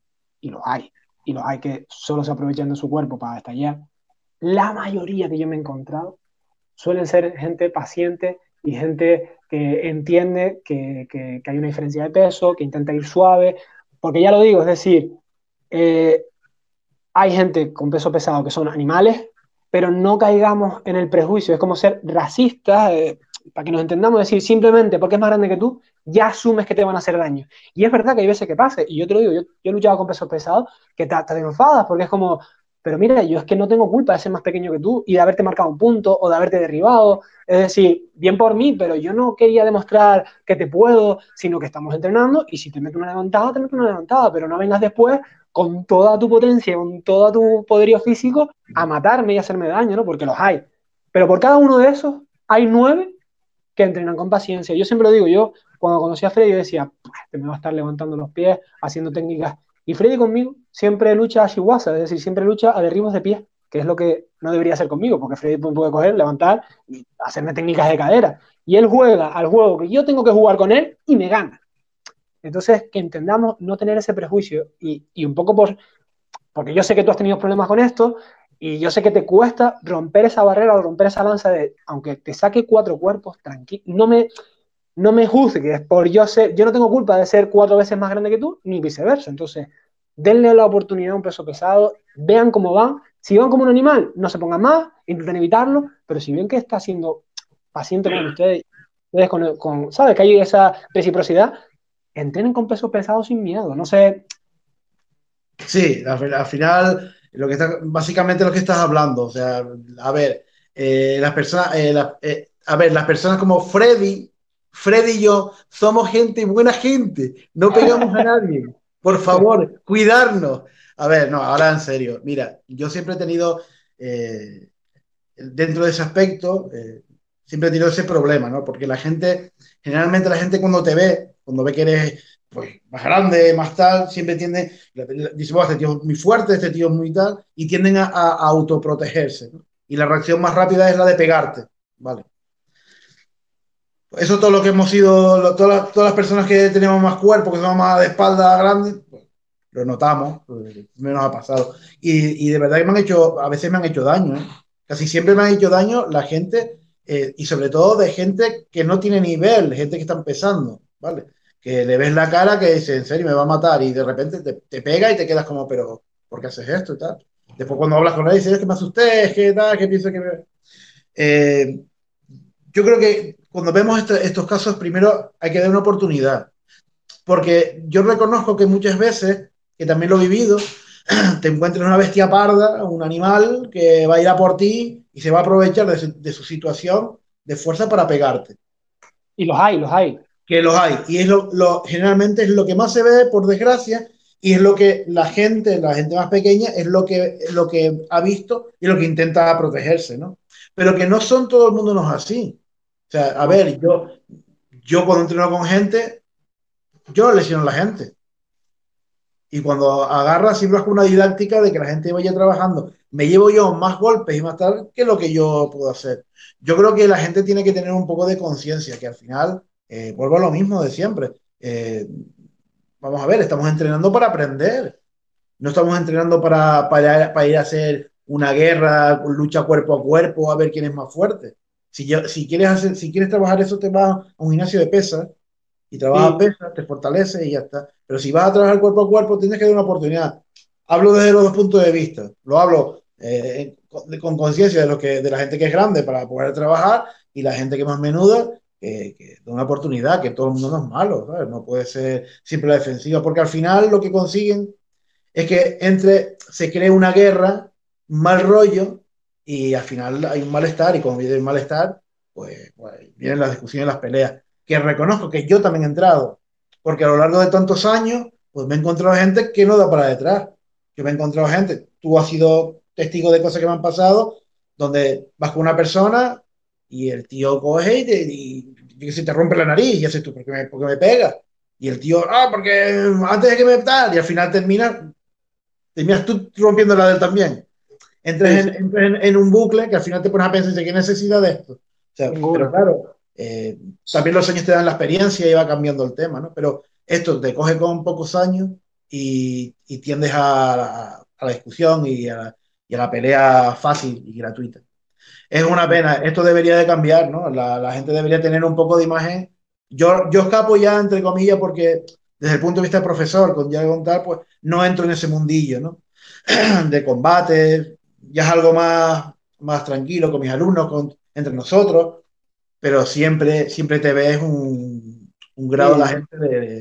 y los hay que solo se aprovechan de su cuerpo para estallar, la mayoría que yo me he encontrado suelen ser gente paciente y gente que entiende que hay una diferencia de peso, que intenta ir suave, porque ya lo digo, es decir, eh, hay gente con peso pesado que son animales, pero no caigamos en el prejuicio, es como ser racistas, para que nos entendamos, decir, simplemente porque es más grande que tú, ya asumes que te van a hacer daño. Y es verdad que hay veces que pase, y yo te lo digo, yo he luchado con pesos pesados que te enfadas, porque es como, pero mira, yo es que no tengo culpa de ser más pequeño que tú y de haberte marcado un punto o de haberte derribado. Es decir, bien por mí, pero yo no quería demostrar que te puedo, sino que estamos entrenando y si te meto una levantada, te meto una levantada, pero no vengas después con toda tu potencia, con todo tu poderío físico a matarme y hacerme daño, ¿no? Porque los hay. Pero por cada uno de esos hay 9 que entrenan con paciencia. Yo siempre lo digo, yo cuando conocí a Freddy yo decía, este me va a estar levantando los pies, haciendo técnicas. Y Freddy conmigo siempre lucha a Shiwasa, es decir, siempre lucha a derribos de pies, que es lo que no debería hacer conmigo, porque Freddy puede coger, levantar y hacerme técnicas de cadera. Y él juega al juego que yo tengo que jugar con él y me gana. Entonces, que entendamos no tener ese prejuicio y un poco porque yo sé que tú has tenido problemas con esto y yo sé que te cuesta romper esa barrera o romper esa lanza de, aunque te saque 4 cuerpos, tranquilo, no me juzgues por yo no tengo culpa de ser 4 veces más grande que tú, ni viceversa. Entonces, denle la oportunidad a un peso pesado, vean cómo van. Si van como un animal, no se pongan más, intenten evitarlo, pero si ven que está siendo paciente con ustedes ¿sabes? Que hay esa reciprocidad, entrenen con peso pesado sin miedo. No sé. Sí, al final, básicamente lo que estás hablando, o sea, a ver, las personas, a ver, las personas como Freddy y yo somos gente, buena gente, no pegamos a nadie, por favor, cuidarnos. A ver, no, ahora en serio, mira, yo siempre he tenido, dentro de ese aspecto, siempre he tenido ese problema, ¿no? Porque generalmente la gente cuando ve que eres pues, más grande, más tal, siempre dice, bueno, este tío es muy fuerte, este tío es muy tal, y tienden a autoprotegerse, ¿no? Y la reacción más rápida es la de pegarte, ¿vale? Eso todo lo que hemos sido, todas las personas que tenemos más cuerpo, que somos más de espalda grande, pues, lo notamos, pues, menos ha pasado. Y de verdad que a veces me han hecho daño, ¿eh? Casi siempre me han hecho daño la gente, y sobre todo de gente que no tiene nivel, gente que está empezando, ¿vale? Que le ves la cara que dice, en serio, me va a matar, y de repente te pega y te quedas como, pero, ¿por qué haces esto y tal? Después cuando hablas con él, dices, es que me asusté, es que tal, que pienso que me... Eh, yo creo que cuando vemos estos casos, primero hay que dar una oportunidad, porque yo reconozco que muchas veces, que también lo he vivido, te encuentras una bestia parda, un animal que va a ir a por ti y se va a aprovechar de su situación de fuerza para pegarte. Y los hay, los hay. Que los hay. Y generalmente es lo que más se ve, por desgracia, y es lo que la gente más pequeña, es lo que ha visto y lo que intenta protegerse, ¿no? Pero que no son todo el mundo no es así. O sea, a No. ver, yo cuando entreno con gente, yo lesiono a la gente. Y cuando agarra, siempre es con una didáctica de que la gente vaya trabajando. Me llevo yo más golpes y más tal que lo que yo puedo hacer. Yo creo que la gente tiene que tener un poco de conciencia, que al final, vuelvo a lo mismo de siempre. Vamos a ver, estamos entrenando para aprender. No estamos entrenando para ir a hacer una guerra, lucha cuerpo a cuerpo, a ver quién es más fuerte. Si quieres trabajar eso, te vas a un gimnasio de pesas y trabajas Y pesas, te fortaleces y ya está. Pero si vas a trabajar cuerpo a cuerpo, tienes que dar una oportunidad. Hablo desde los dos puntos de vista. Lo hablo con conciencia de la gente que es grande para poder trabajar y la gente que es más menuda, que da una oportunidad, que todo el mundo no es malo, ¿sabes? No puede ser siempre la defensiva, porque al final lo que consiguen es que se cree una guerra, un mal rollo, y al final hay un malestar, y cuando viene el malestar, pues vienen las discusiones y las peleas. Que reconozco que yo también he entrado, porque a lo largo de tantos años, pues me he encontrado gente que no da para detrás. Yo me he encontrado gente, tú has sido testigo de cosas que me han pasado, donde vas con una persona y el tío coge y que se te rompe la nariz y haces tú, ¿por qué me pega? Y el tío, porque antes de que me tal, y al final terminas tú rompiendo la de él también. Entras sí, en, sí, entras en un bucle que al final te pones a pensar, ¿qué necesidad de esto? O sea, pero ninguna. claro, también los años te dan la experiencia y va cambiando el tema, ¿no? Pero esto te coge con pocos años y tiendes a la discusión y a la pelea fácil y gratuita. Es una pena, esto debería de cambiar, ¿no? La gente debería tener un poco de imagen. Yo escapo ya, entre comillas, porque desde el punto de vista de profesor, con ya contar, pues no entro en ese mundillo, ¿no? De combate, ya es algo más tranquilo con mis alumnos, entre nosotros, pero siempre te ves un grado de la Sí, gente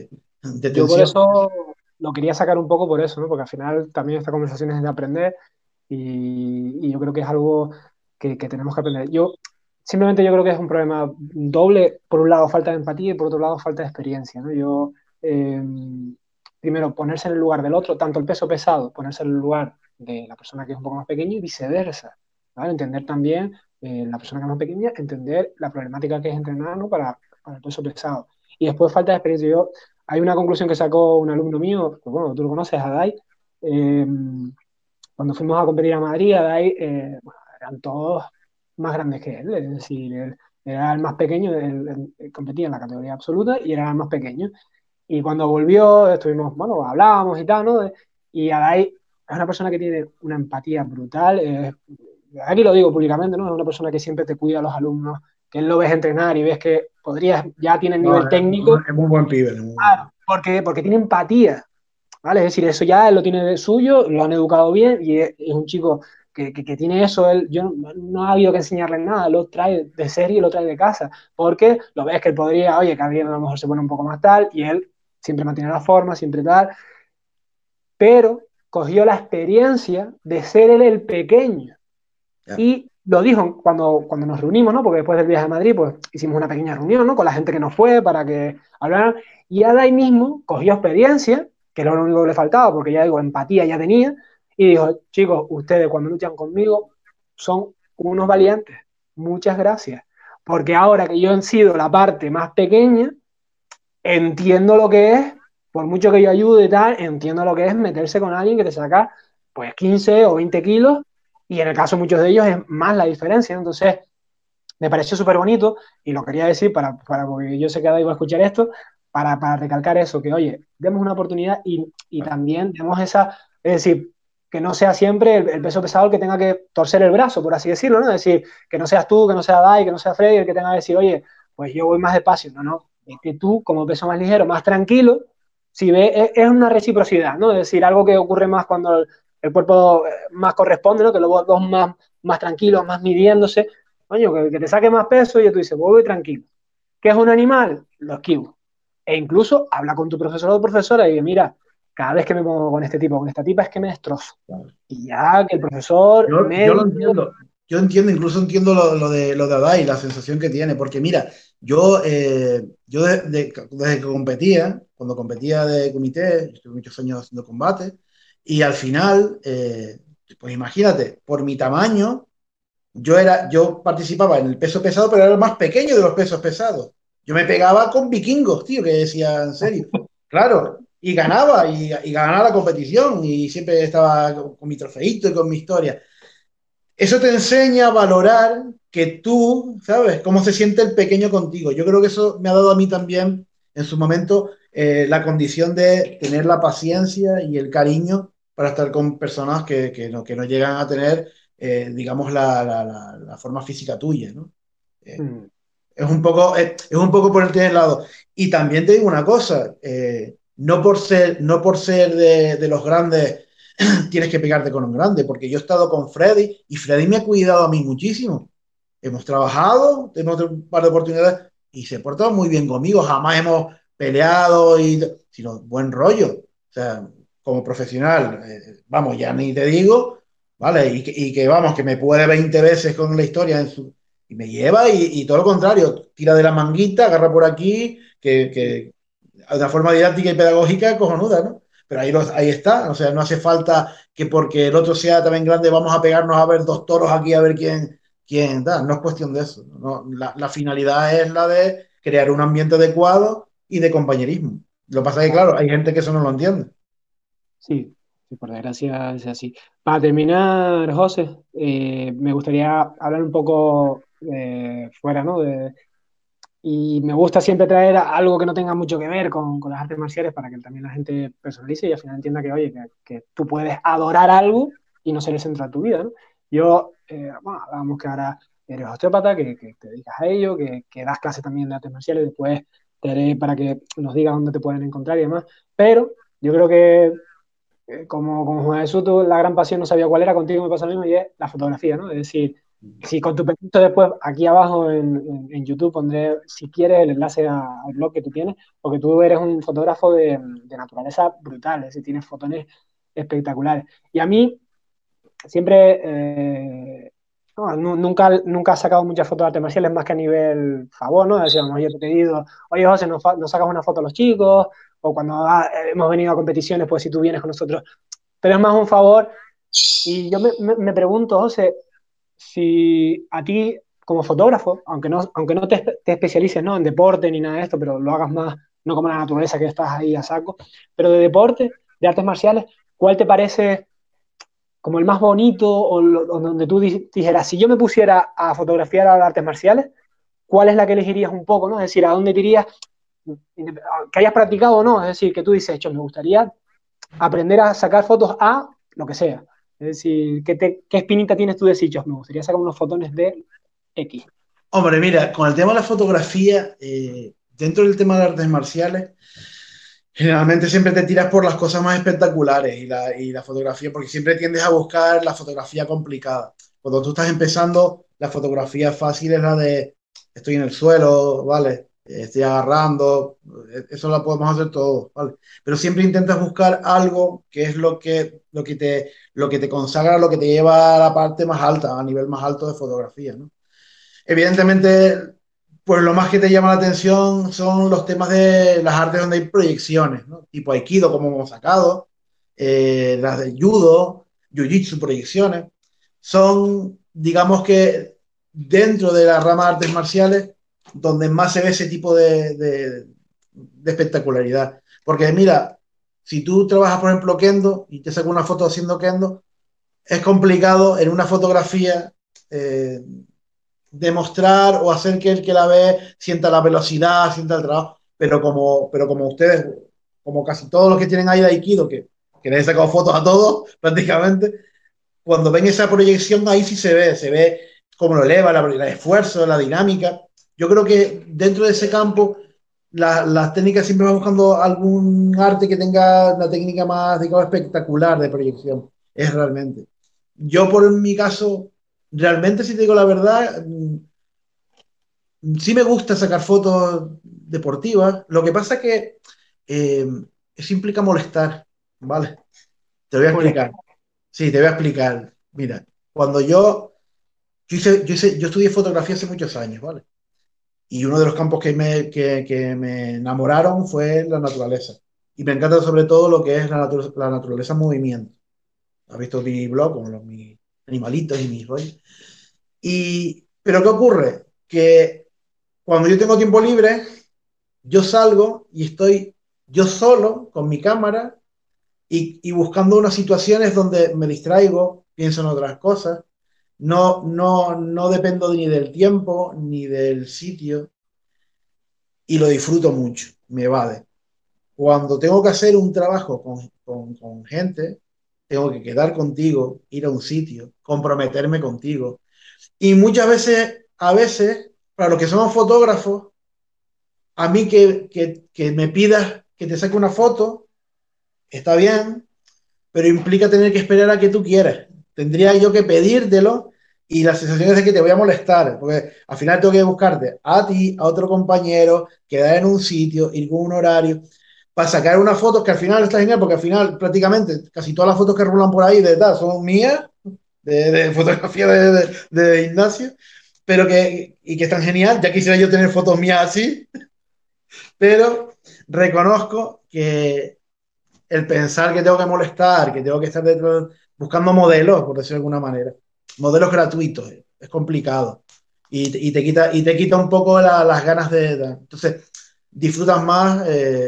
de yo por tensión. eso lo quería sacar un poco por eso, ¿no? Porque al final también esta conversación es de aprender. y yo creo que es algo que tenemos que aprender. Simplemente yo creo que es un problema doble, por un lado falta de empatía y por otro lado falta de experiencia, ¿no? Eh, Primero, ponerse en el lugar del otro, tanto el peso pesado, ponerse en el lugar de la persona que es un poco más pequeña y viceversa, ¿vale? Entender también la persona que es más pequeña, entender la problemática que es entrenar, ¿no? Para el peso pesado. Y después falta de experiencia. Hay una conclusión que sacó un alumno mío, que bueno, tú lo conoces, Adai, eh, cuando fuimos a competir a Madrid, Adai, bueno, eran todos más grandes que él, es decir, él era el más pequeño, él competía en la categoría absoluta y era el más pequeño. Y cuando volvió, estuvimos, bueno, hablábamos y tal, ¿no? Y Adai es una persona que tiene una empatía brutal. Aquí lo digo públicamente, ¿no? Es una persona que siempre te cuida a los alumnos, que él lo ves entrenar y ves que podrías, ya tiene el No, nivel técnico, es muy buen pibe, es muy buen pibe. claro, porque tiene empatía, ¿vale? Es decir, eso ya él lo tiene de suyo, lo han educado bien y es un chico que tiene eso. Yo no ha habido que enseñarle nada, lo trae de serie, lo trae de casa, porque lo ves que él podría, oye, que alguien a lo mejor se pone un poco más tal y él siempre mantiene la forma, siempre tal, pero cogió la experiencia de ser él el pequeño. Ya. Y lo dijo cuando nos reunimos, ¿no? Porque después del viaje a Madrid, pues hicimos una pequeña reunión, ¿no? Con la gente que nos fue para que hablaran. Y Ada mismo cogió experiencia, que era lo único que le faltaba, porque ya digo, empatía ya tenía, y dijo, chicos, ustedes cuando luchan conmigo son unos valientes. Muchas gracias. Porque ahora que yo he sido la parte más pequeña, entiendo lo que es, por mucho que yo ayude y tal, entiendo lo que es meterse con alguien que te saca pues 15 o 20 kilos y en el caso de muchos de ellos es más la diferencia. Entonces, me pareció súper bonito y lo quería decir porque yo sé que Ada iba a escuchar esto, para recalcar eso, que oye, demos una oportunidad y también demos es decir, que no sea siempre el peso pesado el que tenga que torcer el brazo, por así decirlo, ¿no? Es decir, que no seas tú, que no sea Dai, que no sea Freddy el que tenga que decir, oye, pues yo voy más despacio. No, no, es que tú, como peso más ligero, más tranquilo, si ve, es una reciprocidad, ¿no? Es decir, algo que ocurre más cuando el cuerpo más corresponde, ¿no? Que luego dos más tranquilos, más midiéndose, coño, que te saque más peso y tú dices, voy tranquilo. ¿Qué es un animal? Lo esquivo. E incluso habla con tu profesor o profesora y dice, mira, cada vez que me pongo con este tipo, con esta tipa, es que me destrozo. Claro. Y ya que el profesor Yo lo médico... entiendo. Yo entiendo, incluso entiendo lo de Adai, la sensación que tiene, porque mira, yo desde que competía, cuando competía de comité, estuve muchos años haciendo combate, y al final, pues imagínate, por mi tamaño, yo participaba en el peso pesado, pero era el más pequeño de los pesos pesados. Yo me pegaba con vikingos, tío, que decía, en serio. Claro, y ganaba, y ganaba la competición, y siempre estaba con mi trofeito y con mi historia. Eso te enseña a valorar que tú, ¿sabes? Cómo se siente el pequeño contigo. Yo creo que eso me ha dado a mí también, en su momento, la condición de tener la paciencia y el cariño para estar con personas que no llegan a tener, digamos, la forma física tuya, ¿no? Eh, Mm, es un poco ponerte de lado. Y también te digo una cosa, no por ser de los grandes tienes que pegarte con un grande, porque yo he estado con Freddy y Freddy me ha cuidado a mí muchísimo. Hemos trabajado, tenemos un par de oportunidades y se ha portado muy bien conmigo. Jamás hemos peleado, sino buen rollo. O sea, como profesional, vamos, ya ni te digo, ¿vale? Y que vamos, que me puede 20 veces con la historia y me lleva y todo lo contrario, tira de la manguita, agarra por aquí, que de una forma didáctica y pedagógica cojonuda, ¿no? Pero ahí está, o sea, no hace falta que porque el otro sea también grande vamos a pegarnos a ver dos toros aquí a ver quién da, no es cuestión de eso, ¿no? La finalidad es la de crear un ambiente adecuado y de compañerismo. Lo que pasa es que, claro. claro, hay gente que eso no lo entiende. Sí, sí, por desgracia es así. Para terminar, José, me gustaría hablar un poco fuera, ¿no? Y me gusta siempre traer algo que no tenga mucho que ver con las artes marciales para que también la gente personalice y al final entienda que, oye, que tú puedes adorar algo y no ser el centro de tu vida, ¿no? Bueno, hablábamos que ahora eres osteópata, que te dedicas a ello, que das clases también de artes marciales, después te haré para que nos digas dónde te pueden encontrar y demás, pero yo creo que como Juan Jesús, la gran pasión no sabía cuál era, contigo me pasa lo mismo y es la fotografía, ¿no? Es decir, si con tu permiso después aquí abajo en YouTube pondré, si quieres, el enlace al blog que tú tienes, porque tú eres un fotógrafo de naturaleza brutal, es decir, tienes fotones espectaculares. Y a mí siempre, nunca has sacado muchas fotos de artes marciales más que a nivel favor, ¿no? Decíamos, yo te he pedido, oye, José, nos sacas una foto a los chicos, o cuando hemos venido a competiciones, pues si tú vienes con nosotros, pero es más un favor. Y yo me pregunto, José, si a ti como fotógrafo, aunque no te especialices, ¿no?, en deporte ni nada de esto, pero lo hagas más, no como la naturaleza que estás ahí a saco, pero de deporte, de artes marciales, ¿cuál te parece como el más bonito o donde tú dijeras, si yo me pusiera a fotografiar a las artes marciales, ¿cuál es la que elegirías un poco, ¿no? Es decir, ¿a dónde te irías? Que hayas practicado o no, es decir, que tú dices, hecho, me gustaría aprender a sacar fotos a lo que sea. Es decir, ¿qué espinita tienes tú de decir, "Yo me gustaría sacar unos fotones de X"? Hombre, mira, con el tema de la fotografía, dentro del tema de artes marciales, generalmente siempre te tiras por las cosas más espectaculares y la fotografía, porque siempre tiendes a buscar la fotografía complicada. Cuando tú estás empezando, la fotografía fácil es la de estoy en el suelo, ¿vale? Estoy agarrando, eso la podemos hacer todos, ¿vale? Pero siempre intentas buscar algo que es lo que te consagra, lo que te lleva a la parte más alta, a nivel más alto de fotografía, ¿no? Evidentemente, pues lo más que te llama la atención son los temas de las artes donde hay proyecciones, ¿no? Tipo Aikido, como hemos sacado, las de Judo, Jiu-Jitsu, proyecciones. Son, digamos que, dentro de la rama de artes marciales, donde más se ve ese tipo de espectacularidad. Porque mira, si tú trabajas, por ejemplo, Kendo y te sacas una foto haciendo Kendo, es complicado en una fotografía eh, demostrar o hacer que el que la ve sienta la velocidad, sienta el trabajo, pero como ustedes, como casi todos los que tienen ahí de Aikido, que les he sacado fotos a todos prácticamente, cuando ven esa proyección ahí sí se ve cómo lo eleva, el esfuerzo, la dinámica. Yo creo que dentro de ese campo las técnicas siempre van buscando algún arte que tenga una técnica más, digamos, espectacular de proyección. Es realmente. Yo, por mi caso, realmente, si te digo la verdad, sí me gusta sacar fotos deportivas. Lo que pasa es que eh, eso implica molestar, ¿vale? Te voy a explicar. Molestar. Sí, te voy a explicar. Mira, cuando yo estudié fotografía hace muchos años, ¿vale? Y uno de los campos que me enamoraron fue la naturaleza. Y me encanta sobre todo lo que es la naturaleza en movimiento. ¿Has visto mi blog con mis animalitos y mis rollos? Pero ¿qué ocurre? Que cuando yo tengo tiempo libre, yo salgo y estoy yo solo con mi cámara y buscando unas situaciones donde me distraigo, pienso en otras cosas. No dependo ni del tiempo ni del sitio y lo disfruto mucho, me evade. Cuando tengo que hacer un trabajo con gente, tengo que quedar contigo, ir a un sitio, comprometerme contigo. Y muchas veces, a veces, para los que somos fotógrafos, a mí que me pidas que te saque una foto, está bien, pero implica tener que esperar a que tú quieras. Tendría yo que pedírtelo y la sensación es de que te voy a molestar, porque al final tengo que buscarte a ti, a otro compañero, quedar en un sitio, ir con un horario, para sacar unas fotos que al final está genial, porque al final prácticamente casi todas las fotos que rulan por ahí de tal son mías, de fotografía de Ignacio, y que están genial, ya quisiera yo tener fotos mías así, pero reconozco que el pensar que tengo que molestar, que tengo que estar detrás, buscando modelos, por decirlo de alguna manera, modelos gratuitos, es complicado. Y te quita un poco las ganas Entonces, disfrutas más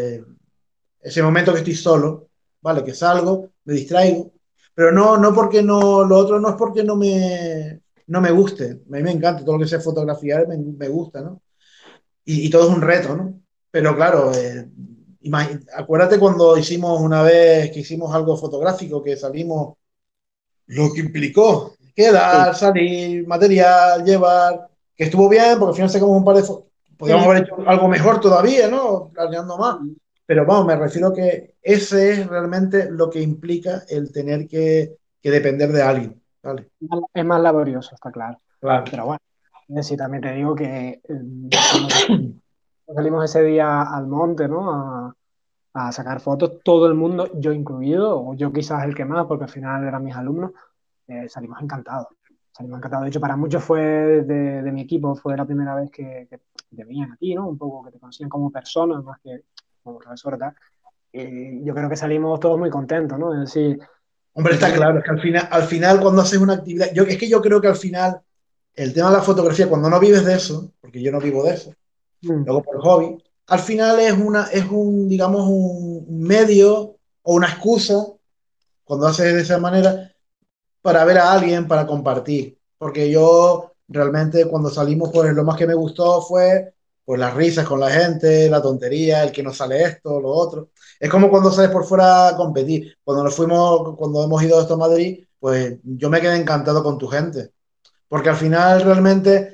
ese momento que estoy solo, ¿vale? Que salgo, me distraigo, pero no porque no, lo otro no es porque no me guste. A mí me encanta todo lo que sea fotografiar, me gusta, ¿no? Y todo es un reto, ¿no? Pero claro, acuérdate cuando hicimos una vez que hicimos algo fotográfico, que salimos, lo que implicó Sí, quedar, salir, material, llevar, que estuvo bien, porque al final sacamos un par de fotos. Podríamos sí. haber hecho algo mejor todavía, ¿no? Planeando más. Pero vamos, me refiero que ese es realmente lo que implica el tener que depender de alguien, ¿vale? Es más laborioso, está claro. Claro. Pero bueno, es decir, también te digo que cuando salimos ese día al monte, ¿no? A sacar fotos, todo el mundo, yo incluido, o yo quizás el que más, porque al final eran mis alumnos, salimos encantados. Salimos encantados. De hecho, para muchos fue de mi equipo, fue la primera vez que te veían a ti, ¿no? Un poco que te conocían como persona, más que como profesor, tal. Y yo creo que salimos todos muy contentos, ¿no? Es decir, Hombre, está tenía... claro, es que al final cuando haces una actividad, es que yo creo que al final el tema de la fotografía, cuando no vives de eso, porque yo no vivo de eso, Mm, luego por hobby, al final digamos, un medio o una excusa, cuando haces de esa manera, para ver a alguien, para compartir. Porque yo realmente cuando salimos, pues lo más que me gustó fue pues las risas con la gente, la tontería, el que nos sale esto, lo otro. Es como cuando sales por fuera a competir. Cuando hemos ido esto a Madrid, pues yo me quedé encantado con tu gente. Porque al final realmente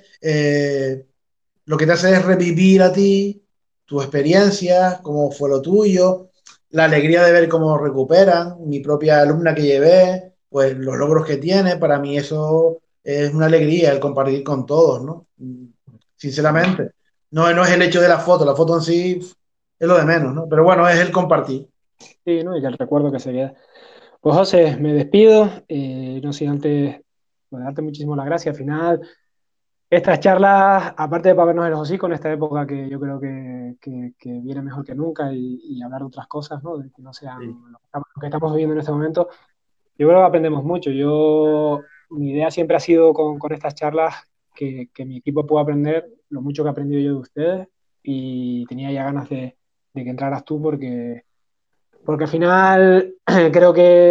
lo que te hace es revivir a ti, tus experiencias, cómo fue lo tuyo, la alegría de ver cómo recuperan, mi propia alumna que llevé, pues los logros que tiene, para mí eso es una alegría, el compartir con todos, ¿no? sí, Sinceramente, no es el hecho de la foto en sí es lo de menos, ¿no? Pero bueno, es el compartir. sí, ¿no? Y que el recuerdo que se queda. Pues José, me despido. No sin antes pues, darte muchísimas las gracias. Al final, estas charlas, aparte de para vernos en los hocicos en esta época que yo creo que viene mejor que nunca y hablar de otras cosas, ¿no? De que no sean Sí. lo que estamos viviendo en este momento, yo creo que aprendemos mucho. Mi idea siempre ha sido con estas charlas que mi equipo pueda aprender lo mucho que he aprendido yo de ustedes y tenía ya ganas de que entraras tú porque al final creo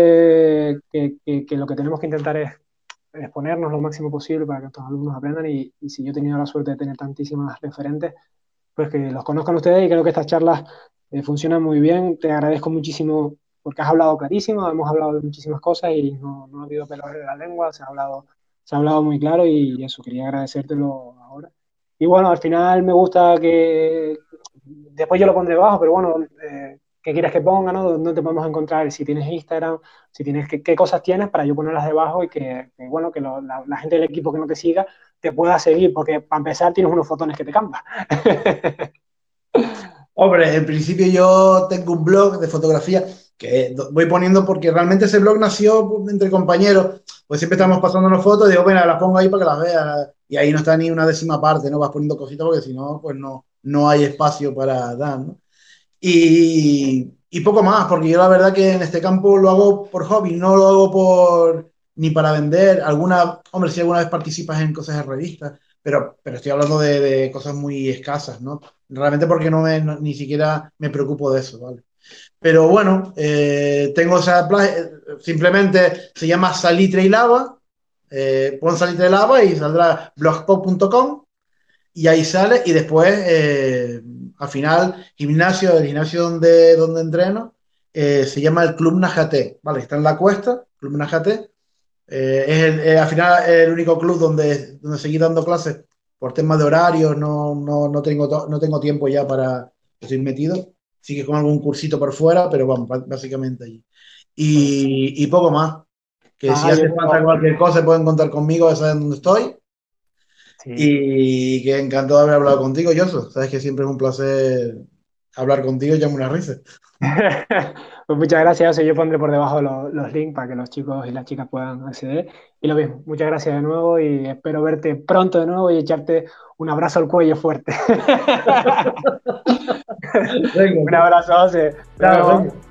que lo que tenemos que intentar es exponernos lo máximo posible para que estos alumnos aprendan y si yo he tenido la suerte de tener tantísimas referentes, pues que los conozcan ustedes y creo que estas charlas funcionan muy bien. Te agradezco muchísimo porque has hablado clarísimo, hemos hablado de muchísimas cosas y no ha habido pelos de la lengua, se ha hablado muy claro y eso, quería agradecértelo ahora. Y bueno, al final me gusta que, después yo lo pondré abajo, pero bueno, ¿qué quieres que ponga, no? ¿Dónde te podemos encontrar? Si tienes Instagram, si tienes, qué cosas tienes para yo ponerlas debajo y bueno, que la gente del equipo que no te siga te pueda seguir, porque para empezar tienes unos fotones que te campan. Hombre, en principio yo tengo un blog de fotografía que voy poniendo porque realmente ese blog nació entre compañeros, pues siempre estamos pasándonos fotos, digo, bueno, las pongo ahí para que las veas y ahí no está ni una décima parte, ¿no? Vas poniendo cositas porque si no, pues no hay espacio para dar, ¿no? Y poco más, porque yo la verdad que en este campo lo hago por hobby, no lo hago ni para vender. Hombre, si alguna vez participas en cosas de revistas, pero estoy hablando de cosas muy escasas, ¿no? Realmente porque ni siquiera me preocupo de eso, ¿vale? Pero bueno, tengo simplemente se llama Salitre y Lava, pon Salitre y Lava y saldrá blogspot.com y ahí sale y después al final el gimnasio donde entreno se llama el Club Najate, ¿vale? Está en la cuesta, Club Najate, al final es el único club donde seguir dando clases por temas de horarios, no tengo tiempo ya para estoy metido, sí que con algún cursito por fuera, pero vamos, básicamente allí. Pues, Y poco más, que si hace falta cualquier cosa pueden contar conmigo, ya saben dónde estoy. sí. Y que encantado de haber hablado contigo, Yoso. Sabes que siempre es un placer hablar contigo y llamo una risa. Pues muchas gracias, José. Yo pondré por debajo los links para que los chicos y las chicas puedan acceder. Y lo mismo, muchas gracias de nuevo y espero verte pronto de nuevo y echarte un abrazo al cuello fuerte. Venga, Un abrazo, José. Nos chao, venga. vemos.